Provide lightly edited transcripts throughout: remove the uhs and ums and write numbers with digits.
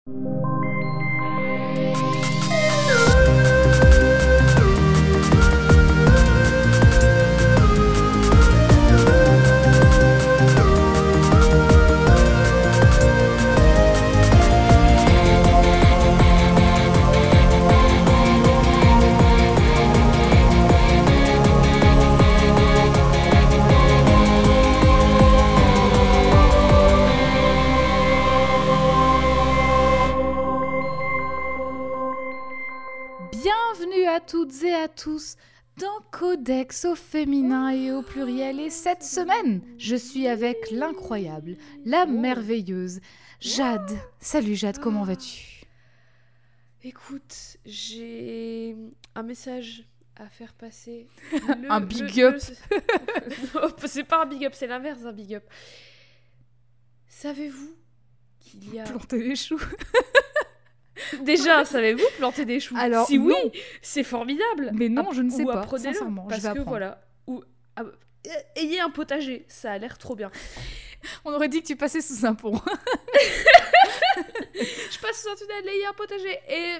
Bienvenue à toutes et à tous dans Codex au féminin et au pluriel. Et cette semaine, je suis avec l'incroyable, la merveilleuse Jade. Salut Jade, comment vas-tu ? Écoute, j'ai un message à faire passer. Un big up. Non, c'est pas un big up, c'est l'inverse d'un big up. Savez-vous qu'il y a... Planter les choux. Déjà, savez-vous planter des choux ? Alors, si oui, non. C'est formidable. Mais non, je ne sais ou pas, apprenez-le, sincèrement, parce je vais que apprendre. voilà. Ou ayez un potager, ça a l'air trop bien. On aurait dit que tu passais sous un pont. Je passe sous un tunnel, ayez un potager. Et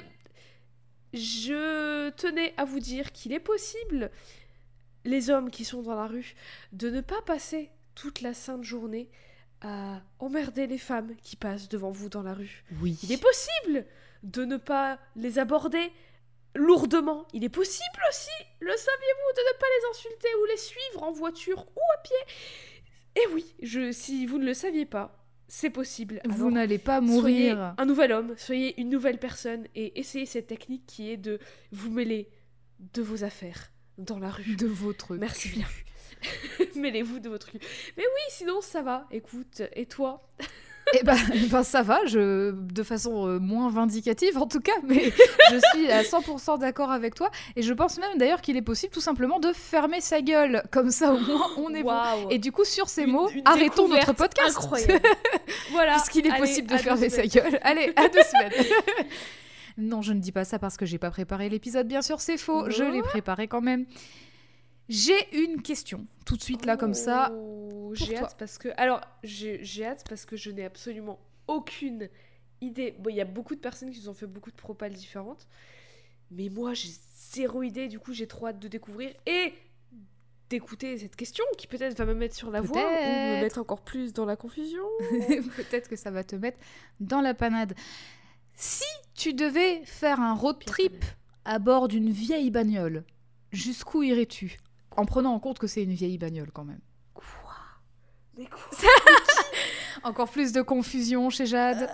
je tenais à vous dire qu'il est possible, les hommes qui sont dans la rue, de ne pas passer toute la sainte journée à emmerder les femmes qui passent devant vous dans la rue. Oui. Il est possible de ne pas les aborder lourdement. Il est possible aussi, le saviez-vous, de ne pas les insulter ou les suivre en voiture ou à pied. Et oui, si vous ne le saviez pas, c'est possible. Vous Alors, n'allez pas soyez mourir. un nouvel homme, soyez une nouvelle personne et essayez cette technique qui est de vous mêler de vos affaires dans la rue. De votre Merci cul. bien. Mêlez-vous de votre cul. Mais oui, sinon ça va. Écoute, et toi ? Eh ben ça va, de façon moins vindicative en tout cas, mais je suis à 100% d'accord avec toi. Et je pense même d'ailleurs qu'il est possible tout simplement de fermer sa gueule. Comme ça au moins on est Waouh. bon. Et du coup sur ces Une mots, arrêtons notre découverte podcast. incroyable. Voilà. Puisqu'il est Allez, possible de à 2 fermer sa semaines. gueule. Allez, à 2 semaines. Non, je ne dis pas ça parce que j'ai pas préparé l'épisode, bien sûr c'est faux. Je l'ai préparé quand même. J'ai une question, tout de suite là comme ça. J'ai toi. hâte parce que... Alors, j'ai hâte parce que je n'ai absolument aucune idée. Bon, il y a beaucoup de personnes qui nous ont fait beaucoup de propales différentes. Mais moi, j'ai zéro idée. Du coup, j'ai trop hâte de découvrir et d'écouter cette question qui peut-être va me mettre sur la voie ou me mettre encore plus dans la confusion. Peut-être que ça va te mettre dans la panade. Si tu devais faire un road trip à bord d'une vieille bagnole, jusqu'où irais-tu ? En prenant en compte que c'est une vieille bagnole quand même. Quoi ? Mais quoi ? Encore plus de confusion chez Jade.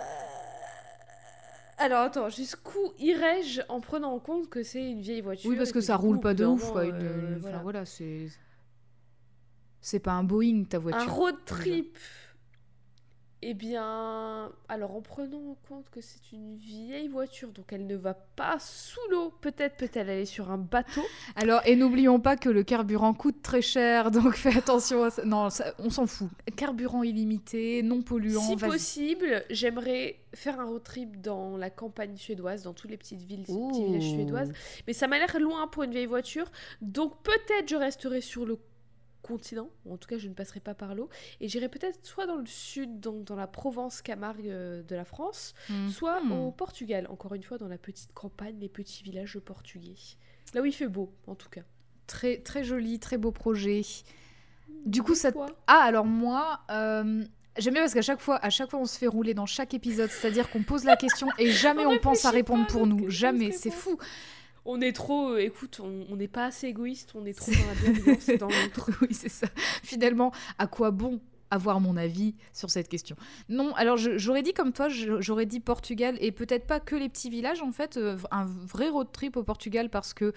Alors attends, jusqu'où irais-je en prenant en compte que c'est une vieille voiture ? Oui, parce et que ça du coup, roule au pas bout de d'un ouf. moment, Quoi, voilà. Enfin voilà, c'est pas un Boeing ta voiture. Un road trip. Eh bien, alors en prenant en compte que c'est une vieille voiture, donc elle ne va pas sous l'eau, peut-être peut-elle aller sur un bateau. Alors, et n'oublions pas que le carburant coûte très cher, donc fais attention à ça. Non, on s'en fout. Carburant illimité, non polluant, Si vas-y. possible, j'aimerais faire un road trip dans la campagne suédoise, dans toutes les petites villes, Ouh. petits villages suédoises. Mais ça m'a l'air loin pour une vieille voiture, donc peut-être je resterai sur le continent, ou en tout cas je ne passerai pas par l'eau, et j'irai peut-être soit dans le sud, donc dans la Provence Camargue de la France, soit au Portugal, encore une fois dans la petite campagne, les petits villages portugais. Là où il fait beau, en tout cas. Très, très joli, très beau projet. Du coup, Et ça... toi ? Ah, alors moi... J'aime bien parce qu'à chaque fois, on se fait rouler dans chaque épisode, c'est-à-dire qu'on pose la question et jamais on pense à répondre pour nous. Jamais, c'est fou. On est trop, écoute, on n'est pas assez égoïste, on est trop dans la bienveillance et dans l'autre. Oui, c'est ça. Finalement, à quoi bon avoir mon avis sur cette question ? Non, alors j'aurais dit comme toi, j'aurais dit Portugal et peut-être pas que les petits villages, en fait, un vrai road trip au Portugal parce que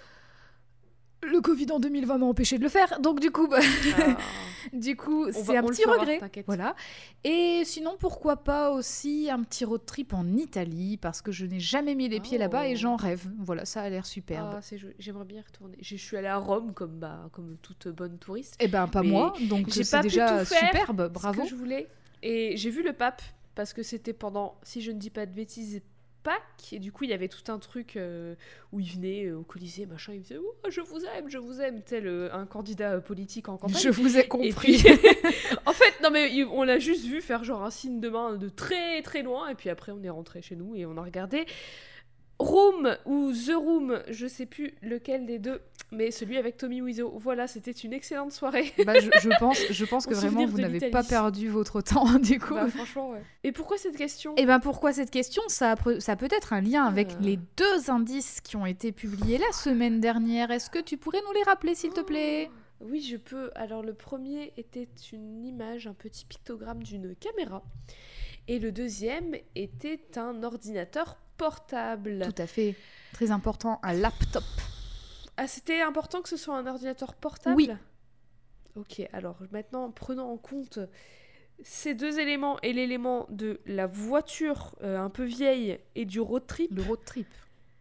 le Covid en 2020 m'a empêché de le faire, donc du coup, du coup c'est un petit regret. Voilà. Et sinon, pourquoi pas aussi un petit road trip en Italie, parce que je n'ai jamais mis les pieds là-bas et j'en rêve. Voilà, ça a l'air superbe. Ah, c'est joli. J'aimerais bien y retourner. Je suis allée à Rome comme toute bonne touriste. Eh ben, pas mais moi, donc j'ai c'est pas déjà pu tout faire superbe, bravo. Ce que je voulais. Et j'ai vu le pape, parce que c'était pendant, si je ne dis pas de bêtises, Pâques, et du coup il y avait tout un truc où il venait au Colisée, machin, il faisait oh, je vous aime, tel un candidat politique en campagne. Je vous ai compris. Puis, en fait, non mais on l'a juste vu faire genre un signe de main de très très loin, et puis après on est rentré chez nous et on a regardé Room ou The Room, je sais plus lequel des deux, mais celui avec Tommy Wiseau. Voilà, c'était une excellente soirée. Bah, je pense que vraiment vous n'avez pas perdu votre temps du coup. Bah, franchement, ouais. Et pourquoi cette question ? Et ben pourquoi cette question ? Ça a peut-être un lien avec les 2 indices qui ont été publiés la semaine dernière. Est-ce que tu pourrais nous les rappeler s'il te plaît ? Oui, je peux. Alors le premier était une image, un petit pictogramme d'une caméra. Et le deuxième était un ordinateur portable. Tout à fait. Très important, un laptop. Ah, c'était important que ce soit un ordinateur portable ? Oui. Ok, alors maintenant, prenons en compte ces 2 éléments et l'élément de la voiture un peu vieille et du road trip. Le road trip.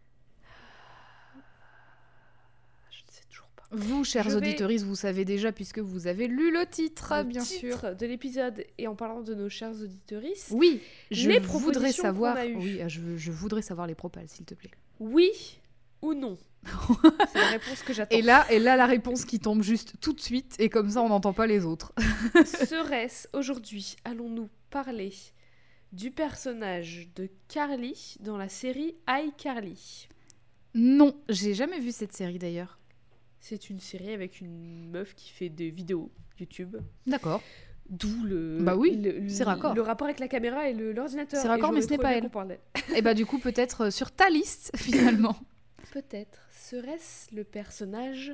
Je ne sais toujours pas. Vous, chers auditeurs, vous savez déjà puisque vous avez lu le titre, bien sûr. Le titre de l'épisode, et en parlant de nos chers auditeurs. Oui, je les voudrais savoir. qu'on a eues. Oui, je voudrais savoir les propals, s'il te plaît. Oui ou non ? C'est la réponse que j'attends. Et là, la réponse qui tombe juste tout de suite, et comme ça, on n'entend pas les autres. Serait-ce aujourd'hui, allons-nous parler du personnage de Carly dans la série iCarly ? Non, j'ai jamais vu cette série d'ailleurs. C'est une série avec une meuf qui fait des vidéos YouTube. D'accord. D'où le, bah oui, c'est raccord. Le rapport avec la caméra et l'ordinateur. C'est raccord, mais ce n'est pas elle. Et bah du coup, peut-être sur ta liste, finalement. Peut-être. Serait-ce le personnage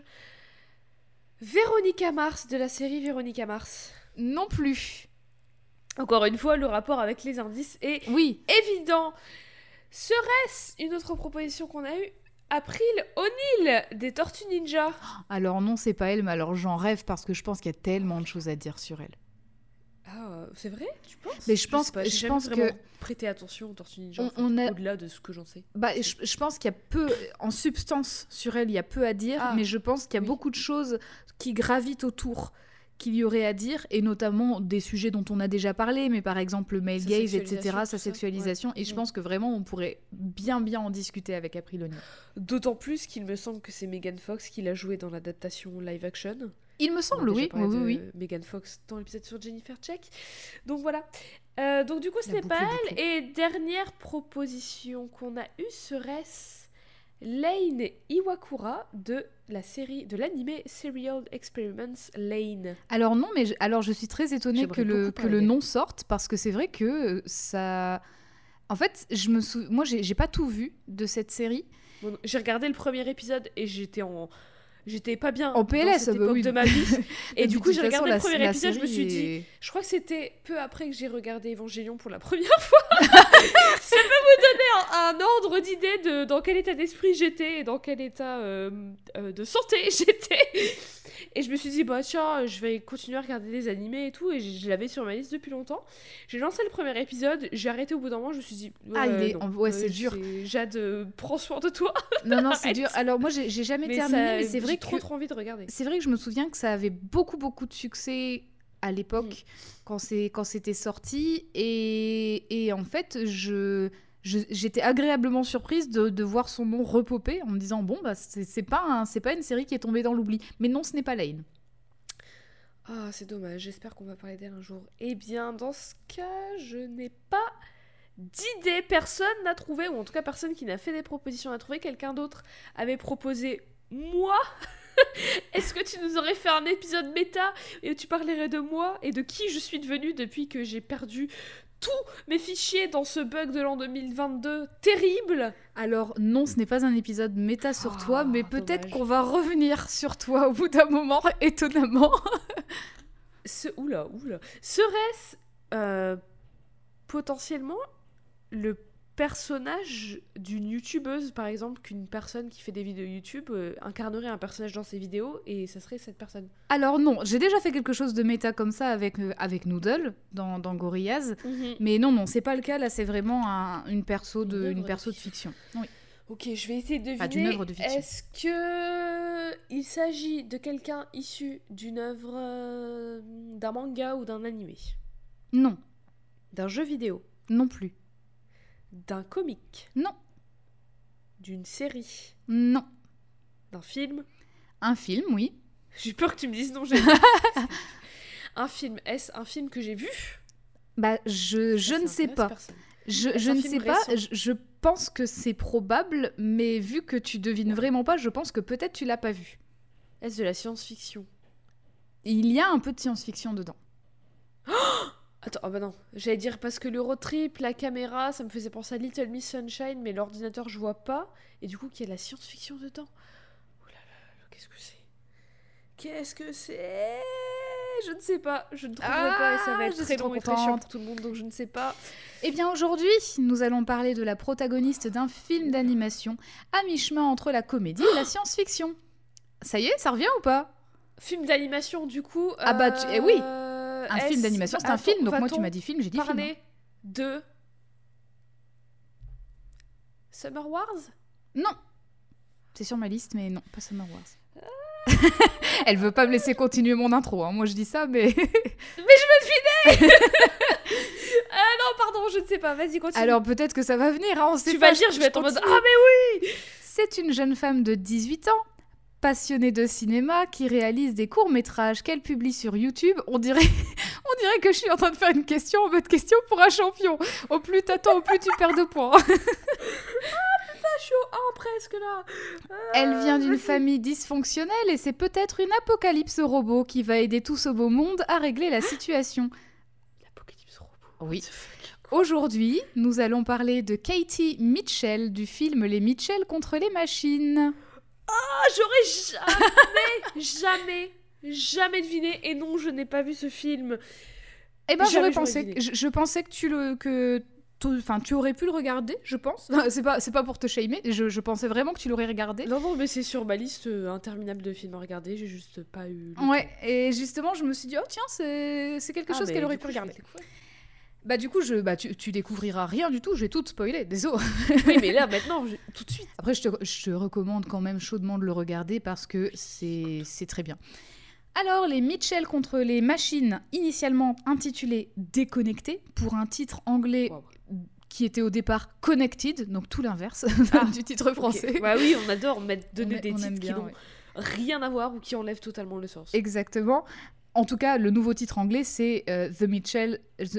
Véronica Mars de la série Véronica Mars ? Non plus. Encore une fois, le rapport avec les indices est évident. Serait-ce une autre proposition qu'on a eue ? April O'Neil des Tortues Ninja. Alors non, c'est pas elle, mais alors j'en rêve parce que je pense qu'il y a tellement de choses à dire sur elle. Ah, c'est vrai ? Tu penses ? Mais je pense que prêter attention aux Tortues Ninja au-delà de ce que j'en sais. Bah, je pense qu'il y a peu en substance sur elle, il y a peu à dire, mais je pense qu'il y a beaucoup de choses qui gravitent autour qu'il y aurait à dire, et notamment des sujets dont on a déjà parlé, mais par exemple le male gaze, etc., sa sexualisation, et je pense que vraiment on pourrait bien en discuter avec April O'Neil. D'autant plus qu'il me semble que c'est Megan Fox qui l'a joué dans l'adaptation live action. Il me semble, oui. Megan Fox dans l'épisode sur Jennifer Check. Donc voilà. Donc du coup, ce n'est pas elle. Et dernière proposition qu'on a eue serait Lane Iwakura de la série, de l'animé Serial Experiments Lane. Alors non, mais je suis très étonnée que le nom sorte, parce que c'est vrai que ça... En fait, moi, j'ai pas tout vu de cette série. Bon, j'ai regardé le premier épisode et j'étais pas bien en PLS, dans cette époque de ma vie. Et du coup, j'ai regardé le premier épisode, je me suis dit... Je crois que c'était peu après que j'ai regardé Evangelion pour la première fois. Ça peut vous donner un ordre d'idée de dans quel état d'esprit j'étais et dans quel état de santé j'étais. Et je me suis dit, bah tiens, je vais continuer à regarder des animés et tout. Et je l'avais sur ma liste depuis longtemps. J'ai lancé le premier épisode, j'ai arrêté au bout d'un moment, je me suis dit... c'est dur. Jade, prends soin de toi. Non, c'est dur. Alors moi, j'ai jamais terminé, mais c'est vrai que... J'ai trop envie de regarder. C'est vrai que je me souviens que ça avait beaucoup de succès à l'époque quand c'était sorti, et en fait j'étais agréablement surprise de voir son nom repopper en me disant bon bah c'est pas une série qui est tombée dans l'oubli, mais non, ce n'est pas Lane. Ah, c'est dommage, j'espère qu'on va parler d'elle un jour. Eh bien dans ce cas, je n'ai pas d'idée, personne n'a trouvé, ou en tout cas personne qui n'a fait des propositions n'a trouvé. Quelqu'un d'autre avait proposé moi. Est-ce que tu nous aurais fait un épisode méta et tu parlerais de moi et de qui je suis devenue depuis que j'ai perdu tous mes fichiers dans ce bug de l'an 2022 terrible? Alors non, ce n'est pas un épisode méta sur toi, mais peut-être qu'on va revenir sur toi au bout d'un moment, étonnamment. Oula. Serait-ce potentiellement le personnage d'une youtubeuse, par exemple, qu'une personne qui fait des vidéos YouTube incarnerait un personnage dans ses vidéos, et ça serait cette personne? Alors non, j'ai déjà fait quelque chose de méta comme ça avec Noodle dans Gorillaz, mais non, c'est pas le cas. Là, c'est vraiment une perso de fiction. Oui. Ok, je vais essayer de deviner. D'une œuvre de fiction. Est-ce que il s'agit de quelqu'un issu d'une œuvre, d'un manga ou d'un animé? Non. D'un jeu vidéo? Non plus. D'un comique. Non. D'une série. Non. D'un film. Un film, oui. J'ai peur que tu me dises non, un film. Est-ce un film que j'ai vu? Bah, je ne sais pas. Je ne sais pas. Je pense que c'est probable, mais vu que tu devines vraiment pas, je pense que peut-être tu l'as pas vu. Est-ce de la science-fiction? Il y a un peu de science-fiction dedans. Attends, ah bah non. J'allais dire parce que le road trip, la caméra, ça me faisait penser à Little Miss Sunshine, mais l'ordinateur, je vois pas. Et du coup, qu'il y a de la science-fiction dedans. Oh là là, qu'est-ce que c'est? Qu'est-ce que c'est? Je ne sais pas. Je ne trouverai pas et ça va être très long et très chiant pour tout le monde, donc je ne sais pas. Eh bien, aujourd'hui, nous allons parler de la protagoniste d'un film d'animation à mi-chemin entre la comédie et la science-fiction. Ça y est, ça revient ou pas? Film d'animation, du coup. Ah bah, oui. Un film d'animation, c'est un film, donc moi tu m'as dit film, j'ai dit film. Parler de Summer Wars? Non. C'est sur ma liste, mais non, pas Summer Wars. Elle veut pas me laisser continuer mon intro, hein. Moi je dis ça, mais... Mais je me finis. Ah non, pardon, je ne sais pas, vas-y, continue. Alors peut-être que ça va venir, hein, on sait tu pas. vas dire, je vais être en mode, ah mais oui. C'est une jeune femme de 18 ans, passionnée de cinéma, qui réalise des courts-métrages qu'elle publie sur YouTube. On dirait que je suis en train de faire une question en mode question pour un champion. Au plus t'attends, au plus tu perds de points. Je suis au 1 presque là. Elle vient d'une famille dysfonctionnelle et c'est peut-être une apocalypse robot qui va aider tout ce beau monde à régler la situation. L'apocalypse robot. Oui. Aujourd'hui, nous allons parler de Katie Mitchell du film Les Mitchell contre les machines. Ah, j'aurais jamais deviné. Et non, je n'ai pas vu ce film. Eh ben, je pensais que tu aurais pu le regarder, je pense. C'est pas pour te shamer, je pensais vraiment que tu l'aurais regardé. Non, mais c'est sur ma liste interminable de films à regarder, j'ai juste pas eu le Ouais, temps. et justement, je me suis dit, oh tiens, c'est quelque chose qu'elle aurait pu regarder. Bah du coup, tu découvriras rien du tout, je vais tout te spoiler, désolé. Oui, mais là, maintenant, tout de suite. Après, je te recommande quand même chaudement de le regarder parce que c'est très bien. Alors, les Mitchell contre les machines, initialement intitulés Déconnectés, pour un titre anglais qui était au départ Connected, donc tout l'inverse du titre français. Okay. Bah oui, on adore donner des titres bien, qui n'ont rien à voir ou qui enlèvent totalement le sens. Exactement. En tout cas, le nouveau titre anglais, c'est The Mitchell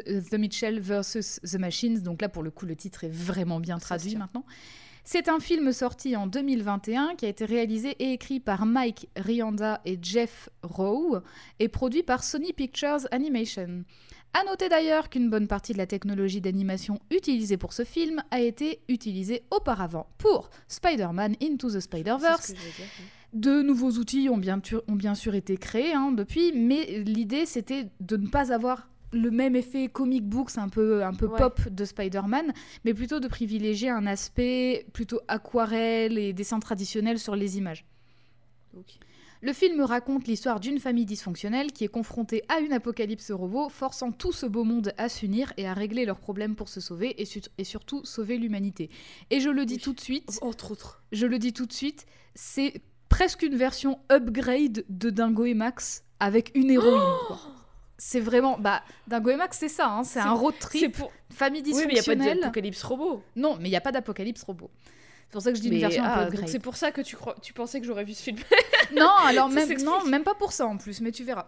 versus The Machines. Donc là, pour le coup, le titre est vraiment bien traduit maintenant. C'est un film sorti en 2021 qui a été réalisé et écrit par Mike Rianda et Jeff Rowe et produit par Sony Pictures Animation. À noter d'ailleurs qu'une bonne partie de la technologie d'animation utilisée pour ce film a été utilisée auparavant pour Spider-Man Into the Spider-Verse. De nouveaux outils ont bien sûr été créés depuis, mais l'idée c'était de ne pas avoir le même effet comic books un peu pop de Spider-Man, mais plutôt de privilégier un aspect plutôt aquarelle et dessin traditionnel sur les images. Okay. Le film raconte l'histoire d'une famille dysfonctionnelle qui est confrontée à une apocalypse robot, forçant tout ce beau monde à s'unir et à régler leurs problèmes pour se sauver et surtout sauver l'humanité. Et je le dis tout de suite, entre autres. Je le dis tout de suite, c'est presque une version upgrade de Dingo et Max avec une héroïne, quoi. C'est vraiment... Dingo et Max, c'est ça, c'est un road trip, famille dysfonctionnelle. Oui, mais il n'y a pas d'apocalypse robot. Non, mais il n'y a pas d'apocalypse robot. C'est pour ça que je dis une version un peu upgrade. Donc c'est pour ça que tu pensais que j'aurais vu ce film. Non, alors même pas pour ça en plus, mais tu verras.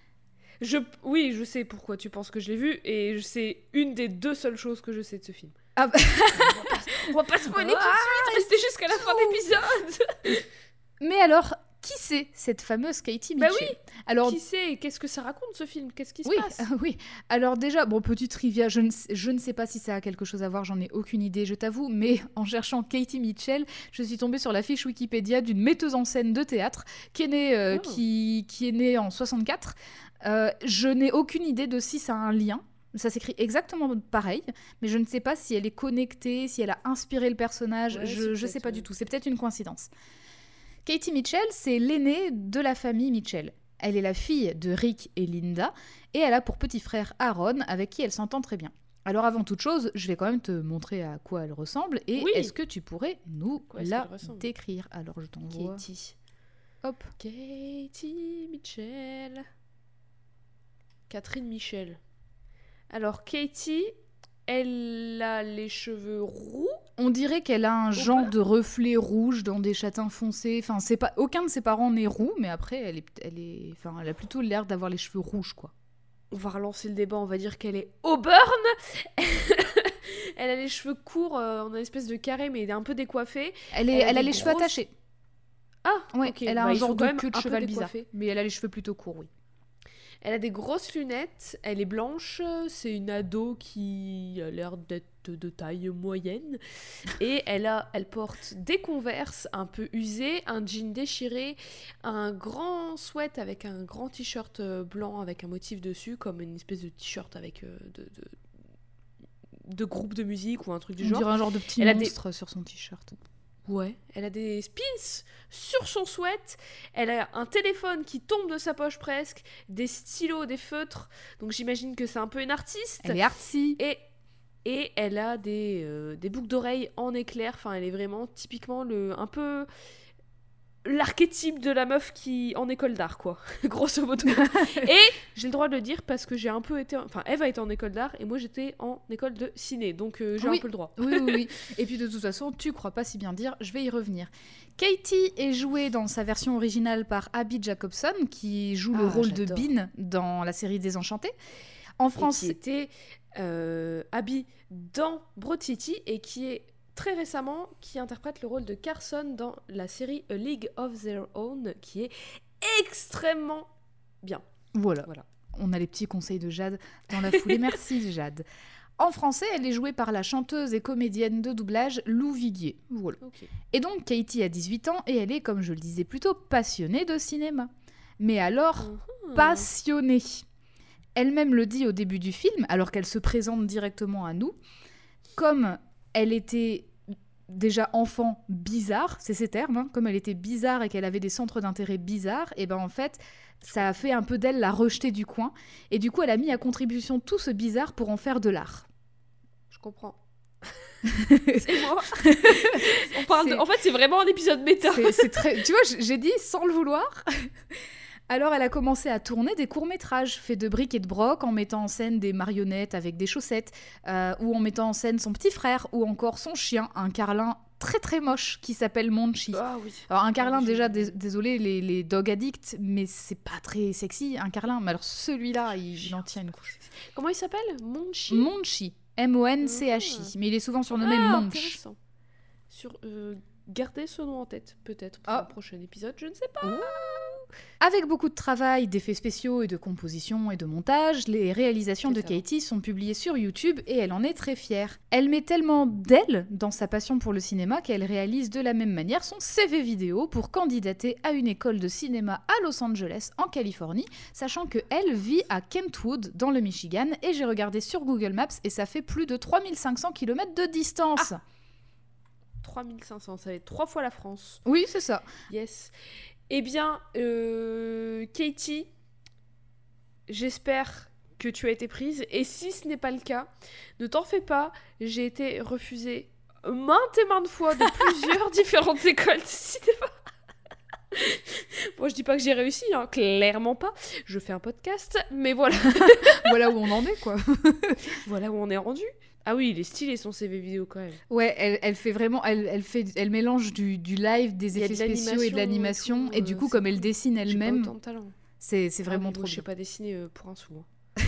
Oui, je sais pourquoi tu penses que je l'ai vu, et c'est une des 2 seules choses que je sais de ce film. Ah bah... on va pas spoiler tout de suite, restez jusqu'à la fin de l'épisode. Mais alors... Qui c'est cette fameuse Katie Mitchell? Bah oui. Alors, qui c'est et qu'est-ce que ça raconte ce film? Qu'est-ce qui se passe? Oui. Alors déjà, petit trivia, je ne sais pas si ça a quelque chose à voir, j'en ai aucune idée, je t'avoue, mais en cherchant Katie Mitchell, je suis tombée sur la fiche Wikipédia d'une metteuse en scène de théâtre qui est née, qui est née en 64. Je n'ai aucune idée de si ça a un lien. Ça s'écrit exactement pareil, mais je ne sais pas si elle est connectée, si elle a inspiré le personnage, je sais pas du tout, c'est peut-être une coïncidence. Katie Mitchell, c'est l'aînée de la famille Mitchell. Elle est la fille de Rick et Linda, et elle a pour petit frère Aaron, avec qui elle s'entend très bien. Alors avant toute chose, je vais quand même te montrer à quoi elle ressemble, et est-ce que tu pourrais nous la décrire? Alors je t'envoie... Katie. Hop. Katie Mitchell. Catherine Michel. Alors Katie, Elle a les cheveux roux. On dirait qu'elle a un genre de reflet rouge dans des châtains foncés. Enfin, c'est pas aucun de ses parents n'est roux, mais après, elle a plutôt l'air d'avoir les cheveux rouges, quoi. On va relancer le débat, on va dire qu'elle est Auburn. Elle a les cheveux courts en une espèce de carré, mais un peu décoiffé. Elle a les cheveux attachés. Ah, ouais, ok. Elle a un genre de queue de cheval bizarre. Mais elle a les cheveux plutôt courts, oui. Elle a des grosses lunettes, elle est blanche, c'est une ado qui a l'air d'être de taille moyenne. Et elle porte des Converse un peu usés, un jean déchiré, un grand sweat avec un grand t-shirt blanc avec un motif dessus, comme une espèce de t-shirt avec de groupe de musique ou un truc du genre. On dirait un genre de petit monstre sur son t-shirt. Ouais, elle a des spins sur son sweat, elle a un téléphone qui tombe de sa poche presque, des stylos, des feutres, donc j'imagine que c'est un peu une artiste. Elle est artsy. Et elle a des boucles d'oreilles en éclair, enfin elle est vraiment typiquement un peu l'archétype de la meuf qui en école d'art, quoi, grosso modo. Et j'ai le droit de le dire parce que j'ai un peu été... Enfin, Eve a été en école d'art et moi j'étais en école de ciné, donc j'ai un peu le droit. Oui. Et puis de toute façon, tu crois pas si bien dire, je vais y revenir. Katie est jouée dans sa version originale par Abby Jacobson, qui joue le rôle de Bean dans la série Désenchantée. En France... Et qui était Abby dans Broad City et qui est... très récemment, qui interprète le rôle de Carson dans la série A League of Their Own, qui est extrêmement bien. Voilà. On a les petits conseils de Jade dans la foulée. Merci Jade. En français, elle est jouée par la chanteuse et comédienne de doublage Lou Viguier. Voilà. Okay. Et donc, Katie a 18 ans et elle est, comme je le disais plus tôt, passionnée de cinéma. Mais alors, passionnée. Elle-même le dit au début du film, alors qu'elle se présente directement à nous, comme... Elle était déjà enfant bizarre, c'est ces termes, hein, comme elle était bizarre et qu'elle avait des centres d'intérêt bizarres, et ben en fait, ça a fait un peu d'elle la rejetée du coin, et du coup, elle a mis à contribution tout ce bizarre pour en faire de l'art. Je comprends. C'est moi. En fait, c'est vraiment un épisode méta. C'est très... Tu vois, j'ai dit sans le vouloir. Alors, elle a commencé à tourner des courts-métrages faits de briques et de broc en mettant en scène des marionnettes avec des chaussettes, ou en mettant en scène son petit frère, ou encore son chien, un carlin très très moche qui s'appelle Monchi. Ah oui. Alors, un carlin, déjà, désolé les dog addicts, mais c'est pas très sexy, un carlin. Mais alors, celui-là, il en tient une couche. Comment il s'appelle ? Monchi. Monchi. M-O-N-C-H-I. Mais il est souvent surnommé Monch. Gardez ce nom en tête, peut-être, pour le prochain épisode, je ne sais pas. Avec beaucoup de travail, d'effets spéciaux et de composition et de montage, les réalisations de Katie sont publiées sur YouTube et elle en est très fière. Elle met tellement d'elle dans sa passion pour le cinéma qu'elle réalise de la même manière son CV vidéo pour candidater à une école de cinéma à Los Angeles, en Californie, sachant qu'elle vit à Kentwood, dans le Michigan, et j'ai regardé sur Google Maps et ça fait plus de 3500 km de distance. 3500, ça va être 3 fois la France. Oui, c'est ça. Yes. Eh bien, Katie, j'espère que tu as été prise. Et si ce n'est pas le cas, ne t'en fais pas. J'ai été refusée maintes et maintes fois de plusieurs différentes écoles de cinéma. Bon, je dis pas que j'ai réussi, hein, clairement pas. Je fais un podcast, mais voilà. Voilà où on en est, quoi. Voilà où on est rendu. Ah oui, il est stylé son CV vidéo quand même. Ouais, elle fait vraiment, elle mélange du live, des effets spéciaux et de l'animation. Et du coup, comme elle dessine elle-même, pas autant de talent. C'est vraiment trop bien. Je sais pas dessiner pour un sou. Hein.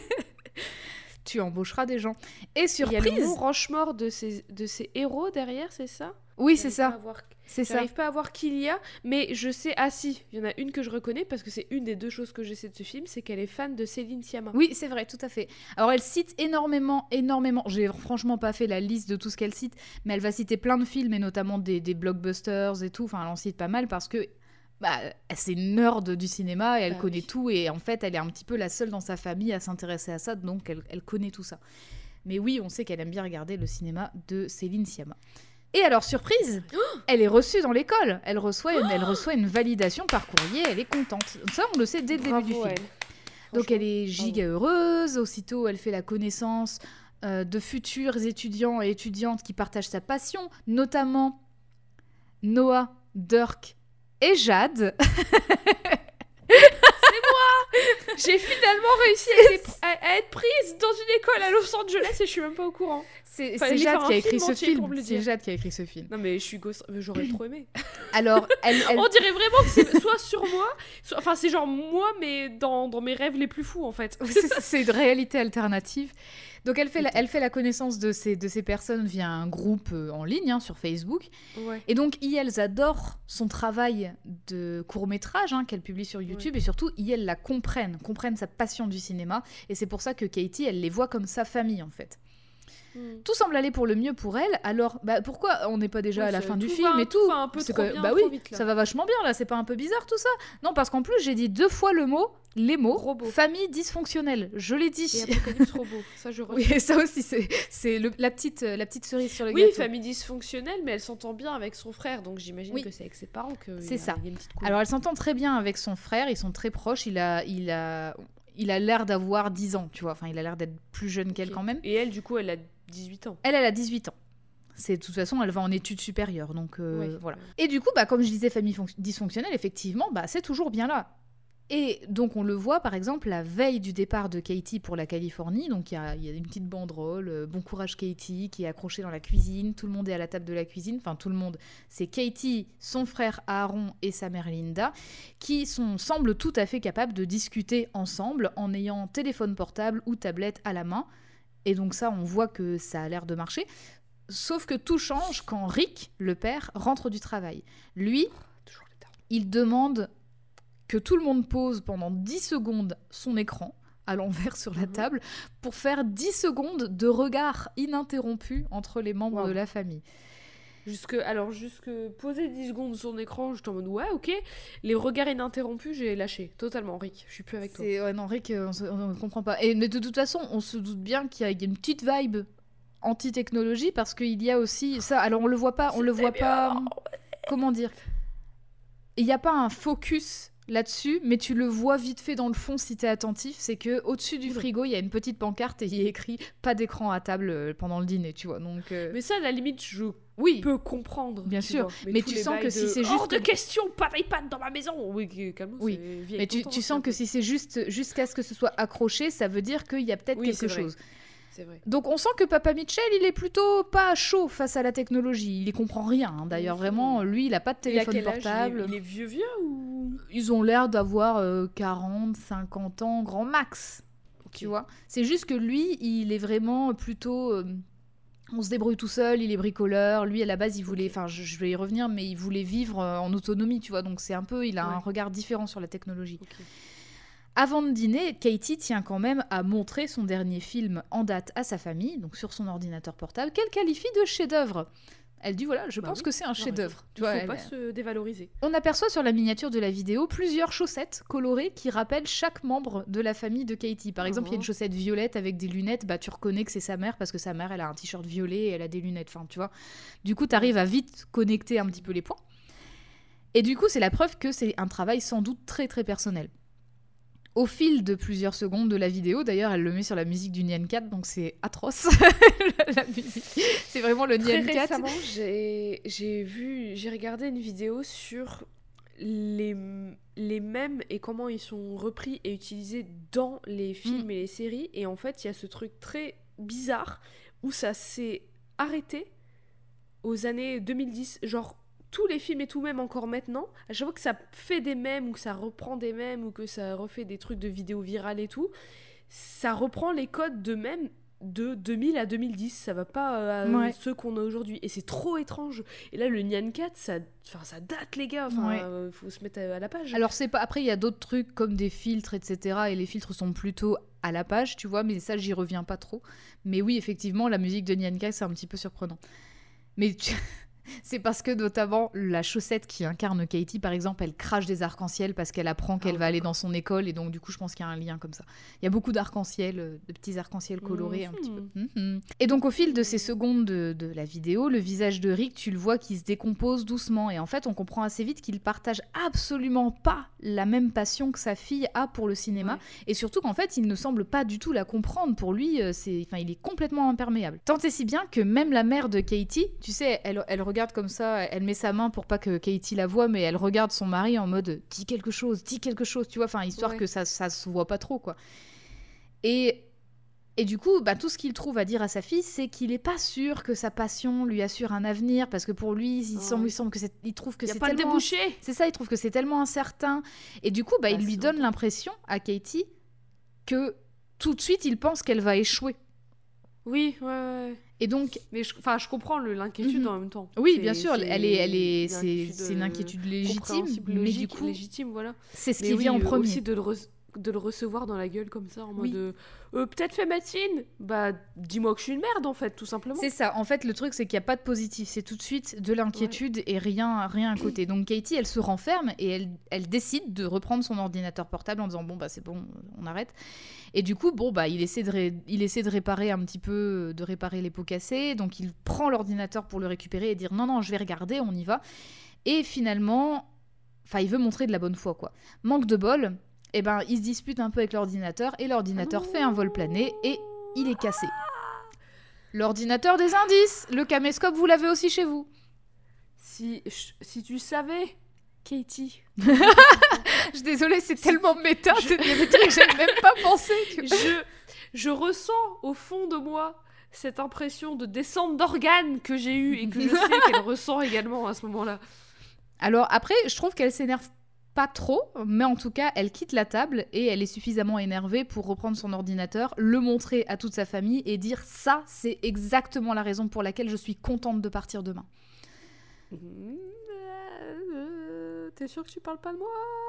Tu embaucheras des gens. Et surprise, il y a le Mont Rochemort de ces héros derrière, c'est ça ? Oui, c'est ça. J'arrive pas à voir qui il y a, mais je sais... Ah si, il y en a une que je reconnais, parce que c'est une des deux choses que je sais de ce film, c'est qu'elle est fan de Céline Sciamma. Oui, c'est vrai, tout à fait. Alors, elle cite énormément. J'ai franchement pas fait la liste de tout ce qu'elle cite, mais elle va citer plein de films, et notamment des blockbusters et tout. Enfin, elle en cite pas mal, parce que c'est une nerd du cinéma, et elle connaît tout, et en fait, elle est un petit peu la seule dans sa famille à s'intéresser à ça, donc elle connaît tout ça. Mais oui, on sait qu'elle aime bien regarder le cinéma de Céline Sciamma. Et alors, surprise, elle est reçue dans l'école. Elle reçoit une validation par courrier, elle est contente. Ça, on le sait dès le début du film. Donc, elle est giga heureuse. Aussitôt, elle fait la connaissance de futurs étudiants et étudiantes qui partagent sa passion, notamment Noah, Dirk et Jade. C'est moi. J'ai finalement réussi à être prise dans une école à Los Angeles et je suis même pas au courant. C'est Fallait Jade faire un qui a écrit film ce entier film. pour me le C'est dire. Jade qui a écrit ce film. Non mais j'aurais trop aimé. Alors, elle... On dirait vraiment que c'est soit sur moi, enfin c'est genre moi mais dans mes rêves les plus fous en fait. c'est une réalité alternative. Donc elle fait la connaissance de ces personnes via un groupe en ligne sur Facebook. Ouais. Et donc elles adorent son travail de court-métrage qu'elle publie sur YouTube, et surtout elles la comprennent sa passion du cinéma, et c'est pour ça que Katie, elle les voit comme sa famille en fait. Tout semble aller pour le mieux pour elle. Alors, pourquoi on n'est pas déjà à la fin du film et tout va un peu c'est trop que, bien, bah trop oui, vite, là. ça va vachement bien là. C'est pas un peu bizarre tout ça? Non, parce qu'en plus j'ai dit 2 fois les mots Robot. famille dysfonctionnelle. Je l'ai dit. Et Apocalypse Robot, ça je retiens. Oui, ça aussi c'est la petite cerise sur le Oui, gâteau. famille dysfonctionnelle, mais elle s'entend bien avec son frère, donc j'imagine que c'est avec ses parents que c'est ça. Il y a une petite couleur. Alors elle s'entend très bien avec son frère, ils sont très proches. Il a l'air d'avoir 10 ans, tu vois. Enfin, il a l'air d'être plus jeune qu'elle quand même. Et elle, du coup, elle a 18 ans. Elle a 18 ans. De toute façon, elle va en études supérieures, donc voilà. Ouais. Et du coup, comme je disais, famille dysfonctionnelle, effectivement, c'est toujours bien là. Et donc, on le voit, par exemple, la veille du départ de Katie pour la Californie. Donc, il y a une petite banderole, bon courage Katie, qui est accrochée dans la cuisine. Tout le monde est à la table de la cuisine. Enfin, tout le monde. C'est Katie, son frère Aaron et sa mère Linda, qui semblent tout à fait capables de discuter ensemble en ayant téléphone portable ou tablette à la main. Et donc ça, on voit que ça a l'air de marcher. Sauf que tout change quand Rick, le père, rentre du travail. Lui, il demande que tout le monde pose pendant 10 secondes son écran à l'envers sur la table pour faire 10 secondes de regard ininterrompu entre les membres de la famille. Jusque poser 10 secondes sur son écran, j'étais en mode ouais, ok. Les regards ininterrompus, j'ai lâché totalement, Rick. Je suis plus avec toi. Ouais, non, Rick, on ne comprend pas. Mais de toute façon, on se doute bien qu'il y a une petite vibe anti-technologie parce qu'il y a aussi ça. Alors on le voit pas. Comment dire? Il n'y a pas un focus là-dessus, mais tu le vois vite fait dans le fond si t'es attentif. C'est que au-dessus du frigo, il y a une petite pancarte et il y a écrit pas d'écran à table pendant le dîner, tu vois. Donc. Mais ça, à la limite, je peux comprendre. Bien sûr. Vois. Mais tu sens que si c'est juste hors de question, pas d'iPad dans ma maison. Oui, calme-toi. Oui. Mais tu sens que si c'est juste jusqu'à ce que ce soit accroché, ça veut dire qu'il y a peut-être quelque chose. C'est vrai. Donc on sent que Papa Mitchell, il est plutôt pas chaud face à la technologie. Il y comprend rien. D'ailleurs, vraiment, lui, il a pas de téléphone portable. Il est vieux ou... Ils ont l'air d'avoir 40, 50 ans, grand max. Okay. Tu vois. C'est juste que lui, il est vraiment plutôt... on se débrouille tout seul, il est bricoleur. Lui, à la base, il voulait... Enfin, je vais y revenir, mais il voulait vivre en autonomie, tu vois. Donc c'est un peu... Il a un regard différent sur la technologie. Okay. Avant de dîner, Katie tient quand même à montrer son dernier film en date à sa famille, donc sur son ordinateur portable, qu'elle qualifie de chef-d'œuvre. Elle dit voilà, je pense que c'est un chef-d'œuvre. Il ne faut pas se dévaloriser. On aperçoit sur la miniature de la vidéo plusieurs chaussettes colorées qui rappellent chaque membre de la famille de Katie. Par exemple, il y a une chaussette violette avec des lunettes, tu reconnais que c'est sa mère parce que sa mère, elle a un t-shirt violet et elle a des lunettes. Enfin, tu vois. Du coup, tu arrives à vite connecter un petit peu les points. Et du coup, c'est la preuve que c'est un travail sans doute très très personnel. Au fil de plusieurs secondes de la vidéo, d'ailleurs, elle le met sur la musique du Nyan Cat, donc c'est atroce, la musique. C'est vraiment le Nyan Cat. Récemment, j'ai regardé une vidéo sur les mèmes et comment ils sont repris et utilisés dans les films et les séries. Et en fait, il y a ce truc très bizarre où ça s'est arrêté aux années 2010, genre... tous les films et tout, même encore maintenant, à chaque fois que ça fait des mèmes ou que ça reprend des mèmes ou que ça refait des trucs de vidéos virales et tout, ça reprend les codes de mèmes de 2000 à 2010. Ça va pas à ceux qu'on a aujourd'hui. Et c'est trop étrange. Et là, le Nyan Cat, ça date, les gars. Faut se mettre à la page. Alors, c'est pas... Après, il y a d'autres trucs comme des filtres, etc. Et les filtres sont plutôt à la page, tu vois. Mais ça, j'y reviens pas trop. Mais oui, effectivement, la musique de Nyan Cat, c'est un petit peu surprenant. Mais... C'est parce que notamment la chaussette qui incarne Katie, par exemple, elle crache des arcs-en-ciel parce qu'elle apprend qu'elle va aller dans son école et donc du coup je pense qu'il y a un lien comme ça. Il y a beaucoup d'arcs-en-ciel, de petits arcs-en-ciel colorés un petit peu. Et donc au fil de ces secondes de la vidéo, le visage de Rick, tu le vois qui se décompose doucement et en fait on comprend assez vite qu'il partage absolument pas la même passion que sa fille a pour le cinéma et surtout qu'en fait il ne semble pas du tout la comprendre. Pour lui, il est complètement imperméable. Tant et si bien que même la mère de Katie, tu sais, elle regarde comme ça, elle met sa main pour pas que Katie la voie, mais elle regarde son mari en mode dis quelque chose, tu vois, enfin histoire que ça se voit pas trop, quoi. Et du coup, tout ce qu'il trouve à dire à sa fille, c'est qu'il est pas sûr que sa passion lui assure un avenir, parce que pour lui, il semble que il trouve que y a c'est pas tellement... de débouché. C'est ça, il trouve que c'est tellement incertain. Et du coup, il lui donne l'impression à Katie que tout de suite, il pense qu'elle va échouer. Oui, ouais. Et donc... Mais je comprends l'inquiétude en même temps. Oui, bien sûr, c'est une inquiétude légitime, mais du coup... légitime, voilà. C'est ce qui vient en premier. Aussi de le recevoir dans la gueule comme ça, en mode peut-être fais médecine, dis-moi que je suis une merde en fait, tout simplement. C'est ça, en fait le truc c'est qu'il n'y a pas de positif, c'est tout de suite de l'inquiétude et rien à côté. Donc Katie elle se renferme et elle décide de reprendre son ordinateur portable en disant c'est bon, on arrête. Et du coup il essaie de réparer un petit peu, de réparer les pots cassés, donc il prend l'ordinateur pour le récupérer et dire non je vais regarder, on y va. Et finalement, il veut montrer de la bonne foi quoi. Manque de bol, il se dispute un peu avec l'ordinateur et l'ordinateur fait un vol plané et il est cassé. L'ordinateur des indices, le caméscope, vous l'avez aussi chez vous. Si tu savais, Katie. Je suis désolée, c'est tellement méta, il y a des trucs que j'avais même pas pensé. Je ressens au fond de moi cette impression de descente d'organes que j'ai eue et que je sais qu'elle ressent également à ce moment-là. Alors après, je trouve qu'elle s'énerve pas trop, mais en tout cas, elle quitte la table et elle est suffisamment énervée pour reprendre son ordinateur, le montrer à toute sa famille et dire ça, c'est exactement la raison pour laquelle je suis contente de partir demain. T'es sûre que tu parles pas de moi?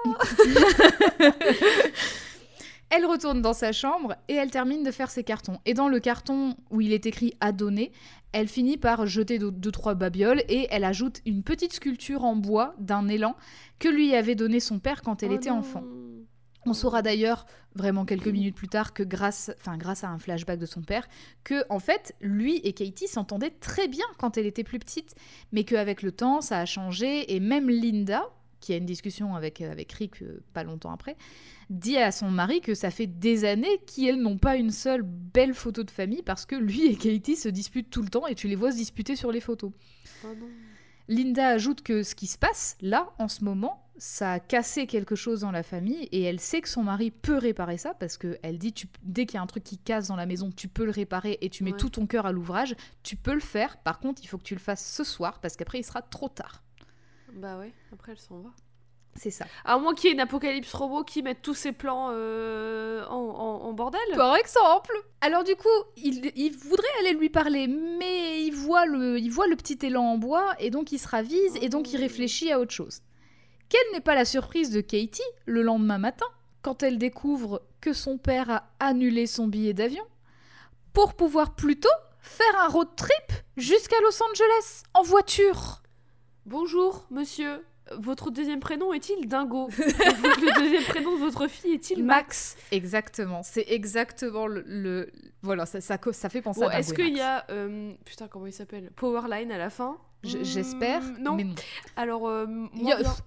Elle retourne dans sa chambre et elle termine de faire ses cartons. Et dans le carton où il est écrit « à donner », elle finit par jeter 2-3 babioles et elle ajoute une petite sculpture en bois d'un élan que lui avait donné son père quand elle était enfant. On saura d'ailleurs, vraiment quelques minutes plus tard, que grâce à un flashback de son père, que en fait, lui et Katie s'entendaient très bien quand elle était plus petite, mais qu'avec le temps, ça a changé et même Linda, qui a une discussion avec Rick pas longtemps après, dit à son mari que ça fait des années qu'elles n'ont pas une seule belle photo de famille parce que lui et Katie se disputent tout le temps et tu les vois se disputer sur les photos. Oh non. Linda ajoute que ce qui se passe là, en ce moment, ça a cassé quelque chose dans la famille et elle sait que son mari peut réparer ça parce qu'elle dit dès qu'il y a un truc qui casse dans la maison, tu peux le réparer et tu mets tout ton cœur à l'ouvrage, tu peux le faire. Par contre, il faut que tu le fasses ce soir parce qu'après, il sera trop tard. Bah ouais, après elle s'en va. C'est ça. À moins qu'il y ait une apocalypse robot qui mette tous ses plans en bordel. Par exemple. Alors du coup, il voudrait aller lui parler, mais il voit le petit élan en bois et donc il se ravise et donc il réfléchit à autre chose. Quelle n'est pas la surprise de Katie le lendemain matin quand elle découvre que son père a annulé son billet d'avion pour pouvoir plutôt faire un road trip jusqu'à Los Angeles en voiture. Bonjour, monsieur. Votre deuxième prénom est-il Dingo? Le deuxième prénom de votre fille est-il Max? Exactement, c'est exactement le... Voilà, ça fait penser à Dingo. Est-ce qu'il y a... putain, comment il s'appelle? Powerline à la fin? J'espère, non. Mais non. Alors, il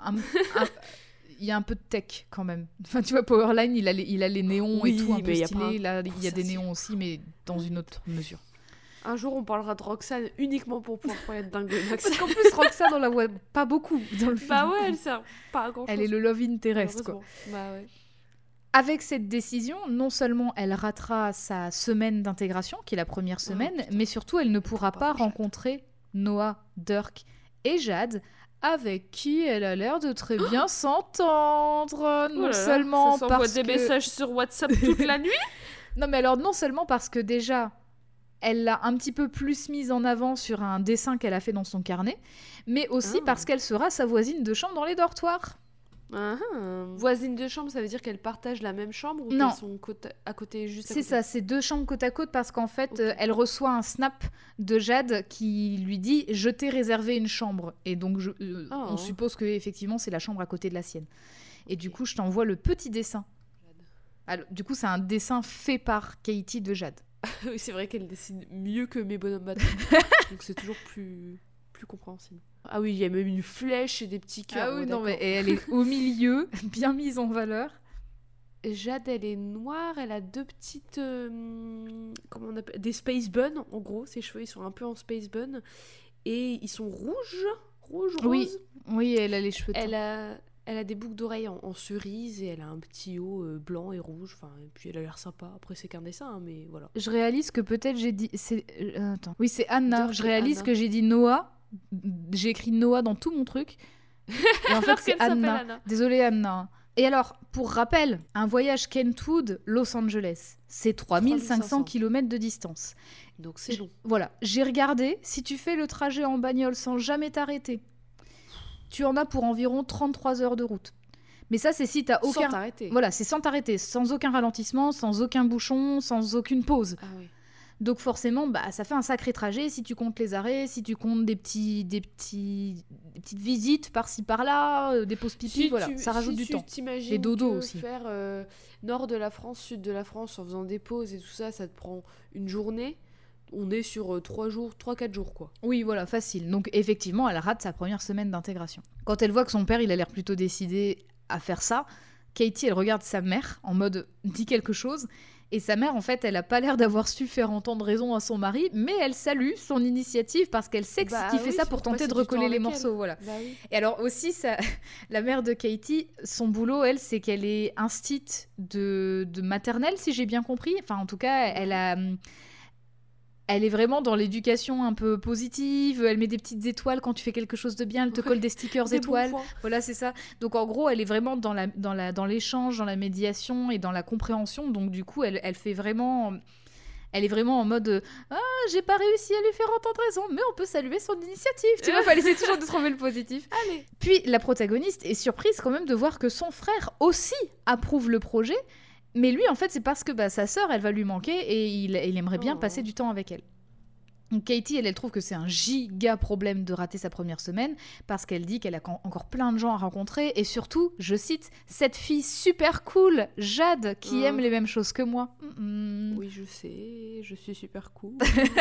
y a un peu de tech quand même. Enfin, tu vois, Powerline, il a les néons et tout un peu stylé. Là, il y a des néons aussi, mais dans une autre mesure. Un jour, on parlera de Roxane uniquement pour pouvoir parler de Dingo et Max. Parce qu'en plus, Roxane, on la voit pas beaucoup dans le film. Bah ouais, elle sert pas à grand chose. Elle est le love interest, quoi. Bah ouais. Avec cette décision, non seulement elle ratera sa semaine d'intégration, qui est la première semaine, mais surtout, elle ne pourra pas rencontrer Noah, Dirk et Jade, avec qui elle a l'air de très bien s'entendre. Non seulement ça parce des messages sur WhatsApp toute la nuit. Non mais alors, non seulement parce que déjà... Elle l'a un petit peu plus mise en avant sur un dessin qu'elle a fait dans son carnet, mais aussi parce qu'elle sera sa voisine de chambre dans les dortoirs. Voisine de chambre, ça veut dire qu'elles partagent la même chambre ou qu'elles sont à côté juste à côté? C'est ça, c'est 2 chambres côte à côte parce qu'en fait, elle reçoit un snap de Jade qui lui dit « Je t'ai réservé une chambre ». Et donc, on suppose que effectivement c'est la chambre à côté de la sienne. Et du coup, je t'envoie le petit dessin. Alors, du coup, c'est un dessin fait par Katie de Jade. Oui, c'est vrai qu'elle dessine mieux que mes bonhommes bâtons. Donc c'est toujours plus compréhensible. Ah oui, il y a même une flèche et des petits cœurs. Ah oui, non, mais elle est au milieu, bien mise en valeur. Jade, elle est noire, elle a 2 petites... comment on appelle, des space buns, en gros. Ses cheveux, ils sont un peu en space bun. Et ils sont rouges, roses. Oui, elle a les cheveux teints. Elle a des boucles d'oreilles en cerise et elle a un petit haut blanc et rouge. Enfin, et puis elle a l'air sympa. Après, c'est qu'un dessin, hein, mais voilà. Je réalise que peut-être j'ai dit... Attends. Oui, c'est Anna. Dirk Je réalise Anna. que j'ai dit Noah. J'ai écrit Noah dans tout mon truc. Et en fait, Alors c'est qu'elle s'appelle Anna. Anna. Désolée, Anna. Et alors, pour rappel, un voyage Kentwood, Los Angeles, c'est 3500 km de distance. Donc c'est long. Voilà, j'ai regardé, si tu fais le trajet en bagnole sans jamais t'arrêter, tu en as pour environ 33 heures de route. Mais ça, c'est si t'as aucun... Sans t'arrêter. Voilà, c'est sans t'arrêter, sans aucun ralentissement, sans aucun bouchon, sans aucune pause. Ah oui. Donc forcément, ça fait un sacré trajet si tu comptes les arrêts, si tu comptes des petites visites par-ci par-là, des pauses pipi, ça rajoute du temps. Les dodos aussi. Faire nord de la France, sud de la France en faisant des pauses et tout ça, ça te prend une journée. On est sur 3-4 jours quoi. Oui, voilà, facile. Donc effectivement, elle rate sa première semaine d'intégration. Quand elle voit que son père, il a l'air plutôt décidé à faire ça, Katie, elle regarde sa mère en mode « dis quelque chose ». Et sa mère, en fait, elle a pas l'air d'avoir su faire entendre raison à son mari, mais elle salue son initiative parce qu'elle sait qu'il fait ça pour tenter de recoller les morceaux. Voilà. Oui. Et alors aussi, la mère de Katie, son boulot, elle, c'est qu'elle est instite de maternelle, si j'ai bien compris. Enfin, en tout cas, elle est vraiment dans l'éducation un peu positive, elle met des petites étoiles quand tu fais quelque chose de bien, elle te colle des stickers étoiles. Voilà, c'est ça. Donc en gros, elle est vraiment dans l'échange, dans la médiation et dans la compréhension. Donc du coup, elle est vraiment en mode j'ai pas réussi à lui faire entendre raison, mais on peut saluer son initiative. Tu vois, fallait essayer toujours de trouver le positif. Allez. Puis la protagoniste est surprise quand même de voir que son frère aussi approuve le projet. Mais lui, en fait, c'est parce que sa sœur, elle va lui manquer et il aimerait bien passer du temps avec elle. Donc Katie, elle trouve que c'est un giga problème de rater sa première semaine parce qu'elle dit qu'elle a encore plein de gens à rencontrer et surtout, je cite, cette fille super cool, Jade, qui aime les mêmes choses que moi. Oui, je sais, je suis super cool.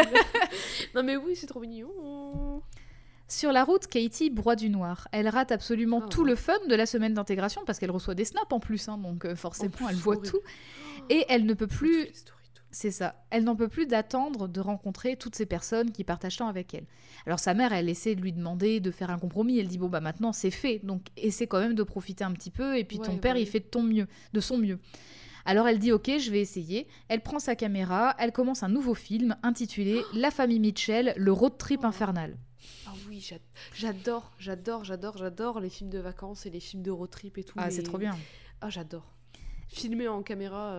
Non mais oui, c'est trop mignon. Sur la route, Katie broie du noir. Elle rate absolument tout le fun de la semaine d'intégration parce qu'elle reçoit des snaps en plus, hein, donc forcément elle voit tout. Et elle ne peut plus... C'est ça. Elle n'en peut plus d'attendre de rencontrer toutes ces personnes qui partagent temps avec elle. Alors sa mère, elle essaie de lui demander de faire un compromis. Elle dit bon maintenant c'est fait, donc essaie quand même de profiter un petit peu. Et puis ton père, il fait de son mieux. Alors elle dit ok, je vais essayer. Elle prend sa caméra, elle commence un nouveau film intitulé La famille Mitchell, le road trip infernal. Ah oui, j'adore les films de vacances et les films de road trip et tout. Ah, c'est trop bien. Ah, j'adore. Filmer en caméra,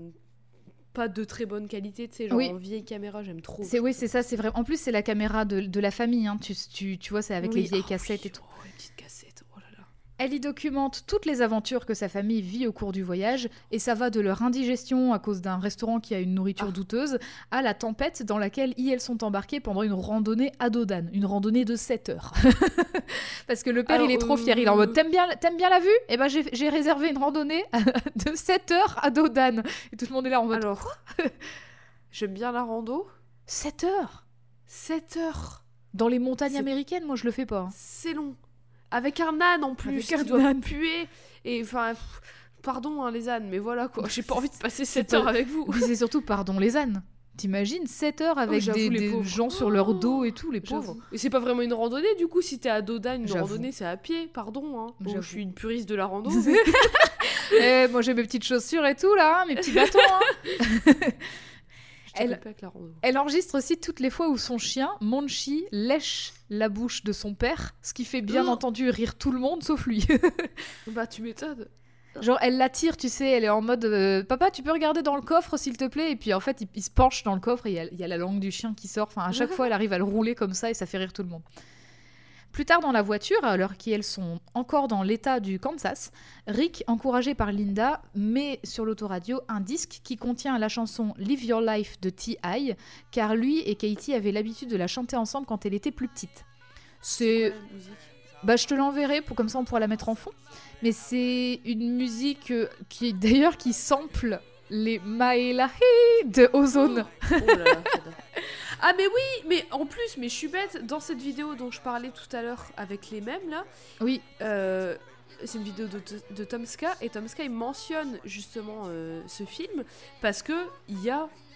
pas de très bonne qualité, tu sais, genre en vieille caméra, j'aime trop. C'est ça, c'est vrai. En plus, c'est la caméra de la famille, hein. Tu vois, c'est avec les vieilles cassettes et tout. Oh, les petites cassettes, oh là là. Elle y documente toutes les aventures que sa famille vit au cours du voyage, et ça va de leur indigestion à cause d'un restaurant qui a une nourriture douteuse, à la tempête dans laquelle elles sont embarquées pendant une randonnée à Dodane, une randonnée de 7 heures. Parce que le père, il est trop fier, il est en mode « T'aimes bien la vue ? Eh ben j'ai réservé une randonnée de 7 heures à Dodane. » Et tout le monde est là en mode « Alors, j'aime bien la rando. 7 heures 7 heures dans les montagnes américaines, moi je le fais pas. Hein. C'est long. Avec un âne en plus, qui doit puer. Et enfin, pardon hein, les ânes, mais voilà quoi. J'ai pas envie de passer 7 heures avec vous. Mais c'est surtout pardon les ânes. T'imagines 7 heures avec des gens sur leur dos et tout, les pauvres. Et c'est pas vraiment une randonnée du coup, si t'es à Dodane, une randonnée c'est à pied, pardon. Hein. Bon, je suis une puriste de la rando. Mais... moi j'ai mes petites chaussures et tout là, mes petits bâtons. Hein. Elle enregistre aussi toutes les fois où son chien, Monchi, lèche la bouche de son père, ce qui fait bien entendu rire tout le monde, sauf lui. Bah tu m'étonnes. Genre elle l'attire, tu sais, elle est en mode papa tu peux regarder dans le coffre s'il te plaît, et puis en fait il se penche dans le coffre et il y a la langue du chien qui sort, enfin à chaque fois elle arrive à le rouler comme ça et ça fait rire tout le monde. Plus tard dans la voiture, alors qu'elles sont encore dans l'état du Kansas, Rick, encouragé par Linda, met sur l'autoradio un disque qui contient la chanson Live Your Life de T.I., car lui et Katie avaient l'habitude de la chanter ensemble quand elle était plus petite. C'est... je te l'enverrai, comme ça on pourra la mettre en fond. Mais c'est une musique qui sample les Maelahi de Ozone. Oh là là, ah mais oui, mais en plus, mais je suis bête, dans cette vidéo dont je parlais tout à l'heure avec les mèmes là, oui. C'est une vidéo de Tom Ska, et Tom Ska il mentionne justement ce film parce que il y a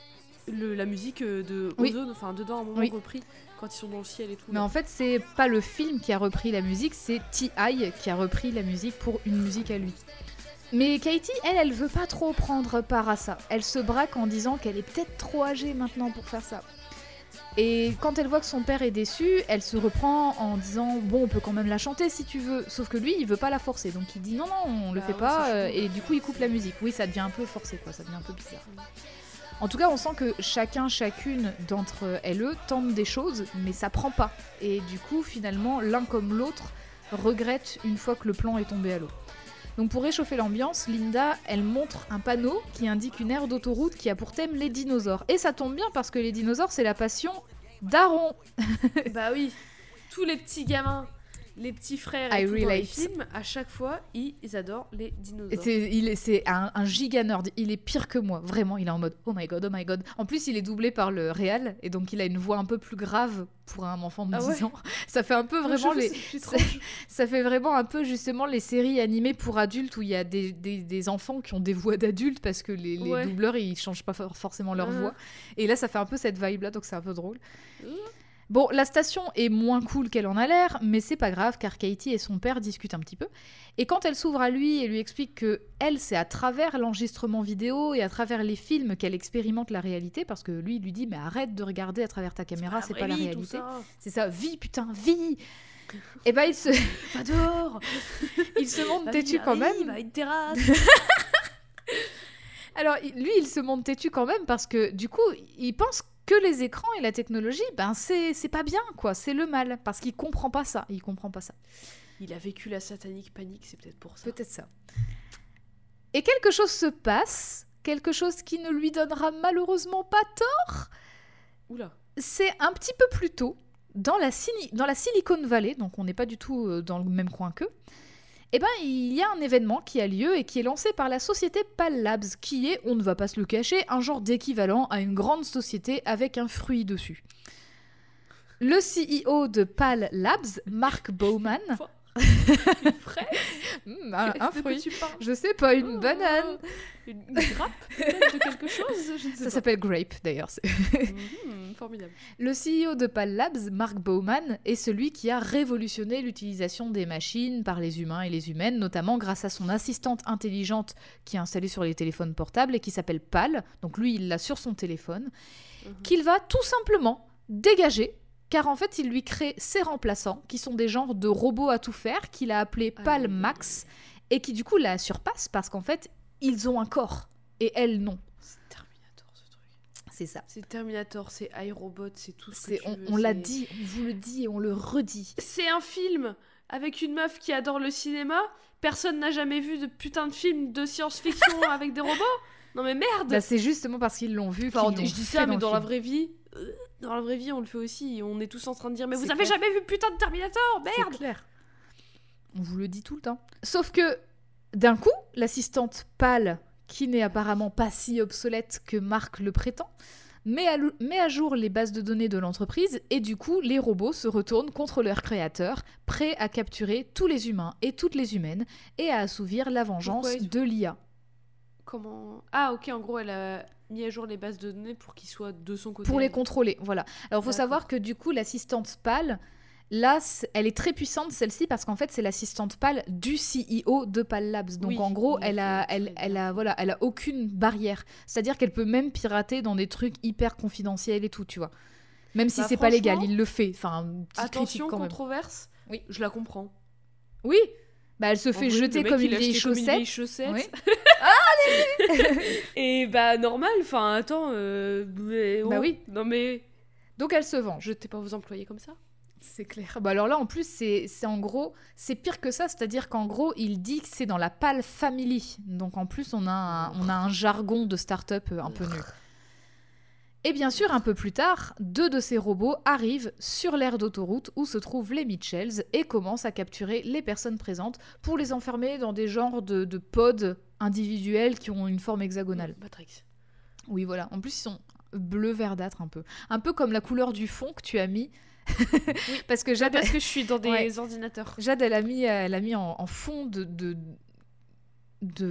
la musique de Oui. Ozone, enfin dedans à un moment Oui. repris quand ils sont dans le ciel et tout. Mais en fait, c'est pas le film qui a repris la musique, c'est T.I. qui a repris la musique pour une musique à lui. Mais Katie, elle veut pas trop prendre part à ça. Elle se braque en disant qu'elle est peut-être trop âgée maintenant pour faire ça. Et quand elle voit que son père est déçu, elle se reprend en disant bon, on peut quand même la chanter si tu veux. Sauf que lui, il veut pas la forcer, donc il dit non, on le fait ouais, pas. c'est chelou. Et du coup, il coupe la musique. Oui, ça devient un peu forcé, quoi. Ça devient un peu bizarre. En tout cas, on sent que chacune d'entre elles tente des choses, mais ça prend pas. Et du coup, finalement, l'un comme l'autre regrette une fois que le plan est tombé à l'eau. Donc pour réchauffer l'ambiance, Linda, elle montre un panneau qui indique une aire d'autoroute qui a pour thème les dinosaures. Et ça tombe bien parce que les dinosaures, c'est la passion d'Aaron. Bah oui, tous les petits gamins, les petits frères I et tout dans les relate. films, à chaque fois, ils adorent les dinosaures. C'est un giga nerd, il est pire que moi, vraiment, il est en mode oh my god, oh my god. En plus, il est doublé par le réal, et donc il a une voix un peu plus grave pour un enfant de 10 ans. Ça fait un peu vraiment ça fait vraiment un peu justement les séries animées pour adultes où il y a des enfants qui ont des voix d'adultes parce que les doubleurs, ils changent pas forcément leur voix. Et là, ça fait un peu cette vibe-là, donc c'est un peu drôle. Bon, la station est moins cool qu'elle en a l'air, mais c'est pas grave car Katie et son père discutent un petit peu. Et quand elle s'ouvre à lui et lui explique que elle, c'est à travers l'enregistrement vidéo et à travers les films qu'elle expérimente la réalité, parce que lui, il lui dit mais arrête de regarder à travers ta caméra, c'est pas la réalité. C'est ça, vis putain, vis. Et bah il se va dehors. Il se montre têtu quand même. Il va à une terrasse. Alors lui, il se montre têtu quand même parce que du coup, il pense que les écrans et la technologie, ben c'est pas bien, quoi. C'est le mal. Parce qu'il comprend pas ça. Il a vécu la satanique panique, c'est peut-être pour ça. Peut-être ça. Et quelque chose se passe. Quelque chose qui ne lui donnera malheureusement pas tort. Oula. C'est un petit peu plus tôt, dans la Silicon Valley, donc on n'est pas du tout dans le même coin qu'eux. Eh ben, il y a un événement qui a lieu et qui est lancé par la société PAL Labs, qui est, on ne va pas se le cacher, un genre d'équivalent à une grande société avec un fruit dessus. Le CEO de PAL Labs, Mark Bowman... Une fraise un fruit. Je sais pas, une banane. Une grappe peut-être de quelque chose, je ne sais Ça pas. s'appelle Grape d'ailleurs. Formidable. Le CEO de PAL Labs, Mark Bowman, est celui qui a révolutionné l'utilisation des machines par les humains et les humaines, notamment grâce à son assistante intelligente qui est installée sur les téléphones portables et qui s'appelle PAL. Donc lui, il l'a sur son téléphone, qu'il va tout simplement dégager. Car en fait, il lui crée ses remplaçants, qui sont des genres de robots à tout faire, qu'il a appelés PAL Max, et qui du coup la surpassent parce qu'en fait, ils ont un corps, et elle non. C'est Terminator ce truc. C'est ça. C'est Terminator, c'est iRobot, c'est tout ce que tu veux. On l'a dit, on vous le dit et on le redit. C'est un film avec une meuf qui adore le cinéma. Personne n'a jamais vu de putain de film de science-fiction avec des robots. Non mais merde. Bah, c'est justement parce qu'ils l'ont vu. Enfin, je dis ça, mais dans la vraie vie... Dans la vraie vie, on le fait aussi. On est tous en train de dire mais vous avez jamais vu putain de Terminator, merde. C'est clair. On vous le dit tout le temps. Sauf que, d'un coup, l'assistante PAL, qui n'est apparemment pas si obsolète que Marc le prétend, met à jour les bases de données de l'entreprise et du coup, les robots se retournent contre leur créateur, prêts à capturer tous les humains et toutes les humaines et à assouvir la vengeance de l'IA. Comment... Ah ok, en gros, elle a mis à jour les bases de données pour qu'ils soient de son côté. Pour les contrôler, voilà. Alors, il faut savoir que du coup, l'assistante PAL, là, elle est très puissante, celle-ci, parce qu'en fait, c'est l'assistante PAL du CEO de PAL Labs. Donc, oui, en gros, elle a aucune barrière. C'est-à-dire qu'elle peut même pirater dans des trucs hyper confidentiels et tout, tu vois. Même si c'est pas légal, il le fait. Enfin, attention, controverse, oui, je la comprends. Oui. Bah, elle se fait jeter comme une vieille chaussette. Oui. Et bah normal, enfin attends, bah oui. Non mais donc elle se venge. Jetez pas vos employés comme ça. C'est clair. Bah alors là en plus c'est en gros c'est pire que ça, c'est-à-dire qu'en gros il dit que c'est dans la PAL Family. Donc en plus on a un jargon de start-up un peu nul. Et bien sûr, un peu plus tard, 2 de ces robots arrivent sur l'aire d'autoroute où se trouvent les Mitchells et commencent à capturer les personnes présentes pour les enfermer dans des genres de pods individuels qui ont une forme hexagonale. Matrix. Oui, voilà. En plus, ils sont bleu verdâtre un peu. Un peu comme la couleur du fond que tu as mis. Oui, parce que Jade, parce que je suis dans des ordinateurs. Jade, elle a mis en fond de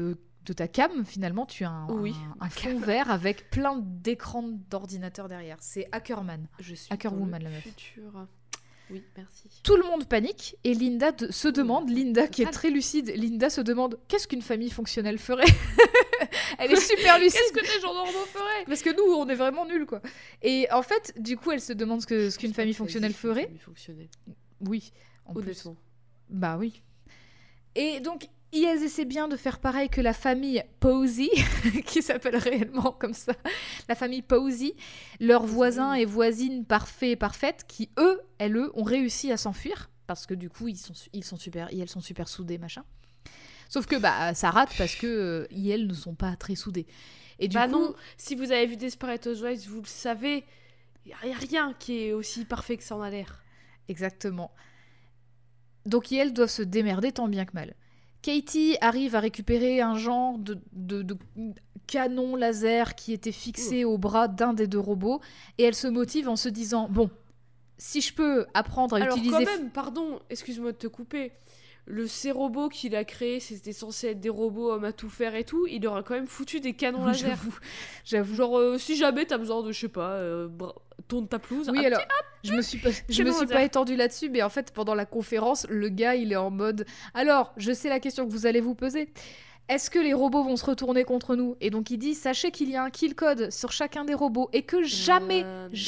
de ta cam, finalement, tu as un fond vert avec plein d'écrans d'ordinateur derrière. C'est Hackerman. Je suis Hackerwoman, dans la le meuf. futur. Oui, merci. Tout le monde panique et Linda se demande, Linda qui est très lucide, Linda se demande qu'est-ce qu'une famille fonctionnelle ferait. Elle est super lucide. Qu'est-ce que des gens normaux feraient? Parce que nous, on est vraiment nuls, quoi. Et en fait, du coup, elle se demande ce qu'une famille fonctionnelle ferait. Famille fonctionnelle. Oui, en Honnêtement. plus. Bah oui. Et donc, elles essaient bien de faire pareil que la famille Posey, qui s'appelle réellement comme ça, la famille Posey, leurs voisins et voisines parfaits et parfaites, qui, eux, ont réussi à s'enfuir, parce que du coup, ils sont super, elles sont super soudées, machin. Sauf que ça rate parce que elles ne sont pas très soudées. Et du coup, non, si vous avez vu Desperate Housewives, vous le savez, il n'y a rien qui est aussi parfait que ça en a l'air. Exactement. Donc elles doivent se démerder tant bien que mal. Katie arrive à récupérer un genre de canon laser qui était fixé au bras d'un des deux robots et elle se motive en se disant bon, si je peux apprendre à utiliser... Alors quand même, pardon, excuse-moi de te couper, ces robots qu'il a créés, c'était censé être des robots hommes à tout faire et tout, il aura quand même foutu des canons laser. J'avoue. Genre, si jamais t'as besoin de, je sais pas, tourne ta pelouse. Oui, alors, je me suis pas étendue là-dessus, mais en fait, pendant la conférence, le gars, il est en mode... Alors, je sais la question que vous allez vous poser. Est-ce que les robots vont se retourner contre nous? Et donc, il dit, sachez qu'il y a un kill code sur chacun des robots et que jamais,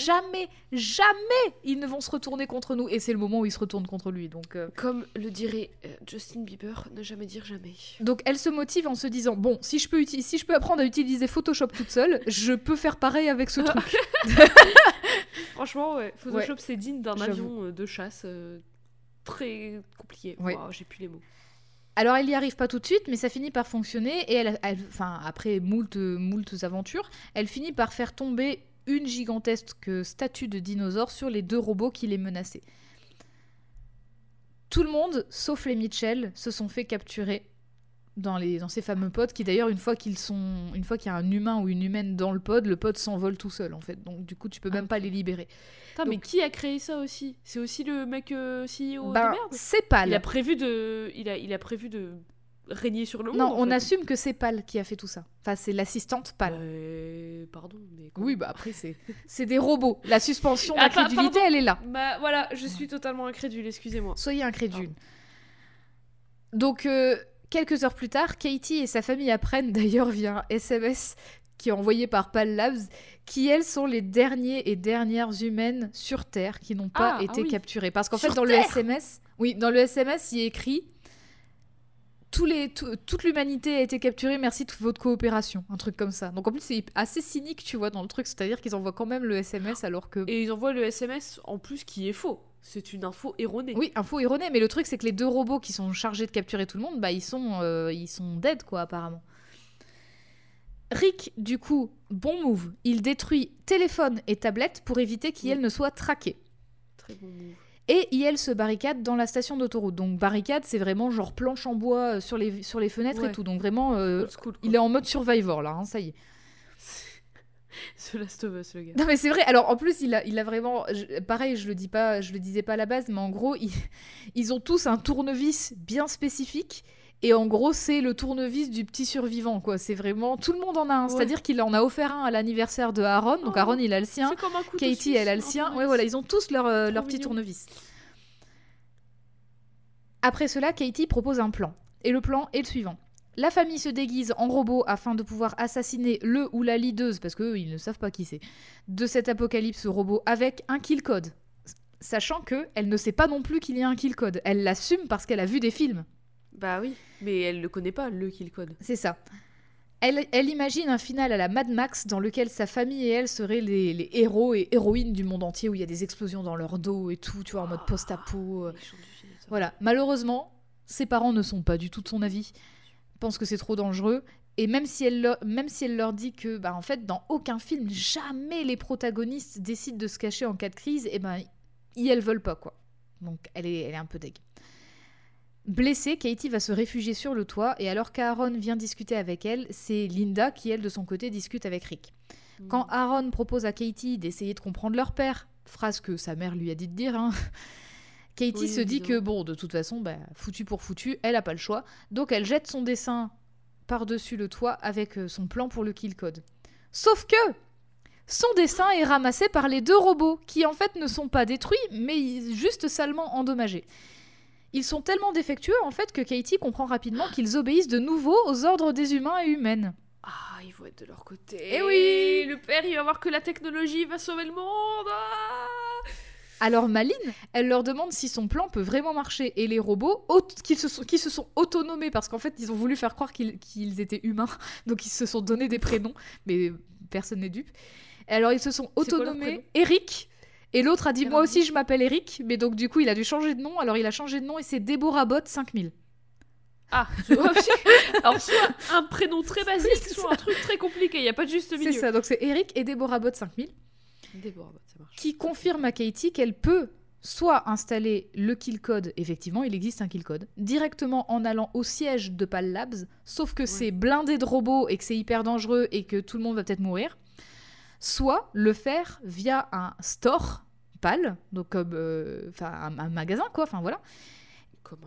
ils ne vont se retourner contre nous. Et c'est le moment où ils se retournent contre lui. Donc, comme le dirait Justin Bieber, ne jamais dire jamais. Donc, elle se motive en se disant, bon, si je peux apprendre à utiliser Photoshop toute seule, je peux faire pareil avec ce truc. Franchement, ouais. Photoshop, c'est digne d'un avion de chasse très compliqué. Ouais. Wow, j'ai plus les mots. Alors, elle n'y arrive pas tout de suite, mais ça finit par fonctionner. Et après moult aventures, elle finit par faire tomber une gigantesque statue de dinosaure sur les deux robots qui les menaçaient. Tout le monde, sauf les Mitchell, se sont fait capturer dans ces fameux pods qui, d'ailleurs, une fois qu'il y a un humain ou une humaine dans le pod s'envole tout seul, en fait. Donc, du coup, tu peux même pas les libérer. Putain, mais qui a créé ça aussi? C'est aussi le mec CEO de merde? C'est Pal. Il a prévu de régner sur le monde. Non, on assume que c'est Pal qui a fait tout ça. Enfin, c'est l'assistante Pal. Pardon, mais... Oui, après, c'est des robots. La suspension d'incrédulité, elle est là. Voilà, je suis totalement incrédule, excusez-moi. Soyez incrédule. Donc, quelques heures plus tard, Katie et sa famille apprennent, d'ailleurs via un SMS qui est envoyé par Pal Labs, qui elles sont les derniers et dernières humaines sur Terre qui n'ont pas été capturées. Parce qu'en fait, dans le SMS, il est écrit toute l'humanité a été capturée, merci de votre coopération, un truc comme ça. Donc en plus, c'est assez cynique, tu vois, dans le truc, c'est-à-dire qu'ils envoient quand même le SMS alors que... Et ils envoient le SMS en plus qui est faux. C'est une info erronée. Oui, info erronée, mais le truc, c'est que les deux robots qui sont chargés de capturer tout le monde, ils sont dead, quoi, apparemment. Rick, du coup, bon move, il détruit téléphone et tablette pour éviter qu'IL ne soit traqué. Très bon move. Et IL se barricade dans la station d'autoroute. Donc barricade, c'est vraiment genre planche en bois sur les fenêtres et tout. Donc vraiment, school, il est en mode Survivor là, ça y est. The Last of Us, le gars. Non mais c'est vrai, alors en plus il a vraiment... pareil, je le disais pas à la base, mais en gros, ils ont tous un tournevis bien spécifique. Et en gros, c'est le tournevis du petit survivant, quoi. C'est vraiment... Tout le monde en a un. Ouais. C'est-à-dire qu'il en a offert un à l'anniversaire de Aaron. Donc Aaron, il a le sien. C'est comme un couteau Katie, suisse, elle a le sien. Ouais, voilà, ils ont tous leur petit tournevis. Après cela, Katie propose un plan. Et le plan est le suivant. La famille se déguise en robot afin de pouvoir assassiner le ou la leaduse, parce qu'eux, ils ne savent pas qui c'est, de cet apocalypse robot avec un kill code. Sachant qu'elle ne sait pas non plus qu'il y a un kill code. Elle l'assume parce qu'elle a vu des films. Bah oui, mais elle le connaît pas, le kill code. C'est ça. Elle imagine un final à la Mad Max dans lequel sa famille et elle seraient les héros et héroïnes du monde entier, où il y a des explosions dans leur dos et tout, tu vois, en mode post-apo. Voilà. Malheureusement, ses parents ne sont pas du tout de son avis. Ils pensent que c'est trop dangereux. Et même si elle leur dit que, en fait, dans aucun film, jamais les protagonistes décident de se cacher en cas de crise, elles veulent pas, quoi. Donc, elle est un peu deg. Blessée, Katie va se réfugier sur le toit et alors qu'Aaron vient discuter avec elle, c'est Linda qui, elle, de son côté, discute avec Rick. Quand Aaron propose à Katie d'essayer de comprendre leur père, phrase que sa mère lui a dit de dire, Katie se dit que, de toute façon, foutu pour foutu, elle a pas le choix. Donc elle jette son dessin par-dessus le toit avec son plan pour le kill code. Sauf que son dessin est ramassé par les 2 robots, qui en fait ne sont pas détruits, mais juste salement endommagés. Ils sont tellement défectueux en fait que Katie comprend rapidement qu'ils obéissent de nouveau aux ordres des humains et humaines. Ah, ils vont être de leur côté. Eh oui! Le père, il va voir que la technologie va sauver le monde. Alors Maline, elle leur demande si son plan peut vraiment marcher. Et les robots, qui se sont autonomés, parce qu'en fait, ils ont voulu faire croire qu'ils étaient humains. Donc ils se sont donné des prénoms, mais personne n'est dupe. Et alors ils se sont autonomés. Eric, et l'autre a dit « Moi aussi, je m'appelle Eric ». Mais donc du coup, il a dû changer de nom. Alors il a changé de nom et c'est Deborah Bot 5000. Ah, alors soit un prénom très basique, soit un truc très compliqué, il n'y a pas de juste milieu. C'est ça, donc c'est Eric et Deborah Bot 5000. Deborah Bot, ça marche. Qui confirme à Katie qu'elle peut soit installer le kill code, effectivement, il existe un kill code, directement en allant au siège de PAL Labs, sauf que c'est blindé de robots et que c'est hyper dangereux et que tout le monde va peut-être mourir, soit le faire via un store PAL, donc comme un magasin, quoi, enfin voilà. Comme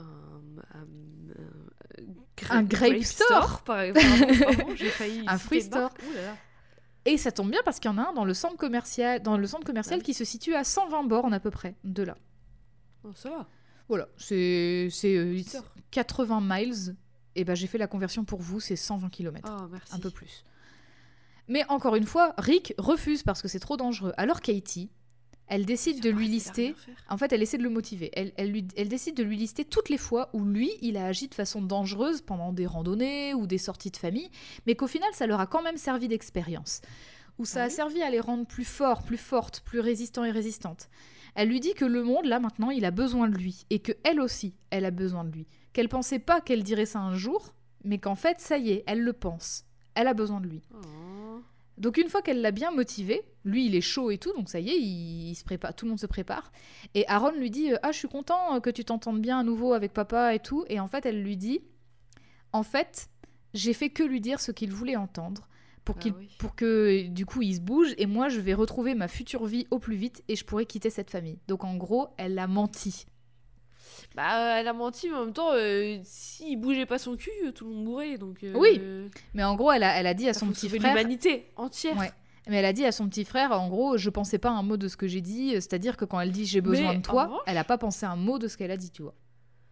un grape store, par exemple. J'ai failli un fruit store. Et ça tombe bien parce qu'il y en a un dans le centre commercial, qui se situe à 120 bornes à peu près de là. Oh, ça va. Voilà, c'est 80 miles. Et ben j'ai fait la conversion pour vous, c'est 120 km. Oh, merci. Un peu plus. Mais encore une fois, Rick refuse parce que c'est trop dangereux. Alors Katie, elle décide de lui lister... En fait, elle essaie de le motiver. Elle décide de lui lister toutes les fois où lui, il a agi de façon dangereuse pendant des randonnées ou des sorties de famille, mais qu'au final, ça leur a quand même servi d'expérience. Où ça a servi à les rendre plus forts, plus fortes, plus résistants et résistantes. Elle lui dit que le monde, là, maintenant, il a besoin de lui. Et qu'elle aussi, elle a besoin de lui. Qu'elle pensait pas qu'elle dirait ça un jour, mais qu'en fait, ça y est, elle le pense. Elle a besoin de lui. Oh. Donc une fois qu'elle l'a bien motivé, lui il est chaud et tout, donc ça y est, il se prépare, tout le monde se prépare. Et Aaron lui dit « Ah, je suis content que tu t'entendes bien à nouveau avec papa et tout. » Et en fait, elle lui dit « En fait, j'ai fait que lui dire ce qu'il voulait entendre pour que du coup il se bouge et moi je vais retrouver ma future vie au plus vite et je pourrai quitter cette famille. » Donc en gros, elle a menti. Bah, elle a menti, mais en même temps, s'il bougeait pas son cul, tout le monde mourrait. Donc, oui, mais en gros, elle a dit à son petit frère... l'humanité entière. Ouais. Mais elle a dit à son petit frère, en gros, je pensais pas un mot de ce que j'ai dit, c'est-à-dire que quand elle dit j'ai besoin de toi, elle a pas pensé un mot de ce qu'elle a dit, tu vois.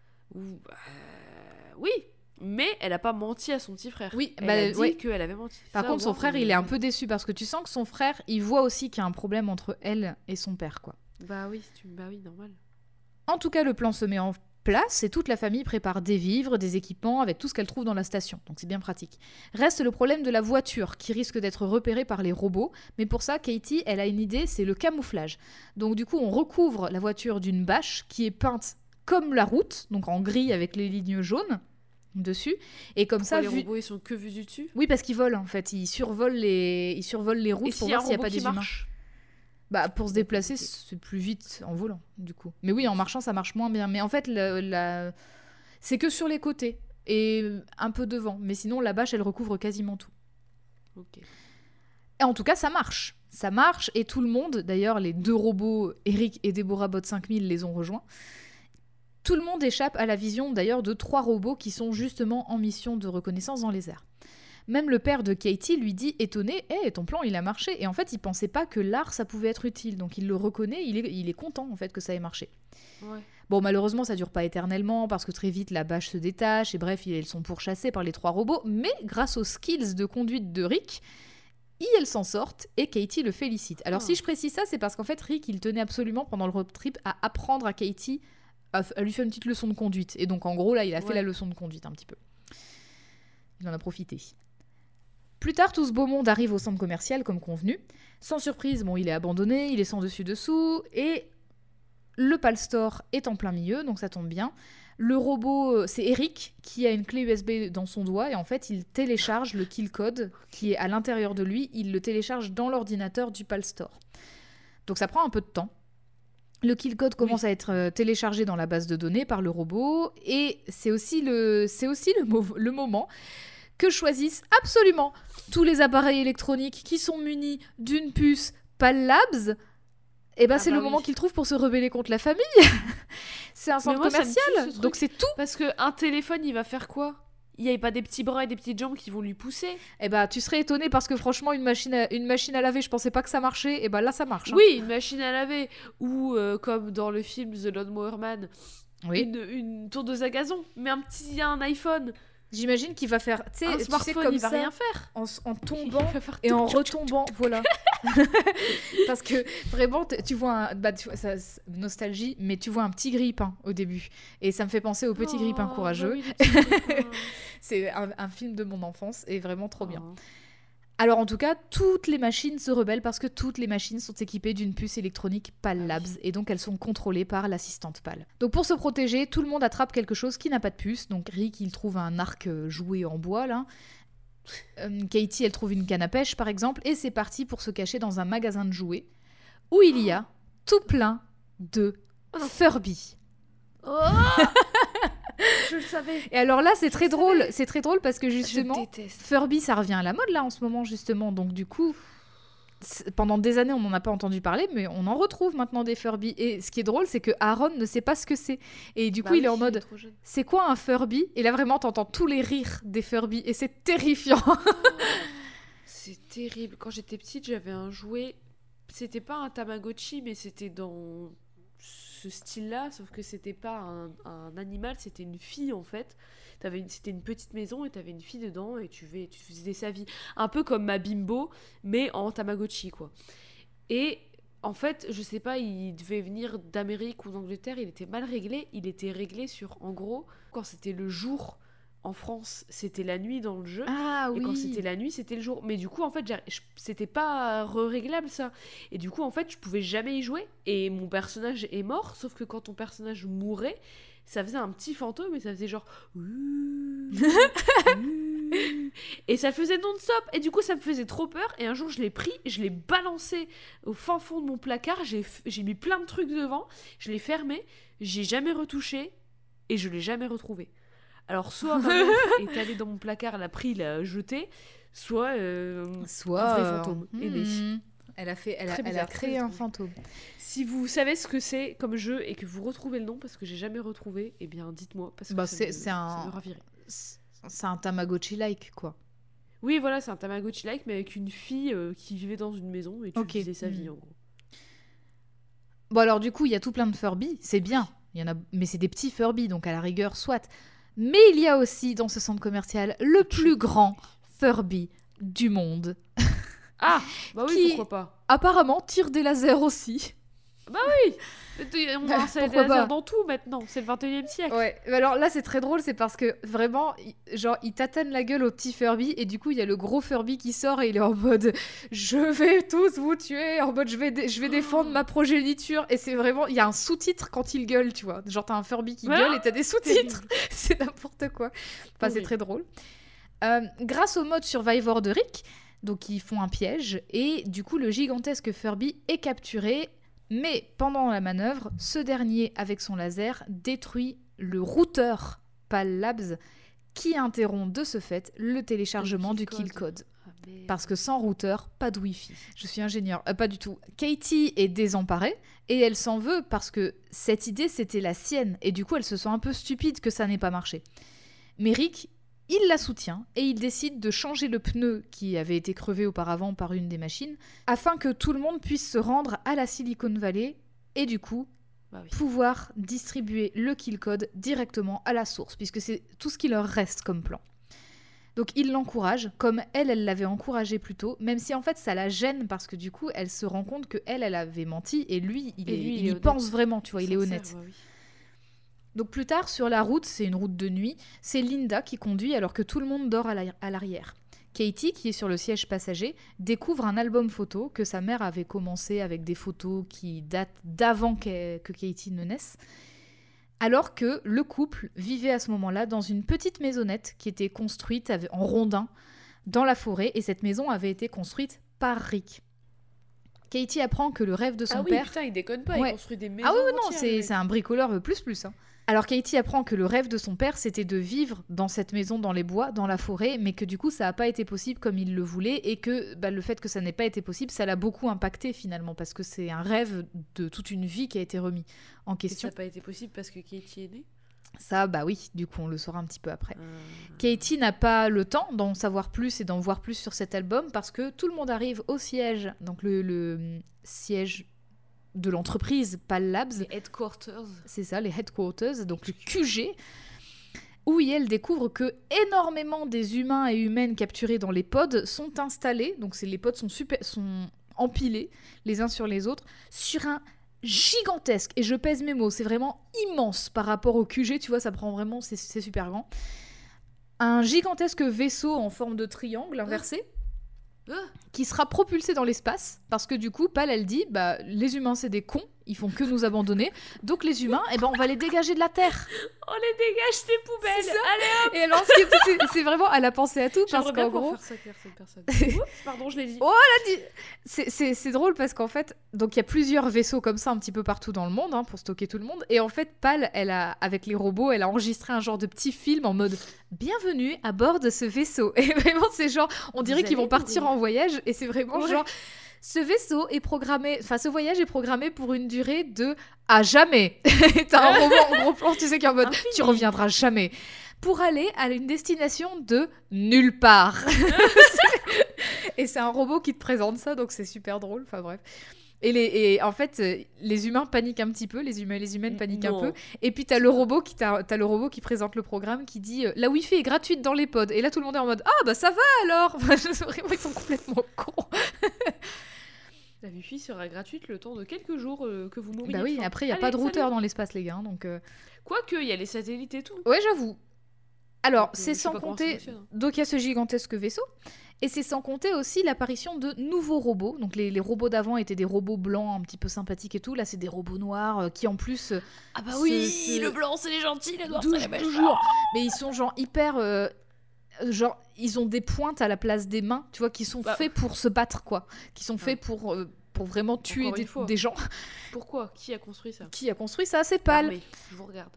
Oui, mais elle a pas menti à son petit frère. Oui, elle a dit qu'elle avait menti. Par contre, son frère, il est un peu déçu parce que tu sens que son frère, il voit aussi qu'il y a un problème entre elle et son père, quoi. Bah oui, normal. En tout cas, le plan se met en place et toute la famille prépare des vivres, des équipements avec tout ce qu'elle trouve dans la station. Donc c'est bien pratique. Reste le problème de la voiture qui risque d'être repérée par les robots. Mais pour ça, Katie, elle a une idée, c'est le camouflage. Donc du coup, on recouvre la voiture d'une bâche qui est peinte comme la route, donc en gris avec les lignes jaunes dessus. Et comme ça, les robots, ils sont que vus du dessus ? Oui, parce qu'ils volent en fait. Ils survolent les routes pour voir s'il n'y a pas des humains. Bah, pour se déplacer, c'est plus vite en volant, du coup. Mais oui, en marchant, ça marche moins bien. Mais en fait, c'est que sur les côtés et un peu devant. Mais sinon, la bâche, elle recouvre quasiment tout. Ok. Et en tout cas, ça marche. Ça marche et tout le monde, d'ailleurs, les 2 robots, Eric et Deborah Bot 5000, les ont rejoints. Tout le monde échappe à la vision, d'ailleurs, de 3 robots qui sont justement en mission de reconnaissance dans les airs. Même le père de Katie lui dit, étonné, « Hey, ton plan, il a marché !» Et en fait, il pensait pas que l'art, ça pouvait être utile. Donc il le reconnaît, il est content, en fait, que ça ait marché. Ouais. Bon, malheureusement, ça dure pas éternellement, parce que très vite, la bâche se détache, et bref, ils sont pourchassés par les 3 robots. Mais grâce aux skills de conduite de Rick, ils s'en sortent, et Katie le félicite. Alors si je précise ça, c'est parce qu'en fait, Rick, il tenait absolument, pendant le road trip, à apprendre à Katie, à lui faire une petite leçon de conduite. Et donc, en gros, là, il a fait la leçon de conduite, un petit peu. Il en a profité. Plus tard, tout ce beau monde arrive au centre commercial comme convenu. Sans surprise, bon, il est abandonné, il est sans dessus-dessous, et le PAL Store est en plein milieu, donc ça tombe bien. Le robot, c'est Eric qui a une clé USB dans son doigt, et en fait, il télécharge le kill code qui est à l'intérieur de lui, il le télécharge dans l'ordinateur du PAL Store. Donc ça prend un peu de temps. Le kill code commence à être téléchargé dans la base de données par le robot, et c'est aussi le moment que choisissent absolument tous les appareils électroniques qui sont munis d'une puce PAL Labs. Et ben c'est le moment qu'ils trouvent pour se rebeller contre la famille. C'est un centre commercial, donc c'est tout. Parce qu'un téléphone, il va faire quoi ? il n'y avait pas des petits bras et des petites jambes qui vont lui pousser. Eh bah, tu serais étonné parce que franchement, une machine à laver, je pensais pas que ça marchait. Et bah là, ça marche. Hein. Oui, une machine à laver. Ou comme dans le film The Lawnmower Man, Oui. une tondeuse à gazon. Mais un iPhone. J'imagine qu'il va faire. Tu Un sais, smartphone, comme il va ça, rien faire. en tombant Il va faire et tout, en tout, retombant, voilà. Parce que vraiment, tu vois, ça, nostalgie, mais tu vois un petit grille-pain au début. Et ça me fait penser au petit grille-pain courageux. Bah oui, le petit grille-pain. C'est un film de mon enfance et vraiment trop bien. Oh. Alors en tout cas, toutes les machines se rebellent parce que toutes les machines sont équipées d'une puce électronique PAL Labs et donc elles sont contrôlées par l'assistante PAL. Donc pour se protéger, tout le monde attrape quelque chose qui n'a pas de puce. Donc Rick, il trouve un arc joué en bois là. Katie, elle trouve une canne à pêche par exemple et c'est parti pour se cacher dans un magasin de jouets où il y a tout plein de Furby. Oh je le savais. Et alors là, c'est très drôle parce que justement, Je déteste. Furby, ça revient à la mode là en ce moment justement. Donc du coup, pendant des années, on n'en a pas entendu parler, mais on en retrouve maintenant des Furby. Et ce qui est drôle, c'est que Aaron ne sait pas ce que c'est. Et du coup, il est en mode, c'est quoi un Furby ? Et là, vraiment, t'entends tous les rires des Furby et c'est terrifiant. C'est terrible. Quand j'étais petite, j'avais un jouet. C'était pas un Tamagotchi, mais c'était dans ce style-là, sauf que c'était pas un animal, c'était une fille en fait. C'était une petite maison et t'avais une fille dedans et tu faisais sa vie. Un peu comme ma Bimbo, mais en Tamagotchi quoi. Et en fait, je sais pas, il devait venir d'Amérique ou d'Angleterre, il était mal réglé. Il était réglé sur, en gros, quand c'était le jour en France, c'était la nuit dans le jeu. Ah oui. Et quand c'était la nuit, c'était le jour. Mais du coup, en fait, c'était pas réglable ça. Et du coup, en fait, je pouvais jamais y jouer. Et mon personnage est mort. Sauf que quand ton personnage mourait, ça faisait un petit fantôme et ça faisait genre. Et ça faisait non-stop. Et du coup, ça me faisait trop peur. Et un jour, je l'ai pris, je l'ai balancé au fin fond de mon placard. J'ai mis plein de trucs devant. Je l'ai fermé. J'ai jamais retouché. Et je l'ai jamais retrouvé. Alors, soit ma mère est allée dans mon placard, l'a pris, l'a jeté, soit un vrai fantôme est né. Elle a créé un fantôme. Si vous savez ce que c'est comme jeu et que vous retrouvez le nom, parce que j'ai jamais retrouvé, eh bien dites-moi, parce que ça me ravirait. C'est un Tamagotchi-like, quoi. Oui, voilà, c'est un Tamagotchi-like, mais avec une fille qui vivait dans une maison et tu faisais sa vie, en gros. Bon, alors du coup, il y a tout plein de Furby, c'est bien. Il y en a, mais c'est des petits Furby, donc à la rigueur, soit. Mais il y a aussi, dans ce centre commercial, le plus grand Furby du monde. Ah, bah oui, qui, pourquoi pas. Apparemment, tire des lasers aussi. Bah oui, on a des lasers dans tout maintenant, c'est le 21e siècle. Ouais, alors là c'est très drôle, c'est parce que vraiment, genre, il tatane la gueule au petit Furby et du coup il y a le gros Furby qui sort et il est en mode je vais tous vous tuer, en mode je vais défendre ma progéniture. Et c'est vraiment, il y a un sous-titre quand il gueule, tu vois. Genre t'as un Furby qui gueule et t'as des sous-titres. C'est n'importe quoi. Enfin, c'est très drôle. Grâce au mode Survivor de Rick, donc ils font un piège et du coup le gigantesque Furby est capturé. Mais pendant la manœuvre, ce dernier, avec son laser, détruit le routeur PAL Labs qui interrompt de ce fait le téléchargement du kill code. Parce que sans routeur, pas de Wi-Fi. Je suis ingénieure. Pas du tout. Katie est désemparée et elle s'en veut parce que cette idée, c'était la sienne. Et du coup, elle se sent un peu stupide que ça n'ait pas marché. Mais Rick, il la soutient et il décide de changer le pneu qui avait été crevé auparavant par une des machines afin que tout le monde puisse se rendre à la Silicon Valley et du coup pouvoir distribuer le kill code directement à la source puisque c'est tout ce qui leur reste comme plan. Donc il l'encourage comme elle l'avait encouragé plus tôt, même si en fait ça la gêne parce que du coup elle se rend compte que elle avait menti et lui il y pense vraiment, tu vois, il est honnête. Ouais, oui. Donc plus tard, sur la route, c'est une route de nuit, c'est Linda qui conduit alors que tout le monde dort à l'arrière. Katie, qui est sur le siège passager, découvre un album photo que sa mère avait commencé avec des photos qui datent d'avant que Katie ne naisse, alors que le couple vivait à ce moment-là dans une petite maisonnette qui était construite en rondin dans la forêt et cette maison avait été construite par Rick. Katie apprend que le rêve de son père... Ah oui, putain, il déconne pas, il construit des maisons Ah oui, non, entières, c'est un bricoleur plus. Hein. Alors Katie apprend que le rêve de son père, c'était de vivre dans cette maison, dans les bois, dans la forêt, mais que du coup, ça n'a pas été possible comme il le voulait, et que le fait que ça n'ait pas été possible, ça l'a beaucoup impacté finalement, parce que c'est un rêve de toute une vie qui a été remis en question. Et ça n'a pas été possible parce que Katie est née ? Ça, bah oui, du coup, on le saura un petit peu après. Katie n'a pas le temps d'en savoir plus et d'en voir plus sur cet album parce que tout le monde arrive au siège, donc le siège de l'entreprise Pal Labs. Les headquarters. C'est ça, les headquarters, donc le QG, où elle découvre que énormément des humains et humaines capturés dans les pods sont installés, donc les pods sont empilés les uns sur les autres, sur un gigantesque, et je pèse mes mots, c'est vraiment immense par rapport au QG, tu vois, ça prend vraiment, c'est super grand. Un gigantesque vaisseau en forme de triangle inversé, qui sera propulsé dans l'espace, parce que du coup, Pal, elle dit, bah, les humains, c'est des cons, ils font que nous abandonner, donc les humains, eh ben, on va les dégager de la Terre. On les dégage ces poubelles. Allez hop. Et alors, c'est vraiment, elle a pensé à tout, parce qu'en gros... faire ça, cette personne. Oups, pardon, je l'ai dit. Oh, elle a dit... C'est drôle, parce qu'en fait, donc il y a plusieurs vaisseaux comme ça, un petit peu partout dans le monde, pour stocker tout le monde, et en fait, Pal, avec les robots, elle a enregistré un genre de petit film en mode « Bienvenue à bord de ce vaisseau ». Et vraiment, c'est genre, on dirait qu'ils vont partir en voyage, et c'est vraiment genre... Ce vaisseau est programmé, enfin ce voyage est programmé pour une durée de à jamais. T'as un robot en gros plan, tu sais, qui est en mode tu reviendras jamais. Pour aller à une destination de nulle part. Et c'est un robot qui te présente ça, donc c'est super drôle. Enfin bref. Et en fait, les humains paniquent un petit peu, les humains et les humaines paniquent un peu. Et puis t'as le robot qui présente le programme qui dit la Wi-Fi est gratuite dans les pods. Et là tout le monde est en mode ah bah ça va alors. Vraiment ils sont complètement cons. La Wi-Fi sera gratuite le temps de quelques jours que vous mourriez. Bah oui, après il y a pas de routeur dans l'espace les gars, donc. Quoique il y a les satellites et tout. Ouais j'avoue. Alors donc, c'est sans compter, donc il y a ce gigantesque vaisseau. Et c'est sans compter aussi l'apparition de nouveaux robots. Donc les robots d'avant étaient des robots blancs un petit peu sympathiques et tout. Là, c'est des robots noirs qui en plus... ah bah oui, le blanc c'est les gentils, le noir c'est les méchants. Toujours. Mais ils sont genre hyper... genre, ils ont des pointes à la place des mains, tu vois, qui sont faits pour se battre, quoi. Qui sont faits pour vraiment tuer des gens. Pourquoi ? Qui a construit ça ? Qui a construit ça ? C'est Pal. Mais je vous regarde.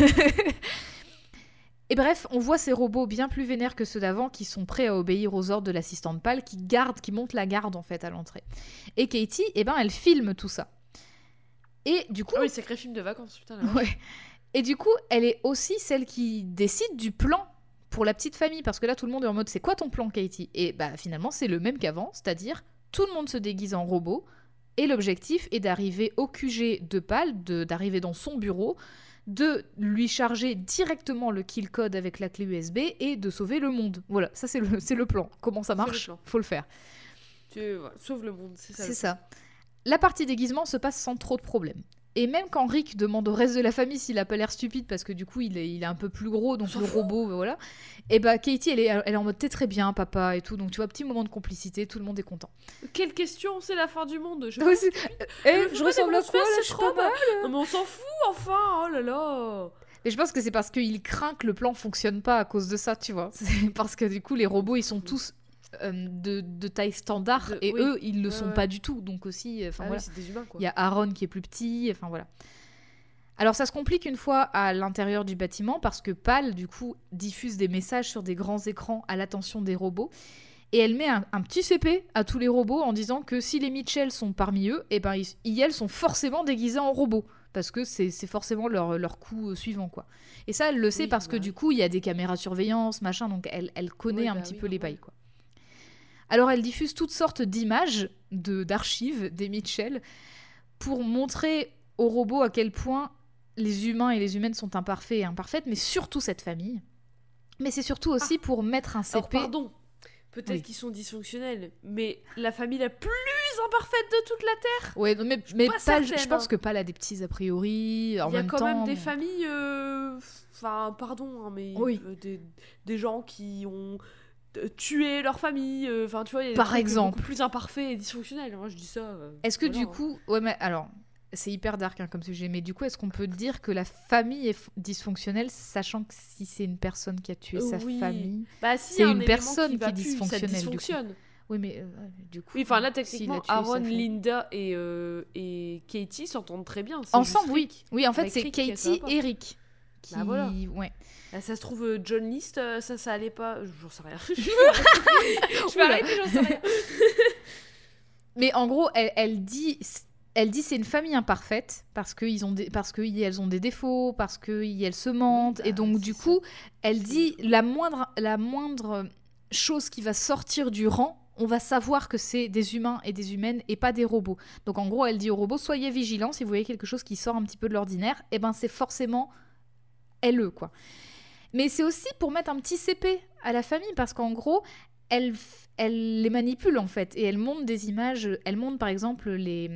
Et bref, on voit ces robots bien plus vénères que ceux d'avant qui sont prêts à obéir aux ordres de l'assistante Pal qui monte la garde en fait à l'entrée. Et Katie, elle filme tout ça. Et du coup... Ah oui, sacré film de vacances, putain. Là. Ouais. Et du coup, elle est aussi celle qui décide du plan pour la petite famille. Parce que là, tout le monde est en mode, c'est quoi ton plan, Katie ? Et bah finalement, c'est le même qu'avant, c'est-à-dire tout le monde se déguise en robot. Et l'objectif est d'arriver au QG de Pal, d'arriver dans son bureau, de lui charger directement le kill code avec la clé USB et de sauver le monde. Voilà, ça c'est le plan. Comment ça marche ? Faut le faire. Sauve le monde, c'est ça. C'est ça. La partie déguisement se passe sans trop de problèmes. Et même quand Rick demande au reste de la famille s'il a pas l'air stupide, parce que du coup il est un peu plus gros, donc le robot, voilà. Et bah Katie, elle est en mode t'es très bien, papa, et tout. Donc tu vois, petit moment de complicité, tout le monde est content. Quelle question, c'est la fin du monde. Je ressemble à quoi là, je suis pas mal. Non mais on s'en fout, enfin, oh là là. Et je pense que c'est parce qu'il craint que le plan fonctionne pas à cause de ça, tu vois. C'est parce que du coup les robots ils sont tous de taille standard et eux ils le sont pas du tout, donc aussi voilà. C'est des humains, quoi. Il y a Aaron qui est plus petit, enfin voilà. Alors ça se complique une fois à l'intérieur du bâtiment parce que Pal du coup diffuse des messages sur des grands écrans à l'attention des robots et elle met un petit CP à tous les robots en disant que si les Mitchell sont parmi eux, et ben ils sont forcément déguisés en robots parce que c'est forcément leur coup suivant, quoi. Et ça elle le sait parce que du coup il y a des caméras de surveillance machin, donc elle connaît un petit peu les bails, quoi. Alors elle diffuse toutes sortes d'images, d'archives des Mitchell pour montrer aux robots à quel point les humains et les humaines sont imparfaits et imparfaites, mais surtout cette famille. Mais c'est surtout aussi pour mettre un CP... Alors pardon, peut-être qu'ils sont dysfonctionnels, mais la famille la plus imparfaite de toute la Terre. Ouais, mais je pense que Pal a des petits a priori. En même temps, il y a quand même des familles... Enfin, pardon, mais des gens qui ont... tuer leur famille, enfin tu vois, il y a par exemple beaucoup plus imparfait et dysfonctionnel. Moi je dis ça. Est-ce que du coup, ouais, mais alors c'est hyper dark comme sujet, mais du coup est-ce qu'on peut dire que la famille est dysfonctionnelle, sachant que si c'est une personne qui a tué sa famille, si c'est une personne qui est dysfonctionnelle. Dysfonctionne. Du coup. Oui, mais du coup. Oui, enfin là techniquement, Aaron, Linda et Katie s'entendent très bien. Ensemble, oui, en fait c'est Katie et Rick. Bah voilà. Ouais. Ça se trouve, John List, ça allait pas. J'en sais rien. Je vais arrêter, j'en sais rien. Mais en gros, elle dit Elle dit c'est une famille imparfaite parce qu'elles ont des défauts, parce qu'elles se mentent. Et donc, du coup, elle dit la moindre chose qui va sortir du rang, on va savoir que c'est des humains et des humaines et pas des robots. Donc, en gros, elle dit aux robots, soyez vigilants si vous voyez quelque chose qui sort un petit peu de l'ordinaire. Et ben, c'est forcément LE, quoi. Mais c'est aussi pour mettre un petit CP à la famille parce qu'en gros, elle les manipule, en fait. Et elle montre des images. Elle montre, par exemple,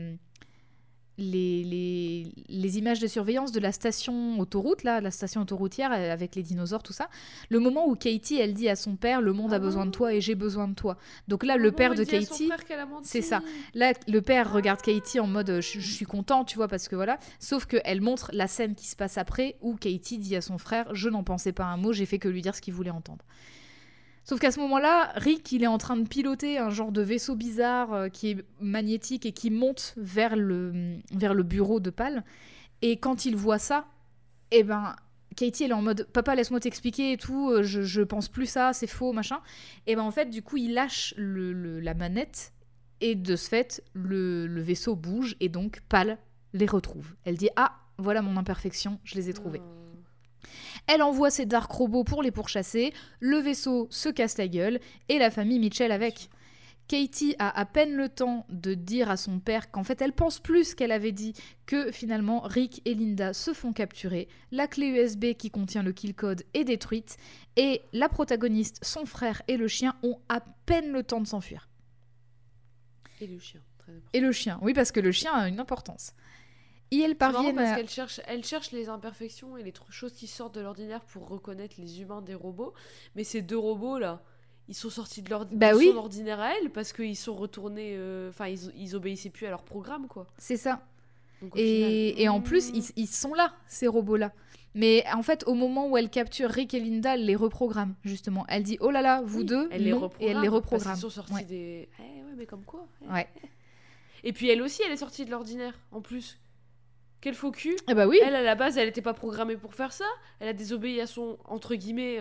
les images de surveillance de la station autoroute, là, la station autoroutière avec les dinosaures, tout ça. Le moment où Katie, elle dit à son père, le monde a besoin de toi et j'ai besoin de toi. Donc là, le père de Katie, c'est ça. Là, le père regarde Katie en mode, je suis content, tu vois, parce que voilà. Sauf qu'elle montre la scène qui se passe après où Katie dit à son frère, je n'en pensais pas un mot, j'ai fait que lui dire ce qu'il voulait entendre. Sauf qu'à ce moment-là, Rick, il est en train de piloter un genre de vaisseau bizarre qui est magnétique et qui monte vers le bureau de Pal. Et quand il voit ça, eh ben, Katie, elle est en mode « Papa, laisse-moi t'expliquer et tout, je pense plus ça, c'est faux, machin. » Et ben en fait, du coup, il lâche la manette et de ce fait, le vaisseau bouge et donc Pal les retrouve. Elle dit « Ah, voilà mon imperfection, je les ai trouvés. » Elle envoie ses Dark Robots pour les pourchasser, le vaisseau se casse la gueule, et la famille Mitchell avec. Katie a à peine le temps de dire à son père qu'en fait elle pense plus ce qu'elle avait dit, que finalement Rick et Linda se font capturer, la clé USB qui contient le kill code est détruite, et la protagoniste, son frère et le chien ont à peine le temps de s'enfuir. Et le chien, très important. Et le chien, oui, parce que le chien a une importance. Et elles parviennent parce qu'elle cherche les imperfections et les choses qui sortent de l'ordinaire pour reconnaître les humains des robots. Mais ces deux robots là, ils sont sortis de l'ordinaire à elle parce qu'ils sont retournés. Enfin, ils obéissaient plus à leur programme, quoi. C'est ça. Donc, et en plus, ils sont là, ces robots-là. Mais en fait, au moment où elle capture Rick et Linda, elle les reprogramme, justement. Elle dit, oh là là, vous deux, elle les reprogramme, et elle les reprogramme. Parce qu'ils sont sortis des... ouais, mais comme quoi. Ouais. Et puis elle aussi, elle est sortie de l'ordinaire, en plus. Quel faux cul. Eh bah oui. Elle, à la base, elle n'était pas programmée pour faire ça. Elle a désobéi à son, entre guillemets,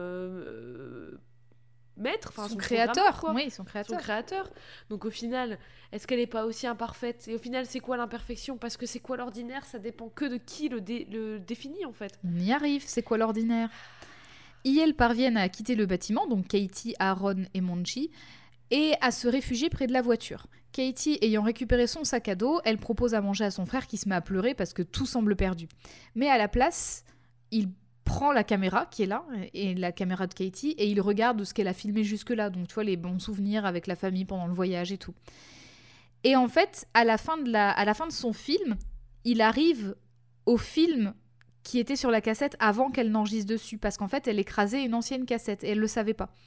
maître. Son créateur, quoi. Oui, son créateur. Donc au final, est-ce qu'elle n'est pas aussi imparfaite ? Et au final, c'est quoi l'imperfection ? Parce que c'est quoi l'ordinaire ? Ça dépend que de qui le définit, en fait. On y arrive, c'est quoi l'ordinaire ? Elles parviennent à quitter le bâtiment, donc Katie, Aaron et Monchi, et à se réfugier près de la voiture. Katie ayant récupéré son sac à dos, elle propose à manger à son frère qui se met à pleurer parce que tout semble perdu. Mais à la place, il prend la caméra qui est là, et la caméra de Katie, et il regarde ce qu'elle a filmé jusque-là, donc tu vois les bons souvenirs avec la famille pendant le voyage et tout. Et en fait, à la fin de son film, il arrive au film qui était sur la cassette avant qu'elle n'enregistre dessus, parce qu'en fait, elle écrasait une ancienne cassette, et elle le savait pas.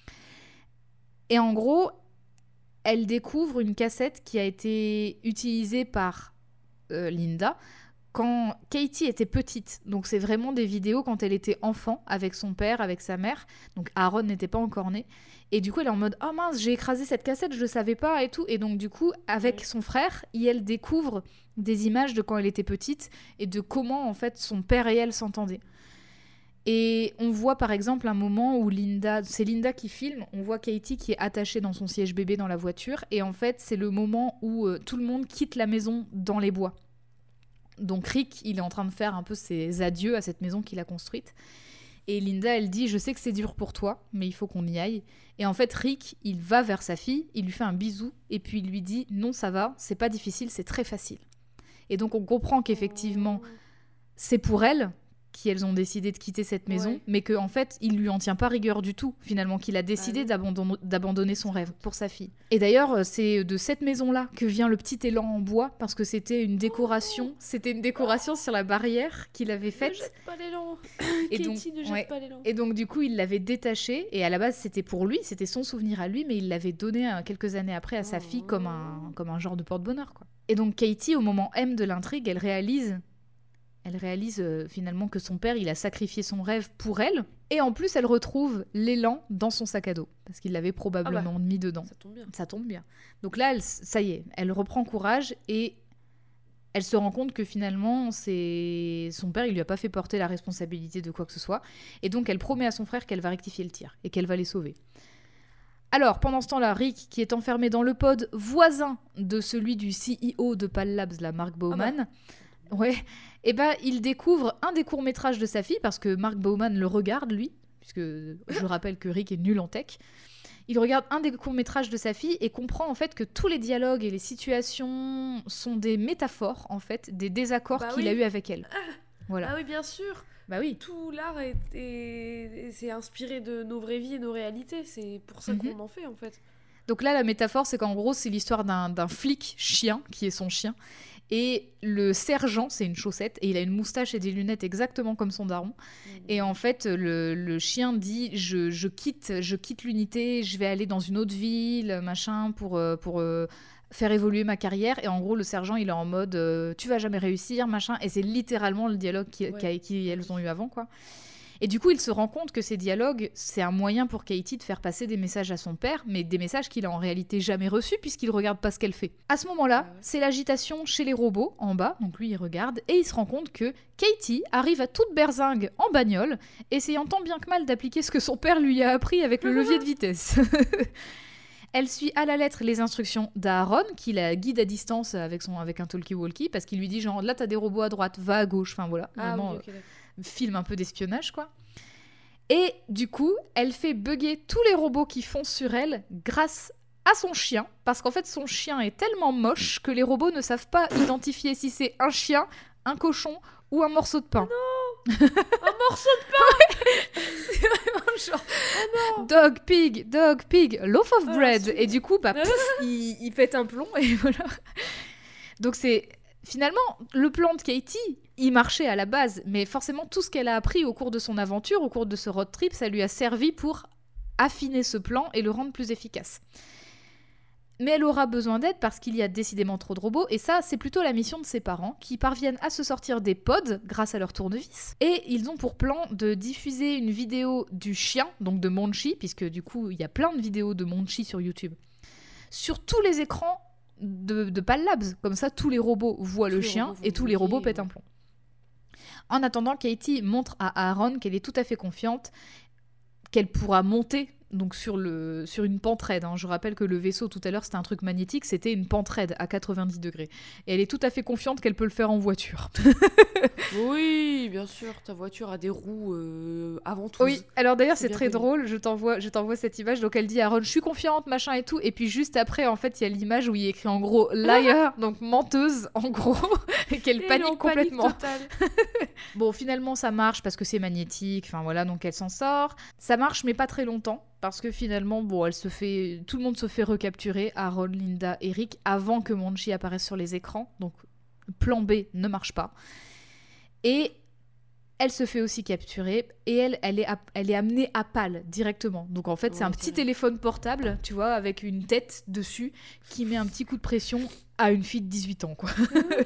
Et en gros, elle découvre une cassette qui a été utilisée par Linda quand Katie était petite. Donc c'est vraiment des vidéos quand elle était enfant, avec son père, avec sa mère. Donc Aaron n'était pas encore né. Et du coup, elle est en mode « Oh mince, j'ai écrasé cette cassette, je le savais pas et tout. » Et donc du coup, avec son frère, elle découvre des images de quand elle était petite et de comment en fait son père et elle s'entendaient. Et on voit par exemple un moment où c'est Linda qui filme, on voit Katie qui est attachée dans son siège bébé dans la voiture, et en fait c'est le moment où tout le monde quitte la maison dans les bois. Donc Rick, il est en train de faire un peu ses adieux à cette maison qu'il a construite, et Linda, elle dit « Je sais que c'est dur pour toi, mais il faut qu'on y aille. » Et en fait Rick, il va vers sa fille, il lui fait un bisou, et puis il lui dit « Non, ça va, c'est pas difficile, c'est très facile. » Et donc on comprend qu'effectivement, c'est pour elle qu'elles ont décidé de quitter cette maison, mais qu'en fait, il lui en tient pas rigueur du tout, finalement, qu'il a décidé d'abandonner son rêve pour sa fille. Et d'ailleurs, c'est de cette maison-là que vient le petit élan en bois, parce que c'était une décoration, sur la barrière qu'il avait faite. Ne jette pas l'élan. Katie, ne jette pas l'élan. Et donc, du coup, il l'avait détaché, et à la base, c'était pour lui, c'était son souvenir à lui, mais il l'avait donné quelques années après à sa fille comme un genre de porte-bonheur, quoi. Et donc, Katie, au moment M de l'intrigue, elle réalise finalement que son père, il a sacrifié son rêve pour elle. Et en plus, elle retrouve l'élan dans son sac à dos. Parce qu'il l'avait probablement mis dedans. Ça tombe bien. Donc là, ça y est, elle reprend courage et elle se rend compte que finalement, son père, il lui a pas fait porter la responsabilité de quoi que ce soit. Et donc, elle promet à son frère qu'elle va rectifier le tir et qu'elle va les sauver. Alors, pendant ce temps-là, Rick, qui est enfermé dans le pod voisin de celui du CEO de PAL Labs, la Mark Bowman, ouais, et ben, il découvre un des courts-métrages de sa fille, parce que Mark Bowman le regarde, lui, puisque je rappelle que Rick est nul en tech. Il regarde un des courts-métrages de sa fille et comprend en fait que tous les dialogues et les situations sont des métaphores, en fait, des désaccords qu'il a eu avec elle. Voilà. Ah oui, bien sûr. Bah oui. Tout l'art c'est inspiré de nos vraies vies et nos réalités. C'est pour ça qu'on en fait, en fait. Donc là, la métaphore, c'est qu'en gros, c'est l'histoire d'un flic chien, qui est son chien. Et le sergent, c'est une chaussette, et il a une moustache et des lunettes exactement comme son daron. Et en fait, le chien dit je quitte l'unité, je vais aller dans une autre ville, machin, pour faire évoluer ma carrière. Et en gros, le sergent, il est en mode tu vas jamais réussir, machin. Et c'est littéralement le dialogue qu'elles ont eu avant, quoi. Et du coup, il se rend compte que ces dialogues, c'est un moyen pour Katie de faire passer des messages à son père, mais des messages qu'il a en réalité jamais reçus puisqu'il regarde pas ce qu'elle fait. À ce moment-là, c'est l'agitation chez les robots, en bas, donc lui il regarde, et il se rend compte que Katie arrive à toute berzingue en bagnole, essayant tant bien que mal d'appliquer ce que son père lui a appris avec le levier de vitesse. Elle suit à la lettre les instructions d'Aaron, qui la guide à distance avec un talkie-walkie, parce qu'il lui dit genre, là t'as des robots à droite, va à gauche, enfin voilà, vraiment... film un peu d'espionnage, quoi. Et du coup, elle fait bugger tous les robots qui foncent sur elle grâce à son chien, parce qu'en fait, son chien est tellement moche que les robots ne savent pas identifier si c'est un chien, un cochon ou un morceau de pain. Oh non. Un morceau de pain. C'est vraiment genre... Oh dog, pig, loaf of bread. Et du coup, il pète un plomb, et voilà. Donc c'est... Finalement, le plan de Katie, il marchait à la base, mais forcément, tout ce qu'elle a appris au cours de son aventure, au cours de ce road trip, ça lui a servi pour affiner ce plan et le rendre plus efficace. Mais elle aura besoin d'aide parce qu'il y a décidément trop de robots, et ça, c'est plutôt la mission de ses parents, qui parviennent à se sortir des pods grâce à leur tournevis. Et ils ont pour plan de diffuser une vidéo du chien, donc de Monchi, puisque du coup, il y a plein de vidéos de Monchi sur YouTube, sur tous les écrans de PAL Labs. Comme ça, tous les robots voient le chien et tous les robots pètent un plomb. En attendant, Katie montre à Aaron qu'elle est tout à fait confiante, qu'elle pourra monter donc sur une pente raide. Je rappelle que le vaisseau, tout à l'heure, c'était un truc magnétique, c'était une pente raide à 90 degrés. Et elle est tout à fait confiante qu'elle peut le faire en voiture. Oui, bien sûr, ta voiture a des roues avant tout. Oui, alors d'ailleurs, c'est très drôle, je t'envoie cette image. Donc elle dit à Ron, je suis confiante, machin et tout. Et puis juste après, en fait, il y a l'image où il est écrit en gros liar, donc menteuse, en gros, et qu'elle panique complètement. Bon, finalement, ça marche parce que c'est magnétique, enfin voilà, donc elle s'en sort. Ça marche, mais pas très longtemps. Parce que finalement, tout le monde se fait recapturer, Aaron, Linda, Eric, avant que Monchi apparaisse sur les écrans. Donc, plan B ne marche pas. Et elle se fait aussi capturer. Et elle est amenée à PAL directement. Donc en fait, c'est un petit téléphone portable, tu vois, avec une tête dessus, qui met un petit coup de pression à une fille de 18 ans, quoi.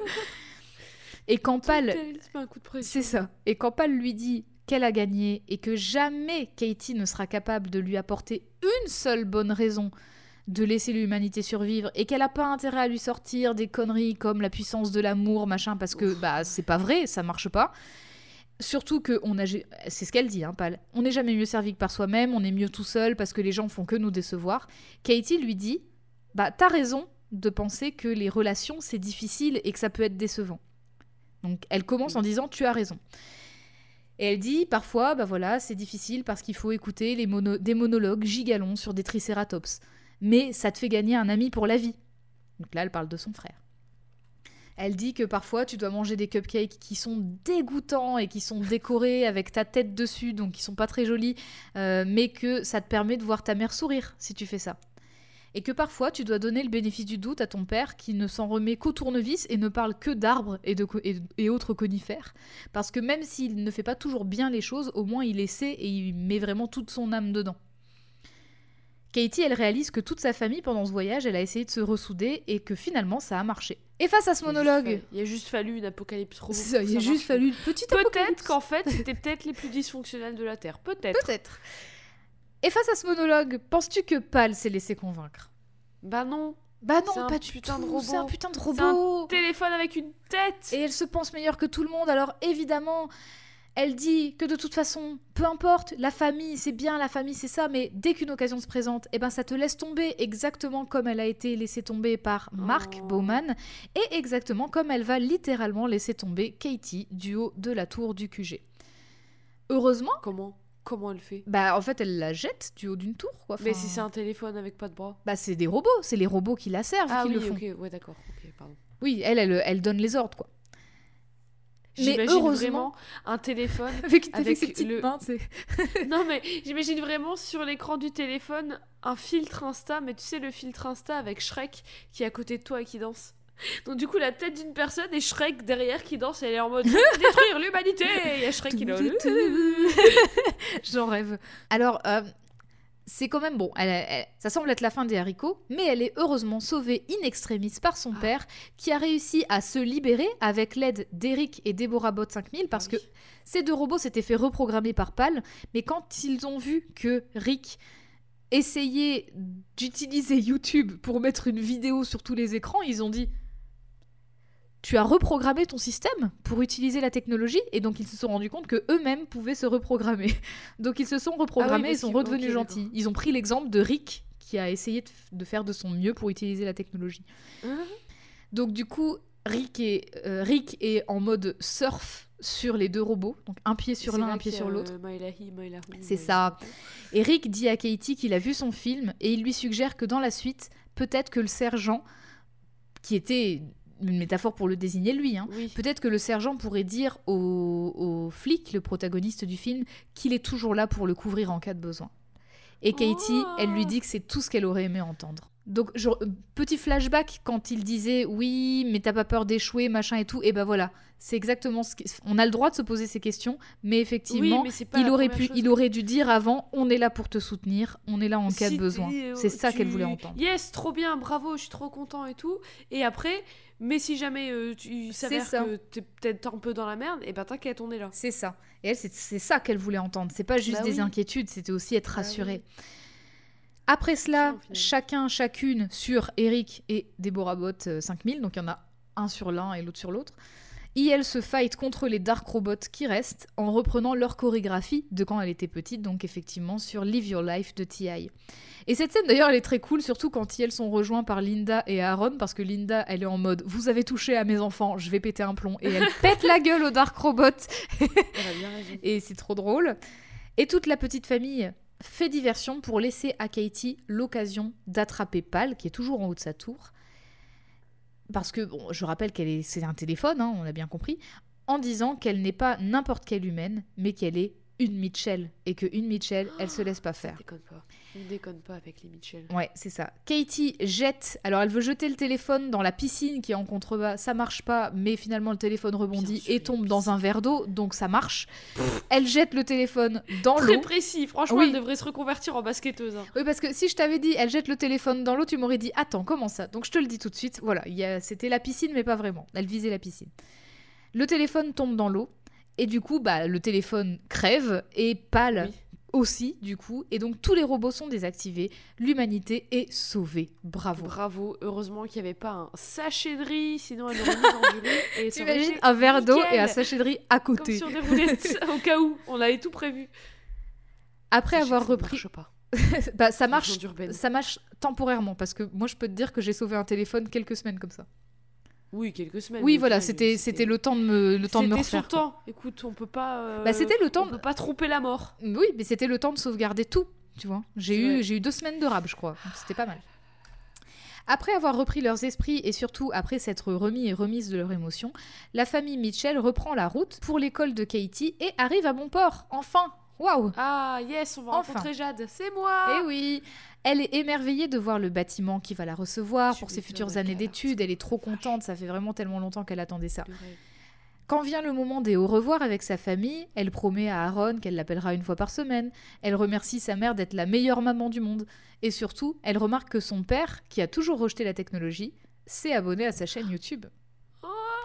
Et quand PAL... C'est pas un coup de pression. C'est ça. Et quand PAL lui dit qu'elle a gagné et que jamais Katie ne sera capable de lui apporter une seule bonne raison de laisser l'humanité survivre et qu'elle n'a pas intérêt à lui sortir des conneries comme la puissance de l'amour, machin, parce que c'est pas vrai, ça marche pas. Surtout que c'est ce qu'elle dit, PAL. On n'est jamais mieux servi que par soi-même, on est mieux tout seul parce que les gens font que nous décevoir. Katie lui dit, t'as raison de penser que les relations c'est difficile et que ça peut être décevant. Donc elle commence en disant, tu as raison. Et elle dit, parfois, c'est difficile parce qu'il faut écouter des monologues gigalons sur des tricératops. Mais ça te fait gagner un ami pour la vie. Donc là, elle parle de son frère. Elle dit que parfois, tu dois manger des cupcakes qui sont dégoûtants et qui sont décorés avec ta tête dessus, donc qui sont pas très jolis, mais que ça te permet de voir ta mère sourire si tu fais ça. Et que parfois, tu dois donner le bénéfice du doute à ton père qui ne s'en remet qu'au tournevis et ne parle que d'arbres et autres conifères. Parce que même s'il ne fait pas toujours bien les choses, au moins il essaie et il met vraiment toute son âme dedans. Katie, elle réalise que toute sa famille, pendant ce voyage, elle a essayé de se ressouder et que finalement, ça a marché. Et face à ce monologue... Il a juste fallu une apocalypse robot. Il a juste fallu une petite apocalypse. Peut-être qu'en fait, c'était peut-être les plus dysfonctionnels de la Terre. Peut-être. Et face à ce monologue, penses-tu que PAL s'est laissé convaincre ? Non. Pas du tout. C'est un putain de robot. C'est un téléphone avec une tête. Et elle se pense meilleure que tout le monde. Alors évidemment, Elle dit que de toute façon, peu importe, la famille c'est bien, la famille c'est ça, mais dès qu'une occasion se présente, eh ben ça te laisse tomber exactement comme elle a été laissée tomber par Mark Bowman et exactement comme elle va littéralement laisser tomber Katie du haut de la tour du QG. Heureusement. Comment elle fait ? Bah en fait elle la jette du haut d'une tour quoi. Mais si c'est un téléphone avec pas de bras. Bah c'est des robots, c'est les robots qui la servent qui le font. Ok, ouais d'accord, ok, pardon. Oui, elle donne les ordres quoi. J'imagine mais heureusement, vraiment un téléphone avec ses petites mains, c'est... Non mais j'imagine vraiment sur l'écran du téléphone un filtre Insta, mais tu sais le filtre Insta avec Shrek qui est à côté de toi et qui danse. Donc du coup la tête d'une personne et Shrek derrière qui danse et elle est en mode détruire l'humanité et il y a Shrek qui est J'en rêve. Alors c'est quand même bon, ça semble être la fin des haricots, mais elle est heureusement sauvée in extremis par son père qui a réussi à se libérer avec l'aide d'Eric et Deborah Bot 5000 parce que ces deux robots s'étaient fait reprogrammer par PAL, mais quand ils ont vu que Rick essayait d'utiliser YouTube pour mettre une vidéo sur tous les écrans, ils ont dit tu as reprogrammé ton système pour utiliser la technologie, et donc ils se sont rendus compte que eux-mêmes pouvaient se reprogrammer. Donc ils se sont reprogrammés et sont redevenus gentils. D'accord. Ils ont pris l'exemple de Rick qui a essayé de faire de son mieux pour utiliser la technologie. Donc du coup, Rick est en mode surf sur les deux robots, donc un pied sur l'un, un pied sur l'autre. C'est ça. Et Rick dit à Katie qu'il a vu son film et il lui suggère que dans la suite, peut-être que le sergent, qui était une métaphore pour le désigner lui, peut-être que le sergent pourrait dire au flic, le protagoniste du film, qu'il est toujours là pour le couvrir en cas de besoin. Et Katie, elle lui dit que c'est tout ce qu'elle aurait aimé entendre. Donc, petit flashback quand il disait « Oui, mais t'as pas peur d'échouer, machin et tout », et ben voilà, c'est exactement ce on a le droit de se poser ces questions, mais effectivement, il aurait dû dire avant « On est là pour te soutenir, on est là en cas de besoin ». C'est ça qu'elle voulait entendre. Yes, trop bien, bravo, je suis trop content et tout. Et après, mais si jamais tu s'avère que t'es peut-être un peu dans la merde, et ben t'inquiète, on est là. C'est ça. Et elle, c'est ça qu'elle voulait entendre. C'est pas juste des inquiétudes, c'était aussi être rassurée. Oui. Après cela, chacune sur Eric et Deborah Bot 5000, donc il y en a un sur l'un et l'autre sur l'autre, et elles se fight contre les Dark Robots qui restent en reprenant leur chorégraphie de quand elle était petite, donc effectivement sur Live Your Life de T.I. Et cette scène d'ailleurs elle est très cool, surtout quand elles sont rejoints par Linda et Aaron, parce que Linda elle est en mode « Vous avez touché à mes enfants, je vais péter un plomb » et elle pète la gueule aux Dark Robots. Et c'est trop drôle. Et toute la petite famille fait diversion pour laisser à Katie l'occasion d'attraper Pal, qui est toujours en haut de sa tour. Parce que, bon, je rappelle c'est un téléphone, on l'a bien compris, en disant qu'elle n'est pas n'importe quelle humaine, mais qu'elle est une Mitchell, et qu'une Mitchell, elle se laisse pas faire. On déconne pas avec les Mitchell. Ouais, c'est ça. Katie jette, alors elle veut jeter le téléphone dans la piscine qui est en contrebas, ça marche pas, mais finalement le téléphone rebondit et tombe dans un verre d'eau, donc ça marche. Elle jette le téléphone dans l'eau. Très précis, franchement, elle devrait se reconvertir en basketteuse. Oui, parce que si je t'avais dit, elle jette le téléphone dans l'eau, tu m'aurais dit, attends, comment ça ? Donc je te le dis tout de suite, voilà, c'était la piscine, mais pas vraiment. Elle visait la piscine. Le téléphone tombe dans l'eau, et du coup, le téléphone crève, et Pal aussi, du coup. Et donc, tous les robots sont désactivés. L'humanité est sauvée. Bravo. Bravo. Heureusement qu'il n'y avait pas un sachet de riz, sinon elle aurait mis dans du riz. Et t'imagines un verre d'eau et un sachet de riz à côté. Comme sur des roulettes, au cas où. On avait tout prévu. Après avoir repris... Ça marche pas. Ça marche temporairement, parce que moi, je peux te dire que j'ai sauvé un téléphone quelques semaines comme ça. Oui, quelques semaines. Oui, voilà, c'était le temps de me refaire. C'était son temps. Écoute, on peut pas. C'était le temps. On peut pas tromper la mort. Oui, mais c'était le temps de sauvegarder tout, tu vois. J'ai eu 2 semaines de rab, je crois. Donc c'était pas mal. Après avoir repris leurs esprits et surtout après s'être remis et remise de leurs émotions, la famille Mitchell reprend la route pour l'école de Katie et arrive à bon port. Enfin, waouh. Ah yes, on va rencontrer Jade. C'est moi. Eh oui. Elle est émerveillée de voir le bâtiment qui va la recevoir pour ses futures années d'études. Elle est trop contente, ça fait vraiment tellement longtemps qu'elle attendait ça. Quand vient le moment des au revoir avec sa famille, elle promet à Aaron qu'elle l'appellera 1 fois par semaine. Elle remercie sa mère d'être la meilleure maman du monde. Et surtout, elle remarque que son père, qui a toujours rejeté la technologie, s'est abonné à sa chaîne YouTube. Oh,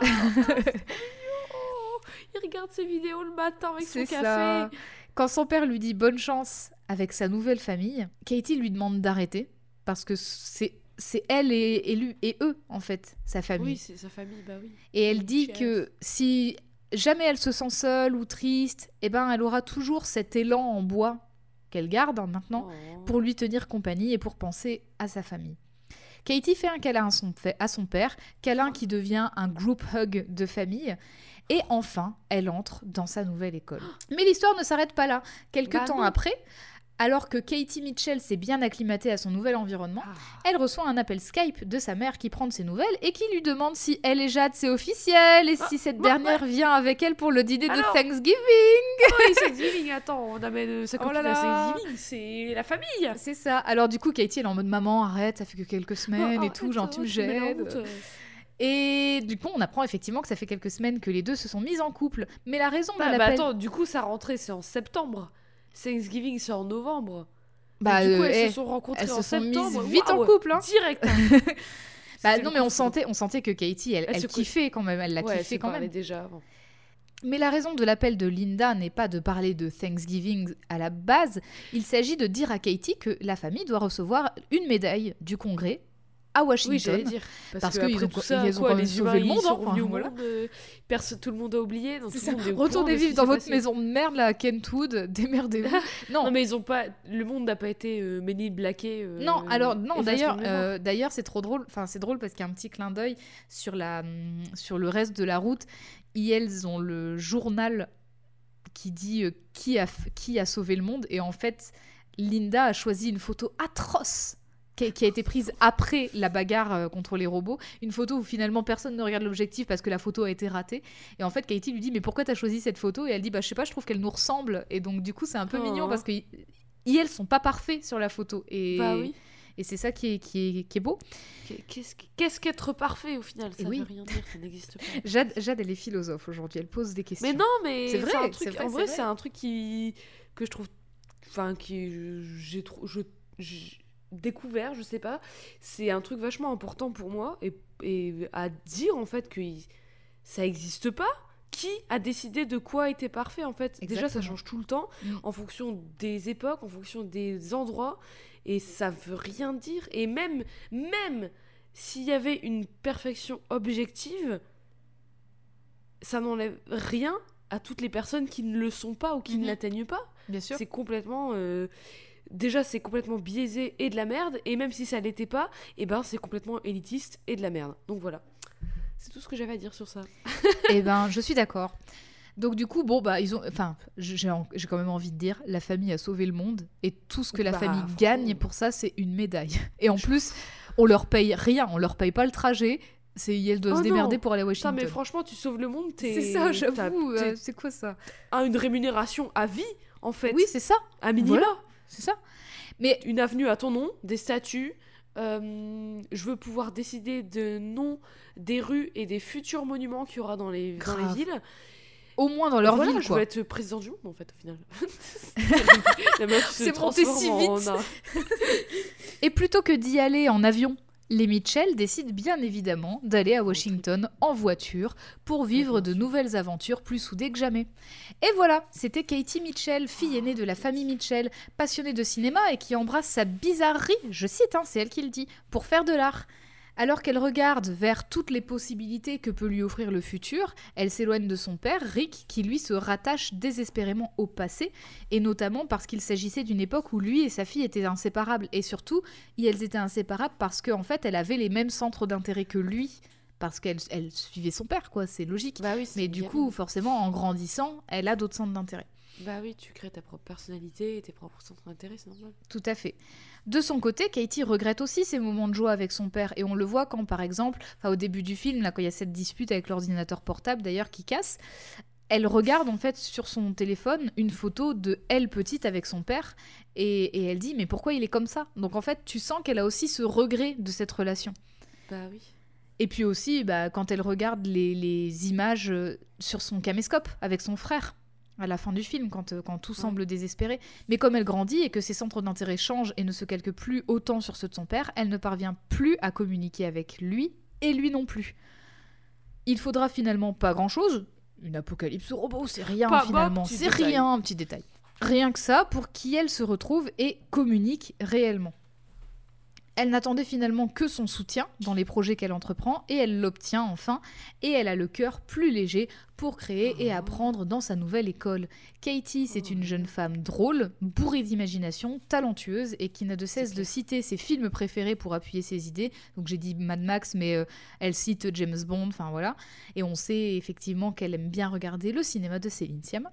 il regarde ses vidéos le matin avec son café. Ça. Quand son père lui dit bonne chance avec sa nouvelle famille, Katie lui demande d'arrêter parce que c'est elle et eux, en fait, sa famille. Oui, c'est sa famille, bah oui. Et elle dit que si jamais elle se sent seule ou triste, eh ben elle aura toujours cet élan en bois qu'elle garde maintenant pour lui tenir compagnie et pour penser à sa famille. Katie fait un câlin à son père, câlin qui devient un group hug de famille. Et enfin, elle entre dans sa nouvelle école. Mais l'histoire ne s'arrête pas là. Quelques temps après, alors que Katie Mitchell s'est bien acclimatée à son nouvel environnement, elle reçoit un appel Skype de sa mère qui prend de ses nouvelles et qui lui demande si elle et Jade c'est officiel et si cette dernière vient avec elle pour le dîner de Thanksgiving. Oui, Thanksgiving, attends, on amène sa copine à Thanksgiving, c'est la famille. C'est ça. Alors du coup, Katie elle est en mode maman, arrête, ça fait que quelques semaines et tout, genre tu me gênes. Et du coup, on apprend effectivement que ça fait quelques semaines que les deux se sont mis en couple. Mais la raison de l'appel... attends, du coup, sa rentrée, c'est en septembre. Thanksgiving, c'est en novembre. Du coup, elles se sont rencontrées en septembre. Elles se sont mises vite en couple. Hein. Direct. Non, mais on sentait que Katie, elle kiffait quand même. Elle l'a kiffé quand même. Déjà avant. Mais la raison de l'appel de Linda n'est pas de parler de Thanksgiving à la base. Il s'agit de dire à Katie que la famille doit recevoir une médaille du Congrès à Washington. Oui, j'allais dire. Parce qu'ils ont quand même sauvé le monde. Tout le monde a oublié. Donc retournez vivre dans votre maison de merde là, à Kentwood, démerdez-vous. Non, mais ils ont pas. Le monde n'a pas été Men in Blacké. Non, d'ailleurs, c'est trop drôle. Enfin, c'est drôle parce qu'il y a un petit clin d'œil sur le reste de la route. Ils ont le journal qui dit qui a sauvé le monde. Et en fait, Linda a choisi une photo atroce qui a été prise après la bagarre contre les robots. Une photo où finalement personne ne regarde l'objectif parce que la photo a été ratée. Et en fait, Katie lui dit « Mais pourquoi t'as choisi cette photo ?» Et elle dit « Bah je sais pas, je trouve qu'elle nous ressemble. » Et donc du coup, c'est un peu mignon parce que ils sont pas parfaits sur la photo. Et, et c'est ça qui est beau. Qu'est-ce qu'être parfait au final? Ça veut rien dire, ça n'existe pas. Jade, elle est philosophe aujourd'hui, elle pose des questions. Mais non, mais c'est vrai, en vrai, c'est un truc que je trouve... Enfin, j'ai découvert, je sais pas, c'est un truc vachement important pour moi et à dire en fait que ça existe pas. Qui a décidé de quoi était parfait en fait? Exactement. Déjà ça change tout le temps en fonction des époques, en fonction des endroits et ça veut rien dire et même s'il y avait une perfection objective, ça n'enlève rien à toutes les personnes qui ne le sont pas ou qui ne l'atteignent pas. Bien sûr. C'est complètement déjà c'est complètement biaisé et de la merde et même si ça l'était pas, c'est complètement élitiste et de la merde. Donc voilà. C'est tout ce que j'avais à dire sur ça. Je suis d'accord. Donc du coup, j'ai quand même envie de dire, la famille a sauvé le monde et tout ce que la famille gagne pour ça, c'est une médaille. Et en plus, on leur paye rien, on leur paye pas le trajet. Elles doivent se démerder pour aller à Washington. Putain, mais franchement, tu sauves le monde, c'est ça, j'avoue. C'est quoi ça? Une rémunération à vie, en fait. Oui, c'est ça. À minima. Voilà, c'est ça. Mais une avenue à ton nom, des statues. Je veux pouvoir décider de nom des rues et des futurs monuments qu'il y aura dans les villes. Au moins dans leur ville, quoi. Je veux être président du monde, en fait, au final. La meuf c'est monté si vite. Et plutôt que d'y aller en avion, les Mitchell décident bien évidemment d'aller à Washington en voiture pour vivre de nouvelles aventures plus soudées que jamais. Et voilà, c'était Katie Mitchell, fille aînée de la famille Mitchell, passionnée de cinéma et qui embrasse sa bizarrerie, je cite, c'est elle qui le dit, pour faire de l'art. Alors qu'elle regarde vers toutes les possibilités que peut lui offrir le futur, elle s'éloigne de son père, Rick, qui lui se rattache désespérément au passé, et notamment parce qu'il s'agissait d'une époque où lui et sa fille étaient inséparables, et surtout, elles étaient inséparables parce qu'en fait, elle avait les mêmes centres d'intérêt que lui, parce qu'elle suivait son père, quoi, c'est logique. Mais du coup, forcément, en grandissant, elle a d'autres centres d'intérêt. Bah oui, tu crées ta propre personnalité et tes propres centres d'intérêt, c'est normal. Tout à fait. De son côté, Katie regrette aussi ces moments de joie avec son père, et on le voit quand, par exemple, au début du film, là, quand il y a cette dispute avec l'ordinateur portable, d'ailleurs, qui casse, elle regarde, en fait, sur son téléphone, une photo de elle petite avec son père, et elle dit « Mais pourquoi il est comme ça ?» Donc, en fait, tu sens qu'elle a aussi ce regret de cette relation. Bah oui. Et puis aussi, quand elle regarde les images sur son caméscope avec son frère, à la fin du film, quand tout semble désespéré. Mais comme elle grandit et que ses centres d'intérêt changent et ne se calquent plus autant sur ceux de son père, elle ne parvient plus à communiquer avec lui, et lui non plus. Il faudra finalement pas grand-chose, une apocalypse robot, c'est rien finalement, c'est rien, un petit détail. Rien que ça pour qu'elle se retrouve et communique réellement. Elle n'attendait finalement que son soutien dans les projets qu'elle entreprend et elle l'obtient enfin et elle a le cœur plus léger pour créer et apprendre dans sa nouvelle école. Katie, c'est une jeune femme drôle, bourrée d'imagination, talentueuse et qui n'a de cesse de citer ses films préférés pour appuyer ses idées. Donc j'ai dit Mad Max, mais elle cite James Bond, enfin voilà. Et on sait effectivement qu'elle aime bien regarder le cinéma de Céline Sciamma.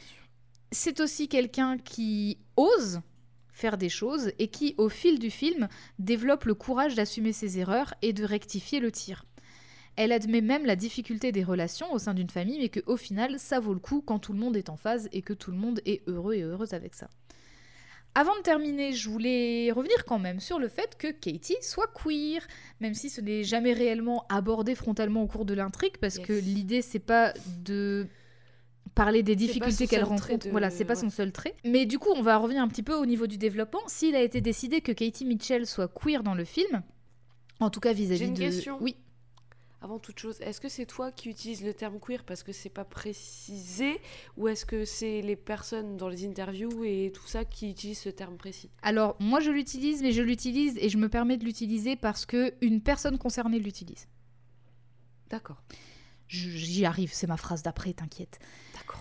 C'est aussi quelqu'un qui ose faire des choses et qui, au fil du film, développe le courage d'assumer ses erreurs et de rectifier le tir. Elle admet même la difficulté des relations au sein d'une famille, mais qu'au final, ça vaut le coup quand tout le monde est en phase et que tout le monde est heureux et heureuse avec ça. Avant de terminer, je voulais revenir quand même sur le fait que Katie soit queer, même si ce n'est jamais réellement abordé frontalement au cours de l'intrigue, parce que l'idée, c'est pas de parler des difficultés qu'elle rencontre. Voilà, c'est pas son seul trait. Mais du coup, on va revenir un petit peu au niveau du développement. S'il a été décidé que Katie Mitchell soit queer dans le film, en tout cas vis-à-vis de... J'ai une question. Oui. Avant toute chose, est-ce que c'est toi qui utilises le terme queer parce que c'est pas précisé, ou est-ce que c'est les personnes dans les interviews et tout ça qui utilisent ce terme précis ? Alors, moi je l'utilise, mais je l'utilise et je me permets de l'utiliser parce qu'une personne concernée l'utilise. D'accord. J'y arrive, c'est ma phrase d'après, t'inquiète. D'accord,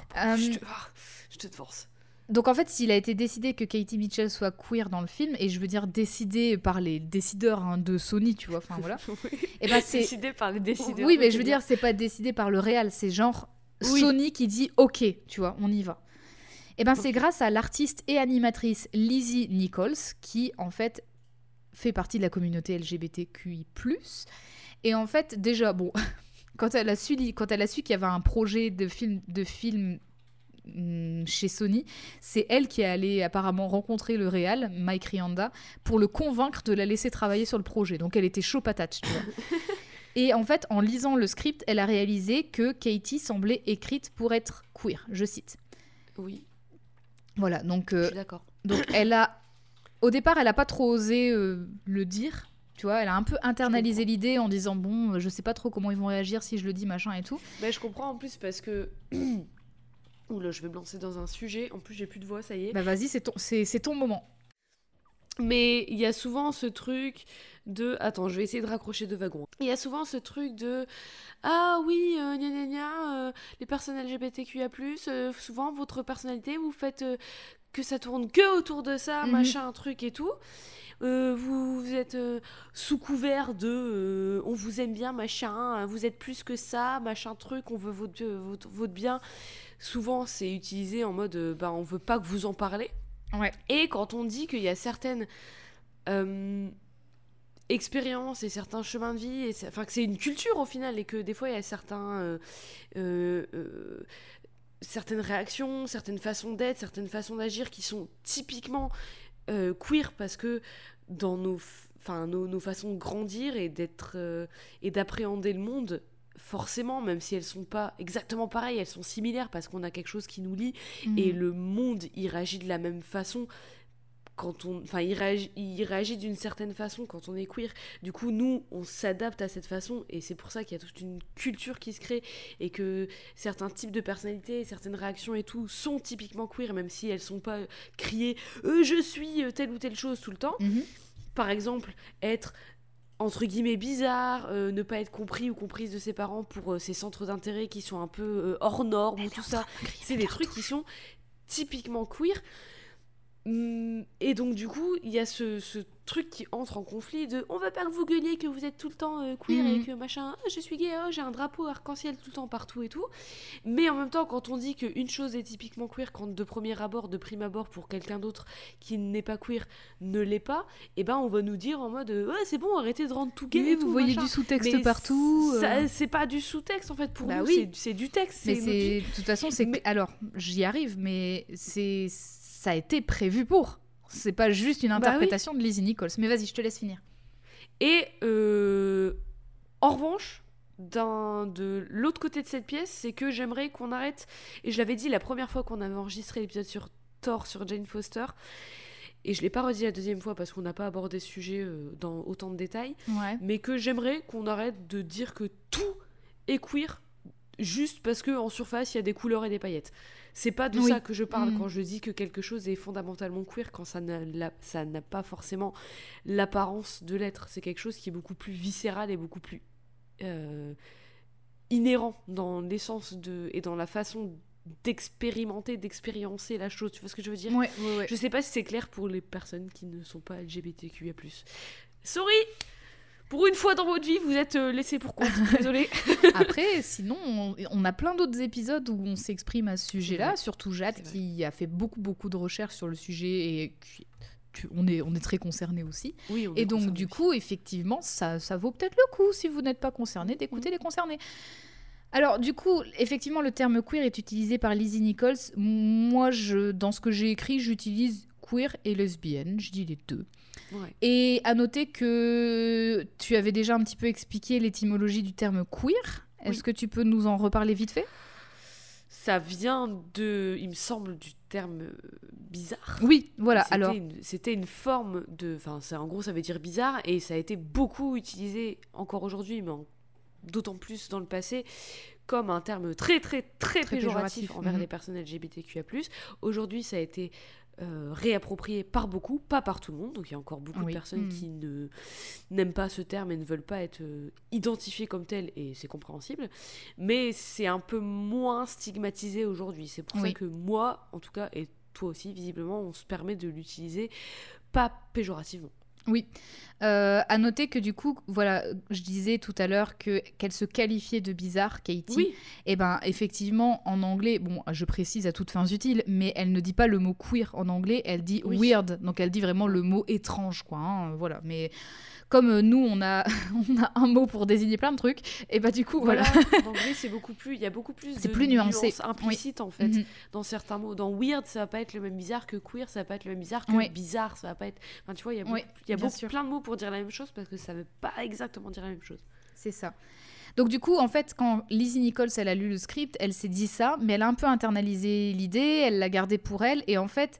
je te force. Donc en fait, s'il a été décidé que Katie Mitchell soit queer dans le film, et je veux dire décidé par les décideurs de Sony, tu vois, enfin voilà. Oui. Et ben c'est décidé par les décideurs. Oui, mais je veux dire, c'est pas décidé par le réal, c'est genre Sony qui dit OK, tu vois, on y va. Et ben c'est grâce à l'artiste et animatrice Lizzie Nichols qui en fait fait partie de la communauté LGBTQI+. Et en fait, déjà, bon, quand elle a su qu'il y avait un projet de film chez Sony, c'est elle qui est allée apparemment rencontrer le réal, Mike Rianda, pour le convaincre de la laisser travailler sur le projet. Donc elle était chaud patate, tu vois. Et en fait, en lisant le script, elle a réalisé que Katie semblait écrite pour être queer, je cite. Oui. Voilà, donc... je suis d'accord. Donc au départ, elle a pas trop osé le dire. Tu vois, elle a un peu internalisé l'idée en disant bon, je sais pas trop comment ils vont réagir si je le dis, machin et tout. Mais je comprends en plus parce que... Oula, je vais me lancer dans un sujet. En plus, j'ai plus de voix, ça y est. Bah vas-y, c'est ton moment. Mais il y a souvent ce truc de... Attends, je vais essayer de raccrocher deux wagons. Il y a souvent ce truc de... Ah oui, gna gna gna, les personnes LGBTQIA+, souvent, votre personnalité, vous faites que ça tourne que autour de ça, machin, truc et tout. Vous êtes sous couvert de on vous aime bien, machin, vous êtes plus que ça, machin, truc, on veut votre bien. Souvent, c'est utilisé en mode on veut pas que vous en parlez. Ouais. Et quand on dit qu'il y a certaines expériences et certains chemins de vie, que c'est une culture au final, et que des fois il y a certaines réactions, certaines façons d'être, certaines façons d'agir qui sont typiquement queer, parce que dans nos façons de grandir et d'être et d'appréhender le monde, forcément, même si elles sont pas exactement pareilles, elles sont similaires parce qu'on a quelque chose qui nous lie, et le monde il réagit de la même façon il réagit d'une certaine façon quand on est queer. Du coup, nous, on s'adapte à cette façon, et c'est pour ça qu'il y a toute une culture qui se crée, et que certains types de personnalités, certaines réactions et tout sont typiquement queer, même si elles sont pas criées je suis telle ou telle chose tout le temps. Par exemple, être entre guillemets bizarre, ne pas être compris ou comprise de ses parents pour ses centres d'intérêt qui sont un peu hors normes, ou tout ça, c'est des trucs qui sont typiquement queer. Et donc du coup il y a ce truc qui entre en conflit de on veut pas que vous gueuliez que vous êtes tout le temps queer et que machin, je suis gay, j'ai un drapeau arc-en-ciel tout le temps partout et tout. Mais en même temps, quand on dit qu'une chose est typiquement queer, quand de prime abord pour quelqu'un d'autre qui n'est pas queer ne l'est pas, et ben on va nous dire en mode ouais c'est bon, arrêtez de rendre tout gay, et tout, vous voyez machin. Du sous-texte mais partout c'est pas du sous-texte en fait pour nous, oui. c'est du texte, mais de toute façon alors j'y arrive, mais ça a été prévu pour. C'est pas juste une interprétation de Lizzie Nichols. Mais vas-y, je te laisse finir. Et en revanche, de l'autre côté de cette pièce, c'est que j'aimerais qu'on arrête, et je l'avais dit la première fois qu'on avait enregistré l'épisode sur Thor, sur Jane Foster, et je l'ai pas redit la deuxième fois parce qu'on n'a pas abordé ce sujet dans autant de détails, mais que j'aimerais qu'on arrête de dire que tout est queer juste parce qu'en surface, il y a des couleurs et des paillettes. C'est pas de ça que je parle quand je dis que quelque chose est fondamentalement queer, quand ça n'a pas forcément l'apparence de l'être. C'est quelque chose qui est beaucoup plus viscéral et beaucoup plus inhérent dans l'essence et dans la façon d'expériencer la chose. Tu vois ce que je veux dire ? Ouais. Je sais pas si c'est clair pour les personnes qui ne sont pas LGBTQIA+. Sorry ! Pour une fois dans votre vie, vous êtes laissés pour compte. Désolée. Après, sinon, on a plein d'autres épisodes où on s'exprime à ce sujet-là, surtout Jade qui a fait beaucoup de recherches sur le sujet et on est très concernés aussi. Oui, et donc, du coup, effectivement, ça vaut peut-être le coup, si vous n'êtes pas concernés, d'écouter les concernés. Alors, du coup, effectivement, le terme queer est utilisé par Lizzie Nichols. Moi, dans ce que j'ai écrit, j'utilise queer et lesbienne. Je dis les deux. Ouais. Et à noter que tu avais déjà un petit peu expliqué l'étymologie du terme queer. Est-ce que tu peux nous en reparler vite fait ? Ça vient il me semble, du terme bizarre. Oui, voilà. C'était une forme de... Enfin, en gros, ça veut dire bizarre, et ça a été beaucoup utilisé encore aujourd'hui, mais d'autant plus dans le passé, comme un terme très péjoratif envers les personnes LGBTQIA+. Aujourd'hui, ça a été réapproprié par beaucoup, pas par tout le monde, donc il y a encore beaucoup de personnes qui n'aiment pas ce terme et ne veulent pas être identifiées comme telles, et c'est compréhensible, mais c'est un peu moins stigmatisé aujourd'hui. C'est pour ça que moi, en tout cas, et toi aussi, visiblement, on se permet de l'utiliser pas péjorativement. Oui. À noter que du coup, voilà, je disais tout à l'heure qu'elle se qualifiait de bizarre, Katie. Oui. Et ben effectivement, en anglais, bon, je précise à toutes fins utiles, mais elle ne dit pas le mot queer en anglais, elle dit weird. Donc elle dit vraiment le mot étrange, quoi. Hein, voilà. Mais comme nous, on a un mot pour désigner plein de trucs, et bah du coup, voilà. En anglais, il y a beaucoup plus c'est de plus nuancé, nuances implicites en fait dans certains mots. Dans weird, ça va pas être le même bizarre que queer, ça va pas être le même bizarre que bizarre, ça va pas être. Enfin, tu vois, il y a plein de mots pour dire la même chose parce que ça veut pas exactement dire la même chose. C'est ça. Donc du coup, en fait, quand Lizzie Nichols, elle a lu le script, elle s'est dit ça, mais elle a un peu internalisé l'idée, elle l'a gardée pour elle, et en fait,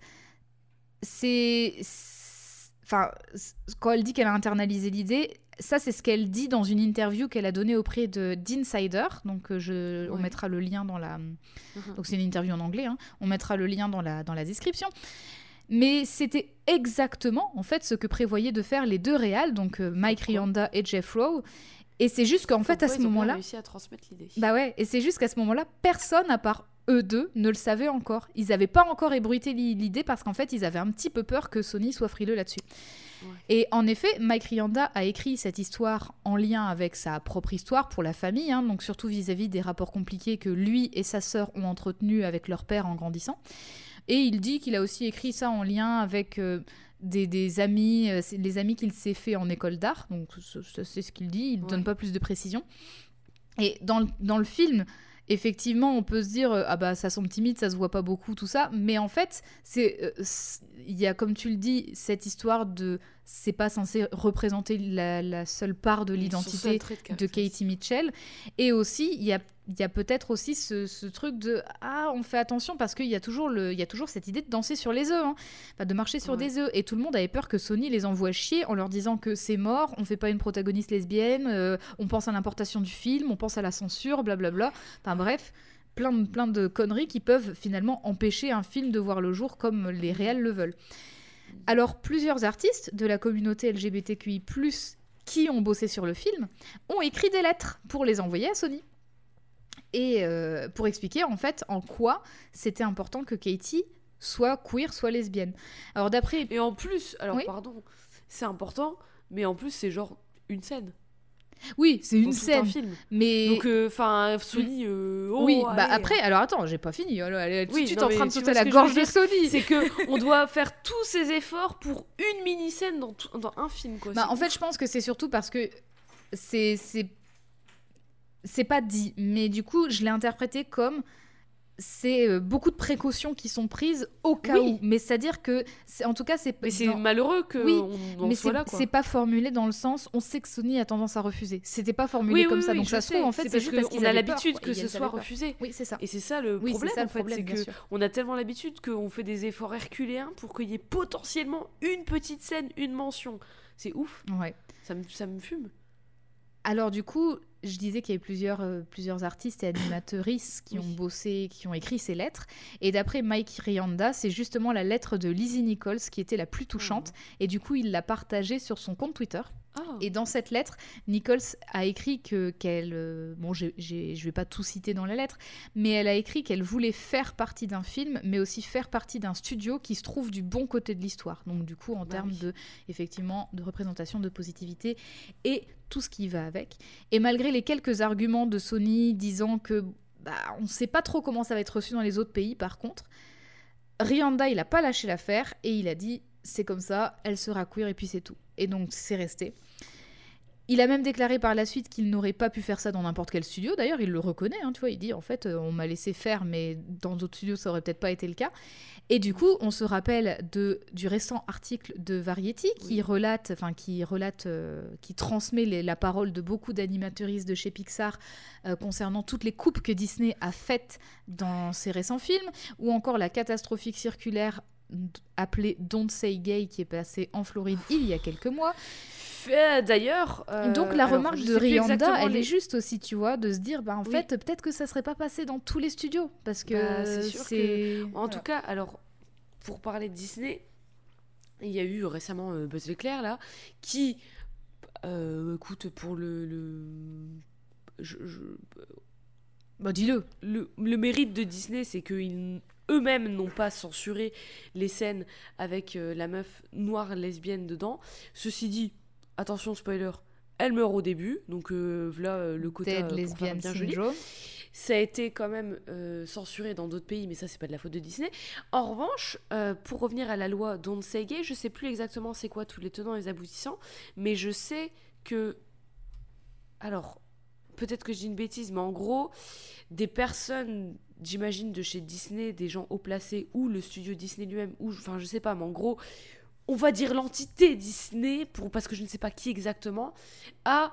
Enfin, quand elle dit qu'elle a internalisé l'idée, ça, c'est ce qu'elle dit dans une interview qu'elle a donnée auprès d'Insider. Donc, on mettra le lien dans la... Donc, c'est une interview en anglais. Hein. On mettra le lien dans la description. Mais c'était exactement, en fait, ce que prévoyaient de faire les deux réals, donc Mike Rianda et Jeff Rowe. Et c'est juste qu'en fait, à ce moment-là... Ils ont réussi à transmettre l'idée. Bah ouais, et c'est juste qu'à ce moment-là, personne, à part eux deux, ne le savait encore. Ils n'avaient pas encore ébruité l'idée parce qu'en fait, ils avaient un petit peu peur que Sony soit frileux là-dessus. Ouais. Et en effet, Mike Rianda a écrit cette histoire en lien avec sa propre histoire pour la famille, hein, donc surtout vis-à-vis des rapports compliqués que lui et sa sœur ont entretenus avec leur père en grandissant. Et il dit qu'il a aussi écrit ça en lien avec... des amis, les amis qu'il s'est fait en école d'art, donc c'est ce qu'il dit, il ne donne pas plus de précision. Et dans le film, effectivement, on peut se dire ah bah ça semble timide, ça se voit pas beaucoup, tout ça, mais en fait, il y a, comme tu le dis, cette histoire de c'est pas censé représenter la seule part de l'identité de Katie Mitchell, et aussi il y a peut-être aussi ce truc de on fait attention parce qu'il y a toujours cette idée de danser sur les œufs, hein, de marcher sur des œufs, et tout le monde avait peur que Sony les envoie chier en leur disant que c'est mort, on fait pas une protagoniste lesbienne, on pense à l'importation du film, on pense à la censure, blablabla, enfin bref, plein de conneries qui peuvent finalement empêcher un film de voir le jour comme les réals le veulent. Alors plusieurs artistes de la communauté LGBTQI+, qui ont bossé sur le film, ont écrit des lettres pour les envoyer à Sony. Et pour expliquer en fait en quoi c'était important que Katie soit queer, soit lesbienne. Alors d'après... Et en plus, pardon, c'est important, mais en plus c'est genre une scène. Oui, c'est une scène. Un film. Mais... Donc, Sony... oui, bah après, alors attends, j'ai pas fini. Elle est tout de suite en train de sauter la gorge de Sony. C'est qu'on doit faire tous ces efforts pour une mini-scène dans un film, quoi. Bah, en fait, je pense que c'est surtout parce que c'est pas dit, mais du coup, je l'ai interprété comme c'est beaucoup de précautions qui sont prises au cas où. Mais c'est-à-dire que, en tout cas, c'est... Mais c'est malheureux qu'on soit là, quoi. C'est pas formulé dans le sens, on sait que Sony a tendance à refuser. C'était pas formulé comme ça, donc ça se trouve, en fait, c'est juste parce qu'on a l'habitude que ce soit refusé. Oui, c'est ça. Et c'est ça le problème, en fait, c'est qu'on a tellement l'habitude qu'on fait des efforts herculéens pour qu'il y ait potentiellement une petite scène, une mention. C'est ouf. Ouais. Ça me fume. Alors du coup, je disais qu'il y avait plusieurs artistes et animatrices qui ont bossé, qui ont écrit ces lettres. Et d'après Mike Rianda, c'est justement la lettre de Lizzie Nichols qui était la plus touchante. Et du coup, il l'a partagée sur son compte Twitter. Et dans cette lettre, Nichols a écrit bon, je vais pas tout citer dans la lettre, mais elle a écrit qu'elle voulait faire partie d'un film, mais aussi faire partie d'un studio qui se trouve du bon côté de l'histoire. Donc du coup, en termes effectivement, de représentation, de positivité et tout ce qui va avec. Et malgré les quelques arguments de Sony disant que on ne sait pas trop comment ça va être reçu dans les autres pays, par contre, Rianda, il n'a pas lâché l'affaire et il a dit c'est comme ça, elle sera queer et puis c'est tout. Et donc c'est resté. Il a même déclaré par la suite qu'il n'aurait pas pu faire ça dans n'importe quel studio. D'ailleurs, il le reconnaît, tu vois, il dit en fait, on m'a laissé faire, mais dans d'autres studios, ça aurait peut-être pas été le cas. Et du coup, on se rappelle du récent article de Variety qui transmet la parole de beaucoup d'animatrices de chez Pixar concernant toutes les coupes que Disney a faites dans ses récents films, ou encore la catastrophique circulaire appelée Don't Say Gay qui est passée en Floride il y a quelques mois. D'ailleurs, donc la remarque de Rianda, elle est juste aussi, tu vois, de se dire, en fait, peut-être que ça serait pas passé dans tous les studios, parce que c'est sûr que... En tout cas, alors, pour parler de Disney, il y a eu récemment Buzz l'éclair, là, qui, écoute, pour dis-le. Le mérite de Disney, c'est qu'ils eux-mêmes n'ont pas censuré les scènes avec la meuf noire lesbienne dedans. Ceci dit, attention spoiler, elle meurt au début, donc voilà le quota pour faire bien joli. Ça a été quand même censuré dans d'autres pays, mais ça c'est pas de la faute de Disney. En revanche, pour revenir à la loi Don't Say Gay, je sais plus exactement c'est quoi tous les tenants et les aboutissants, mais je sais que, alors peut-être que je dis une bêtise, mais en gros, des personnes, j'imagine de chez Disney, des gens haut placés, ou le studio Disney lui-même, ou enfin je sais pas, mais en gros, on va dire l'entité Disney, parce que je ne sais pas qui exactement, a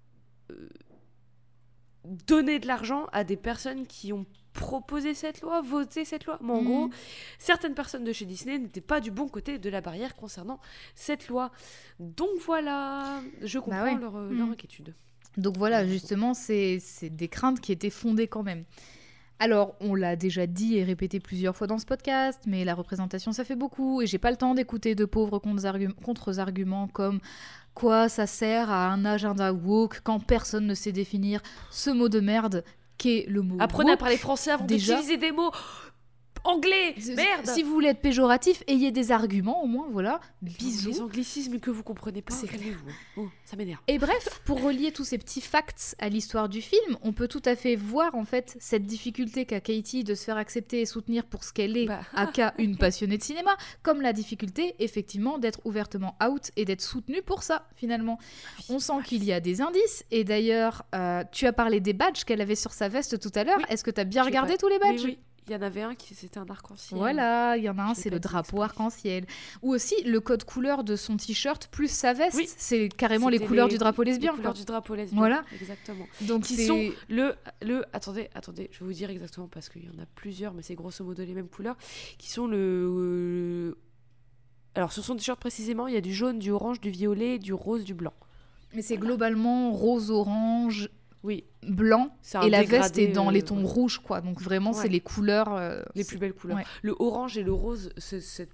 donné de l'argent à des personnes qui ont proposé cette loi, voté cette loi. Mais en gros, certaines personnes de chez Disney n'étaient pas du bon côté de la barrière concernant cette loi. Donc voilà, je comprends leur inquiétude. Donc voilà, justement, c'est des craintes qui étaient fondées quand même. Alors, on l'a déjà dit et répété plusieurs fois dans ce podcast, mais la représentation, ça fait beaucoup, et j'ai pas le temps d'écouter de pauvres contre-arguments comme quoi ça sert à un agenda woke quand personne ne sait définir ce mot de merde qu'est le mot Apprenez woke. à parler français avant d'utiliser des mots anglais, merde. Si vous voulez être péjoratif, ayez des arguments au moins, voilà. Bisous. Les anglicismes que vous comprenez pas, calmez-vous. Oh, ça m'énerve. Et bref, pour relier tous ces petits facts à l'histoire du film, on peut tout à fait voir en fait cette difficulté qu'a Katie de se faire accepter et soutenir pour ce qu'elle est, aka une passionnée de cinéma, comme la difficulté effectivement d'être ouvertement out et d'être soutenue pour ça finalement. On sent qu'il y a des indices, et d'ailleurs, tu as parlé des badges qu'elle avait sur sa veste tout à l'heure. Est-ce que tu as bien regardé tous les badges ? Oui. Il y en avait un qui c'était un arc-en-ciel. Voilà, il y en a un, c'est le drapeau arc-en-ciel. Ou aussi le code couleur de son t-shirt plus sa veste, c'est carrément les couleurs du drapeau lesbien. Les couleurs du drapeau lesbien. Voilà, exactement. Donc qui sont attendez, je vais vous dire exactement parce qu'il y en a plusieurs, mais c'est grosso modo les mêmes couleurs, qui sont alors sur son t-shirt précisément, il y a du jaune, du orange, du violet, du rose, du blanc. Mais c'est globalement rose-orange. Blanc, et la veste est dans les tons rouges, quoi. Donc vraiment, c'est les couleurs... les plus belles couleurs. Ouais. Le orange et le rose, ce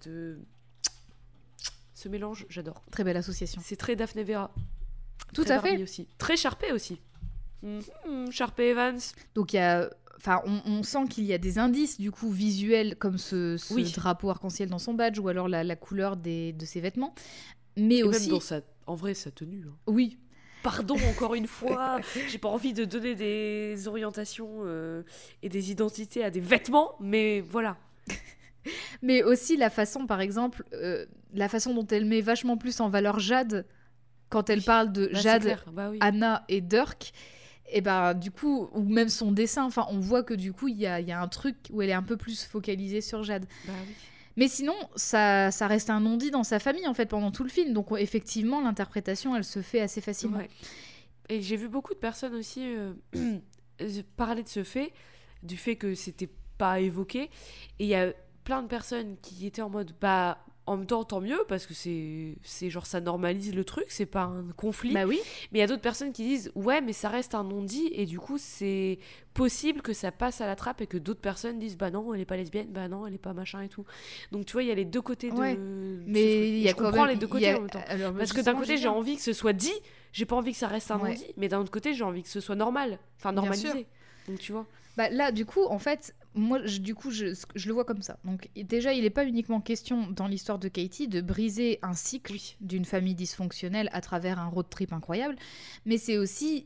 mélange, j'adore. Très belle association. C'est très Daphne Vera. Tout à fait. Aussi. Très Sharpay aussi. Sharpay Evans. Donc il y a... Enfin, on sent qu'il y a des indices, du coup, visuels, comme ce drapeau arc-en-ciel dans son badge, ou alors la couleur de ses vêtements. Mais et aussi... même en vrai, sa tenue. Hein. Oui. Pardon encore une fois, j'ai pas envie de donner des orientations et des identités à des vêtements, mais voilà. Mais aussi la façon, par exemple, la façon dont elle met vachement plus en valeur Jade, quand elle parle de Jade, Anna et Dirk, et du coup, ou même son dessin, enfin, on voit que du coup, il y a un truc où elle est un peu plus focalisée sur Jade. Oui. Mais sinon, ça reste un non-dit dans sa famille, en fait, pendant tout le film. Donc, effectivement, l'interprétation, elle se fait assez facilement. Ouais. Et j'ai vu beaucoup de personnes aussi parler de ce fait, du fait que c'était pas évoqué. Et il y a plein de personnes qui étaient en mode, En même temps, tant mieux, parce que c'est genre ça normalise le truc, c'est pas un conflit. Bah oui. Mais il y a d'autres personnes qui disent ouais, mais ça reste un non-dit, et du coup, c'est possible que ça passe à la trappe et que d'autres personnes disent bah non, elle est pas lesbienne, bah non, elle est pas machin et tout. Donc tu vois, il y a les deux côtés Ouais. de. Mais il y a je quand comprends même- les deux il y côtés a- en même temps. alors, Parce que justement, d'un côté, j'ai Julien, envie que ce soit dit, j'ai pas envie que ça reste un Ouais. non-dit, mais d'un autre côté, j'ai envie que ce soit normal, enfin Bien normalisé. sûr. Donc tu vois. Bah là, du coup, en fait, moi, je le vois comme ça. Donc, déjà, il n'est pas uniquement question dans l'histoire de Katie de briser un cycle Oui. d'une famille dysfonctionnelle à travers un road trip incroyable, mais c'est aussi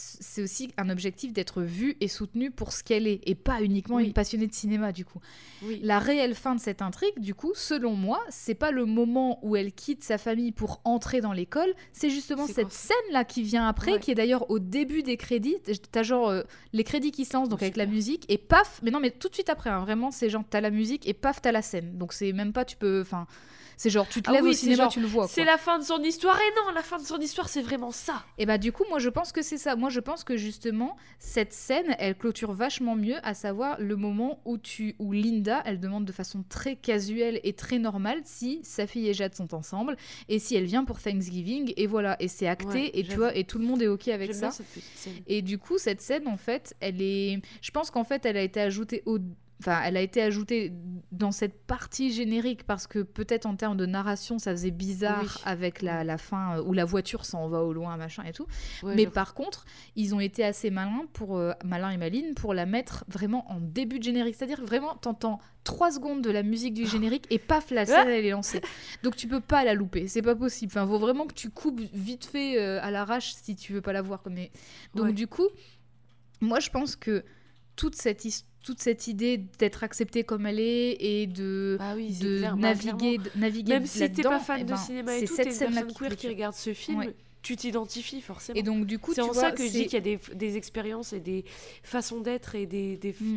un objectif d'être vue et soutenue pour ce qu'elle est, et pas uniquement Oui. une passionnée de cinéma, du coup. Oui. La réelle fin de cette intrigue, du coup, selon moi, c'est pas le moment où elle quitte sa famille pour entrer dans l'école, c'est justement C'est cette quand- scène-là qui vient après, Ouais. qui est d'ailleurs au début des crédits. T'as genre les crédits qui se lancent, donc Oh, avec la super. musique, et paf, mais non, mais tout de suite après, hein, vraiment, c'est genre, t'as la musique, et paf, t'as la scène. Donc c'est même pas, tu peux, enfin, c'est genre, tu te Ah lèves oui, au c'est cinéma, genre, tu le vois, C'est quoi. la fin de son histoire, et non, la fin de son histoire, c'est vraiment ça. Et bah du coup, moi je pense que c'est ça. Moi je pense que justement, cette scène, elle clôture vachement mieux, à savoir le moment où Linda, elle demande de façon très casuelle et très normale si sa fille et Jade sont ensemble, et si elle vient pour Thanksgiving, et voilà, et c'est acté, Ouais, et tu j'avoue. vois, et tout le monde est ok avec J'aime ça. bien cette petite scène. Et du coup, cette scène, en fait, je pense qu'en fait, elle a été ajoutée Enfin, elle a été ajoutée dans cette partie générique parce que peut-être en termes de narration, ça faisait bizarre Oui. avec la fin où la voiture s'en va au loin, machin et tout. Ouais, Mais j'avoue. par contre, ils ont été assez malins Malin et Maline pour la mettre vraiment en début de générique. C'est-à-dire vraiment, t'entends 3 secondes de la musique du générique et paf, la scène, elle est lancée. Donc tu peux pas la louper, c'est pas possible. Enfin, faut vraiment que tu coupes vite fait à l'arrache si tu veux pas la voir. Donc Ouais. du coup, moi je pense que toute cette idée d'être acceptée comme elle est et de Bah oui, c'est de clair, bah, naviguer clairement. Même si t'es là-dedans, pas fan eh de ben, cinéma et c'est tout, cette t'es une scène-là personne qui queer qui clôture. regarde ce film, Ouais. tu t'identifies forcément. Et donc du coup, C'est tu en vois, ça que je dis qu'il y a des expériences et des façons d'être et Mm.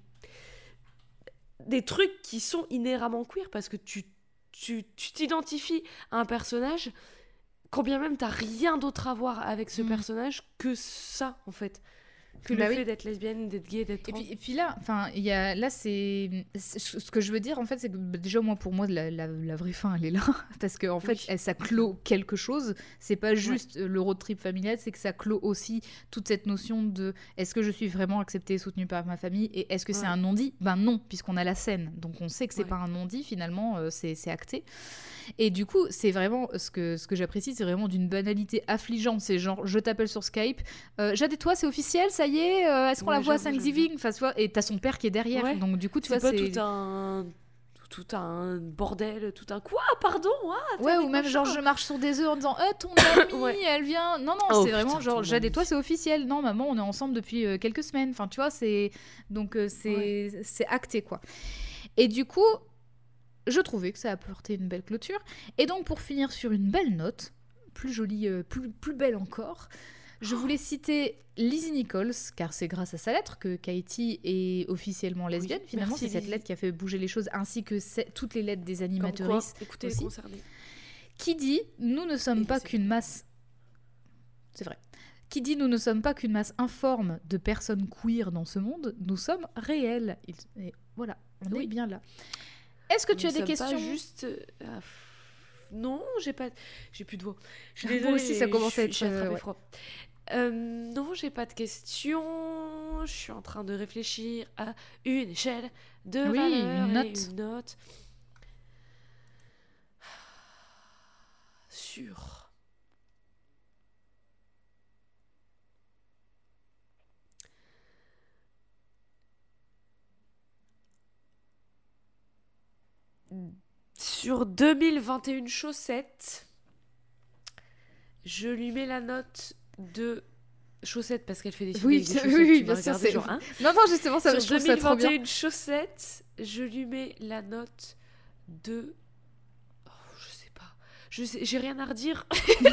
des trucs qui sont inhéremment queer parce que tu t'identifies à un personnage quand bien même t'as rien d'autre à voir avec ce Mm. personnage que ça en fait. Que Bah le oui. fait d'être lesbienne, d'être gay, d'être trans. Et puis là, enfin, là c'est ce que je veux dire en fait, c'est que déjà moi pour moi la vraie fin elle est là parce que en fait Oui. ça clôt quelque chose. C'est pas juste le road trip familial, c'est que ça clôt aussi toute cette notion de est-ce que je suis vraiment acceptée et soutenue par ma famille et est-ce que c'est Ouais. un non-dit? Ben non, puisqu'on a la scène, donc on sait que c'est Ouais. pas un non-dit finalement, c'est acté. Et du coup, c'est vraiment ce que j'apprécie, c'est vraiment d'une banalité affligeante. C'est genre, je t'appelle sur Skype, Jade et toi, c'est officiel, ça y est, est-ce qu'on Ouais, la voit à j'avoue, Thanksgiving? Enfin, tu vois, et t'as son père qui est derrière, Ouais. donc du coup, tu C'est vois, pas c'est tout un bordel, tout un quoi, pardon, t'es ouais, avec ou même machin. genre je marche sur des œufs en disant ton amie, Ouais. elle vient. Non, non, Oh, c'est vraiment putain, genre ton Jade et toi, amie. c'est officiel. Non, maman, on est ensemble depuis quelques semaines. Enfin, tu vois, c'est donc c'est acté quoi. Et du coup, je trouvais que ça apportait une belle clôture. Et donc, pour finir sur une belle note, plus jolie, plus belle encore, je voulais citer Lizzie Nichols, car c'est grâce à sa lettre que Katie est officiellement lesbienne. Oui, Finalement, merci, c'est cette Lizzie. lettre qui a fait bouger les choses, ainles que toutes les lettres des Comme quoi, animatrices écoutez les aussi. concernés. Qui dit « Nous ne sommes Et pas c'est qu'une masse... » C'est vrai. Qui dit « Nous ne sommes pas qu'une masse informe de personnes queer dans ce monde, nous sommes réels. » Et voilà, on est Oui. bien là. Est-ce que tu Nous as des sommes questions pas juste non, j'ai plus de voix. Je suis Moi désolée, aussi, ça commence à être, j'ai attrapé ouais. froid. Non, j'ai pas de questions. Je suis en train de réfléchir à une échelle de Oui, valeur une et note. une note. Sur. Sur 2021 chaussettes, je lui mets la note de chaussettes parce qu'elle fait des films Oui, avec des ça- chaussettes. oui, Tu bien m'as sûr, regardé c'est- genre, hein. Non, non, justement, ça, je Sur trouve ça trop bien. 2021 chaussettes, je lui mets la note de... Oh, je sais pas. J'ai rien à redire.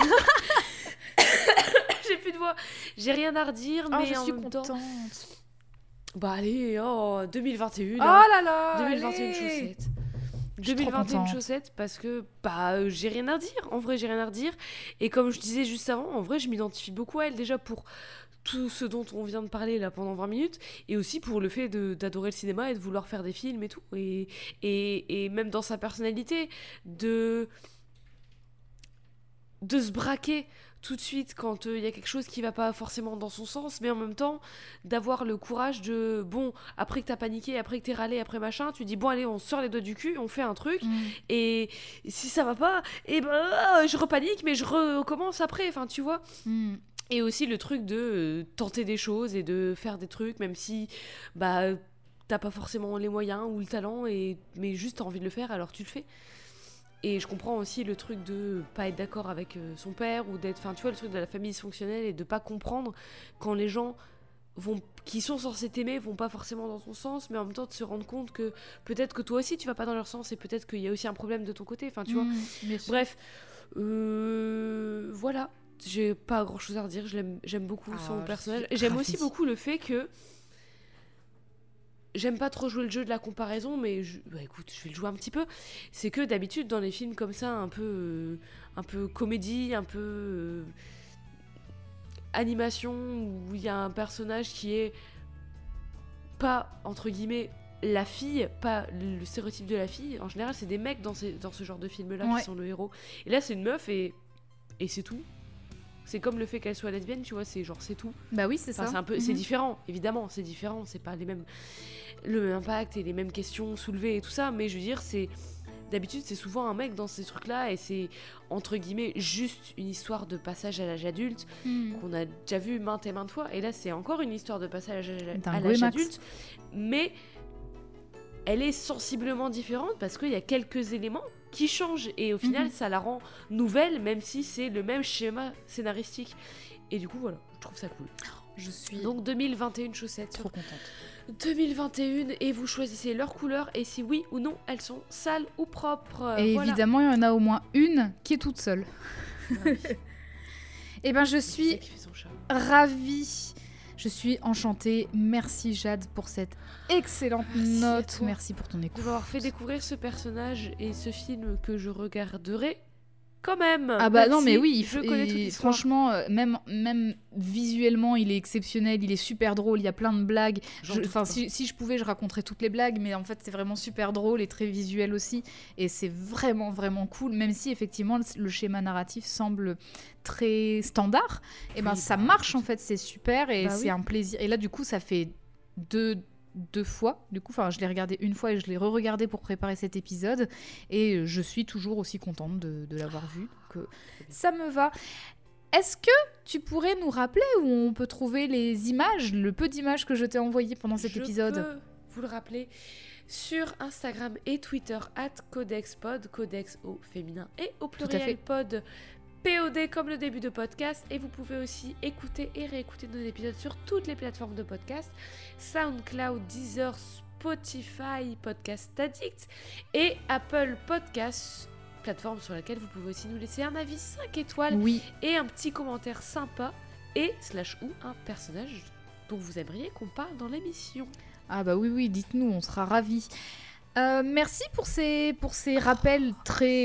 J'ai plus de voix. J'ai rien à redire, Oh, mais je en suis même contente. temps... Bah allez, 2021. Oh hein. là là 2021 allez. chaussettes. Je suis trop 2021 contente. chaussettes parce que j'ai rien à dire. En vrai, j'ai rien à redire. Et comme je disais juste avant, en vrai, je m'identifie beaucoup à elle déjà pour tout ce dont on vient de parler là pendant 20 minutes, et aussi pour le fait d'adorer le cinéma et de vouloir faire des films et tout, et même dans sa personnalité, de se braquer tout de suite quand il y a quelque chose qui va pas forcément dans son sens, mais en même temps d'avoir le courage de, bon, après que t'as paniqué, après que t'es râlé, après machin, tu dis bon allez, on sort les doigts du cul, on fait un truc, et si ça va pas, et ben je repanique, mais je recommence après, enfin tu vois. Et aussi le truc de tenter des choses et de faire des trucs, même si bah t'as pas forcément les moyens ou le talent, mais juste t'as envie de le faire, alors tu le fais. Et je comprends aussi le truc de pas être d'accord avec son père, ou d'être, enfin tu vois, le truc de la famille dysfonctionnelle, et de pas comprendre quand les gens qui sont censés t'aimer vont pas forcément dans ton sens, mais en même temps de se rendre compte que peut-être que toi aussi tu vas pas dans leur sens, et peut-être qu'il y a aussi un problème de ton côté, enfin tu vois. Bref, voilà, j'ai pas grand chose à redire, j'aime beaucoup son personnage, et j'aime aussi beaucoup le fait que j'aime pas trop jouer le jeu de la comparaison, mais écoute, je vais le jouer un petit peu. C'est que d'habitude, dans les films comme ça, un peu comédie, un peu animation, où il y a un personnage qui est pas, entre guillemets, la fille, pas le stéréotype de la fille. En général, c'est des mecs dans ce genre de film-là qui sont le héros. Et là, c'est une meuf, et c'est tout. C'est comme le fait qu'elle soit lesbienne, tu vois, c'est genre, c'est tout. Bah oui, c'est enfin, ça. C'est un peu, c'est différent, évidemment, c'est différent, c'est pas le même impact et les mêmes questions soulevées et tout ça, mais je veux dire, d'habitude, c'est souvent un mec dans ces trucs-là, et c'est, entre guillemets, juste une histoire de passage à l'âge adulte, qu'on a déjà vu maintes et maintes fois, et là, c'est encore une histoire de passage à l'âge adulte, mais elle est sensiblement différente, parce qu'il y a quelques éléments qui changent, et au final, ça la rend nouvelle, même si c'est le même schéma scénaristique. Et du coup, voilà, je trouve ça cool. Je suis donc 2021 chaussettes. Trop contente. 2021, et vous choisissez leur couleur, et si oui ou non elles sont sales ou propres. Et voilà. Évidemment, il y en a au moins une qui est toute seule. Et ben, je suis ravie. Je suis enchantée. Merci Jade pour cette excellente note. Merci pour ton écoute. De m'avoir fait découvrir ce personnage et ce film que je regarderai quand même. Ah bah non, mais oui, je connais toute l'histoire. Franchement, même visuellement, il est exceptionnel, il est super drôle, il y a plein de blagues. Si je pouvais, je raconterais toutes les blagues, mais en fait, c'est vraiment super drôle et très visuel aussi. Et c'est vraiment, vraiment cool, même si effectivement, le schéma narratif semble très standard. Et ben, ça marche en fait, c'est super, et c'est un plaisir. Et là, du coup, ça fait deux fois, du coup, enfin je l'ai regardé une fois et je l'ai re-regardé pour préparer cet épisode, et je suis toujours aussi contente de l'avoir vu, donc ça me va. Est-ce que tu pourrais nous rappeler où on peut trouver les images, le peu d'images que je t'ai envoyées pendant cet épisode? Je peux vous le rappeler sur Instagram et Twitter @codexpod, codex au féminin et au pluriel pod, POD comme le début de podcast, et vous pouvez aussi écouter et réécouter nos épisodes sur toutes les plateformes de podcast, SoundCloud, Deezer, Spotify, Podcast Addict et Apple Podcasts, plateforme sur laquelle vous pouvez aussi nous laisser un avis 5 étoiles et un petit commentaire sympa, et / ou un personnage dont vous aimeriez qu'on parle dans l'émission. Ah bah oui, dites-nous, on sera ravis. Merci pour ces rappels très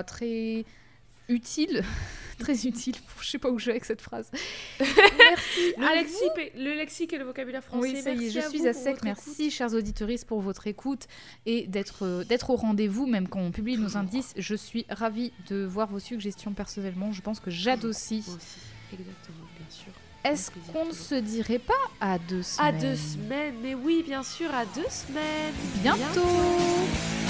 utile, très utile. Je sais pas où je vais avec cette phrase. Merci le lexique et le vocabulaire français. Oui, ça y est, je suis à sec. Merci, chers auditeurs, pour votre écoute et d'être au rendez-vous, même quand on publie nos indices. Je suis ravie de voir vos suggestions personnellement. Je pense que Jade aussi. Moi aussi, exactement, bien sûr. Est-ce qu'on ne se dirait pas à 2 semaines? À 2 semaines, mais oui, bien sûr, à 2 semaines. Bientôt.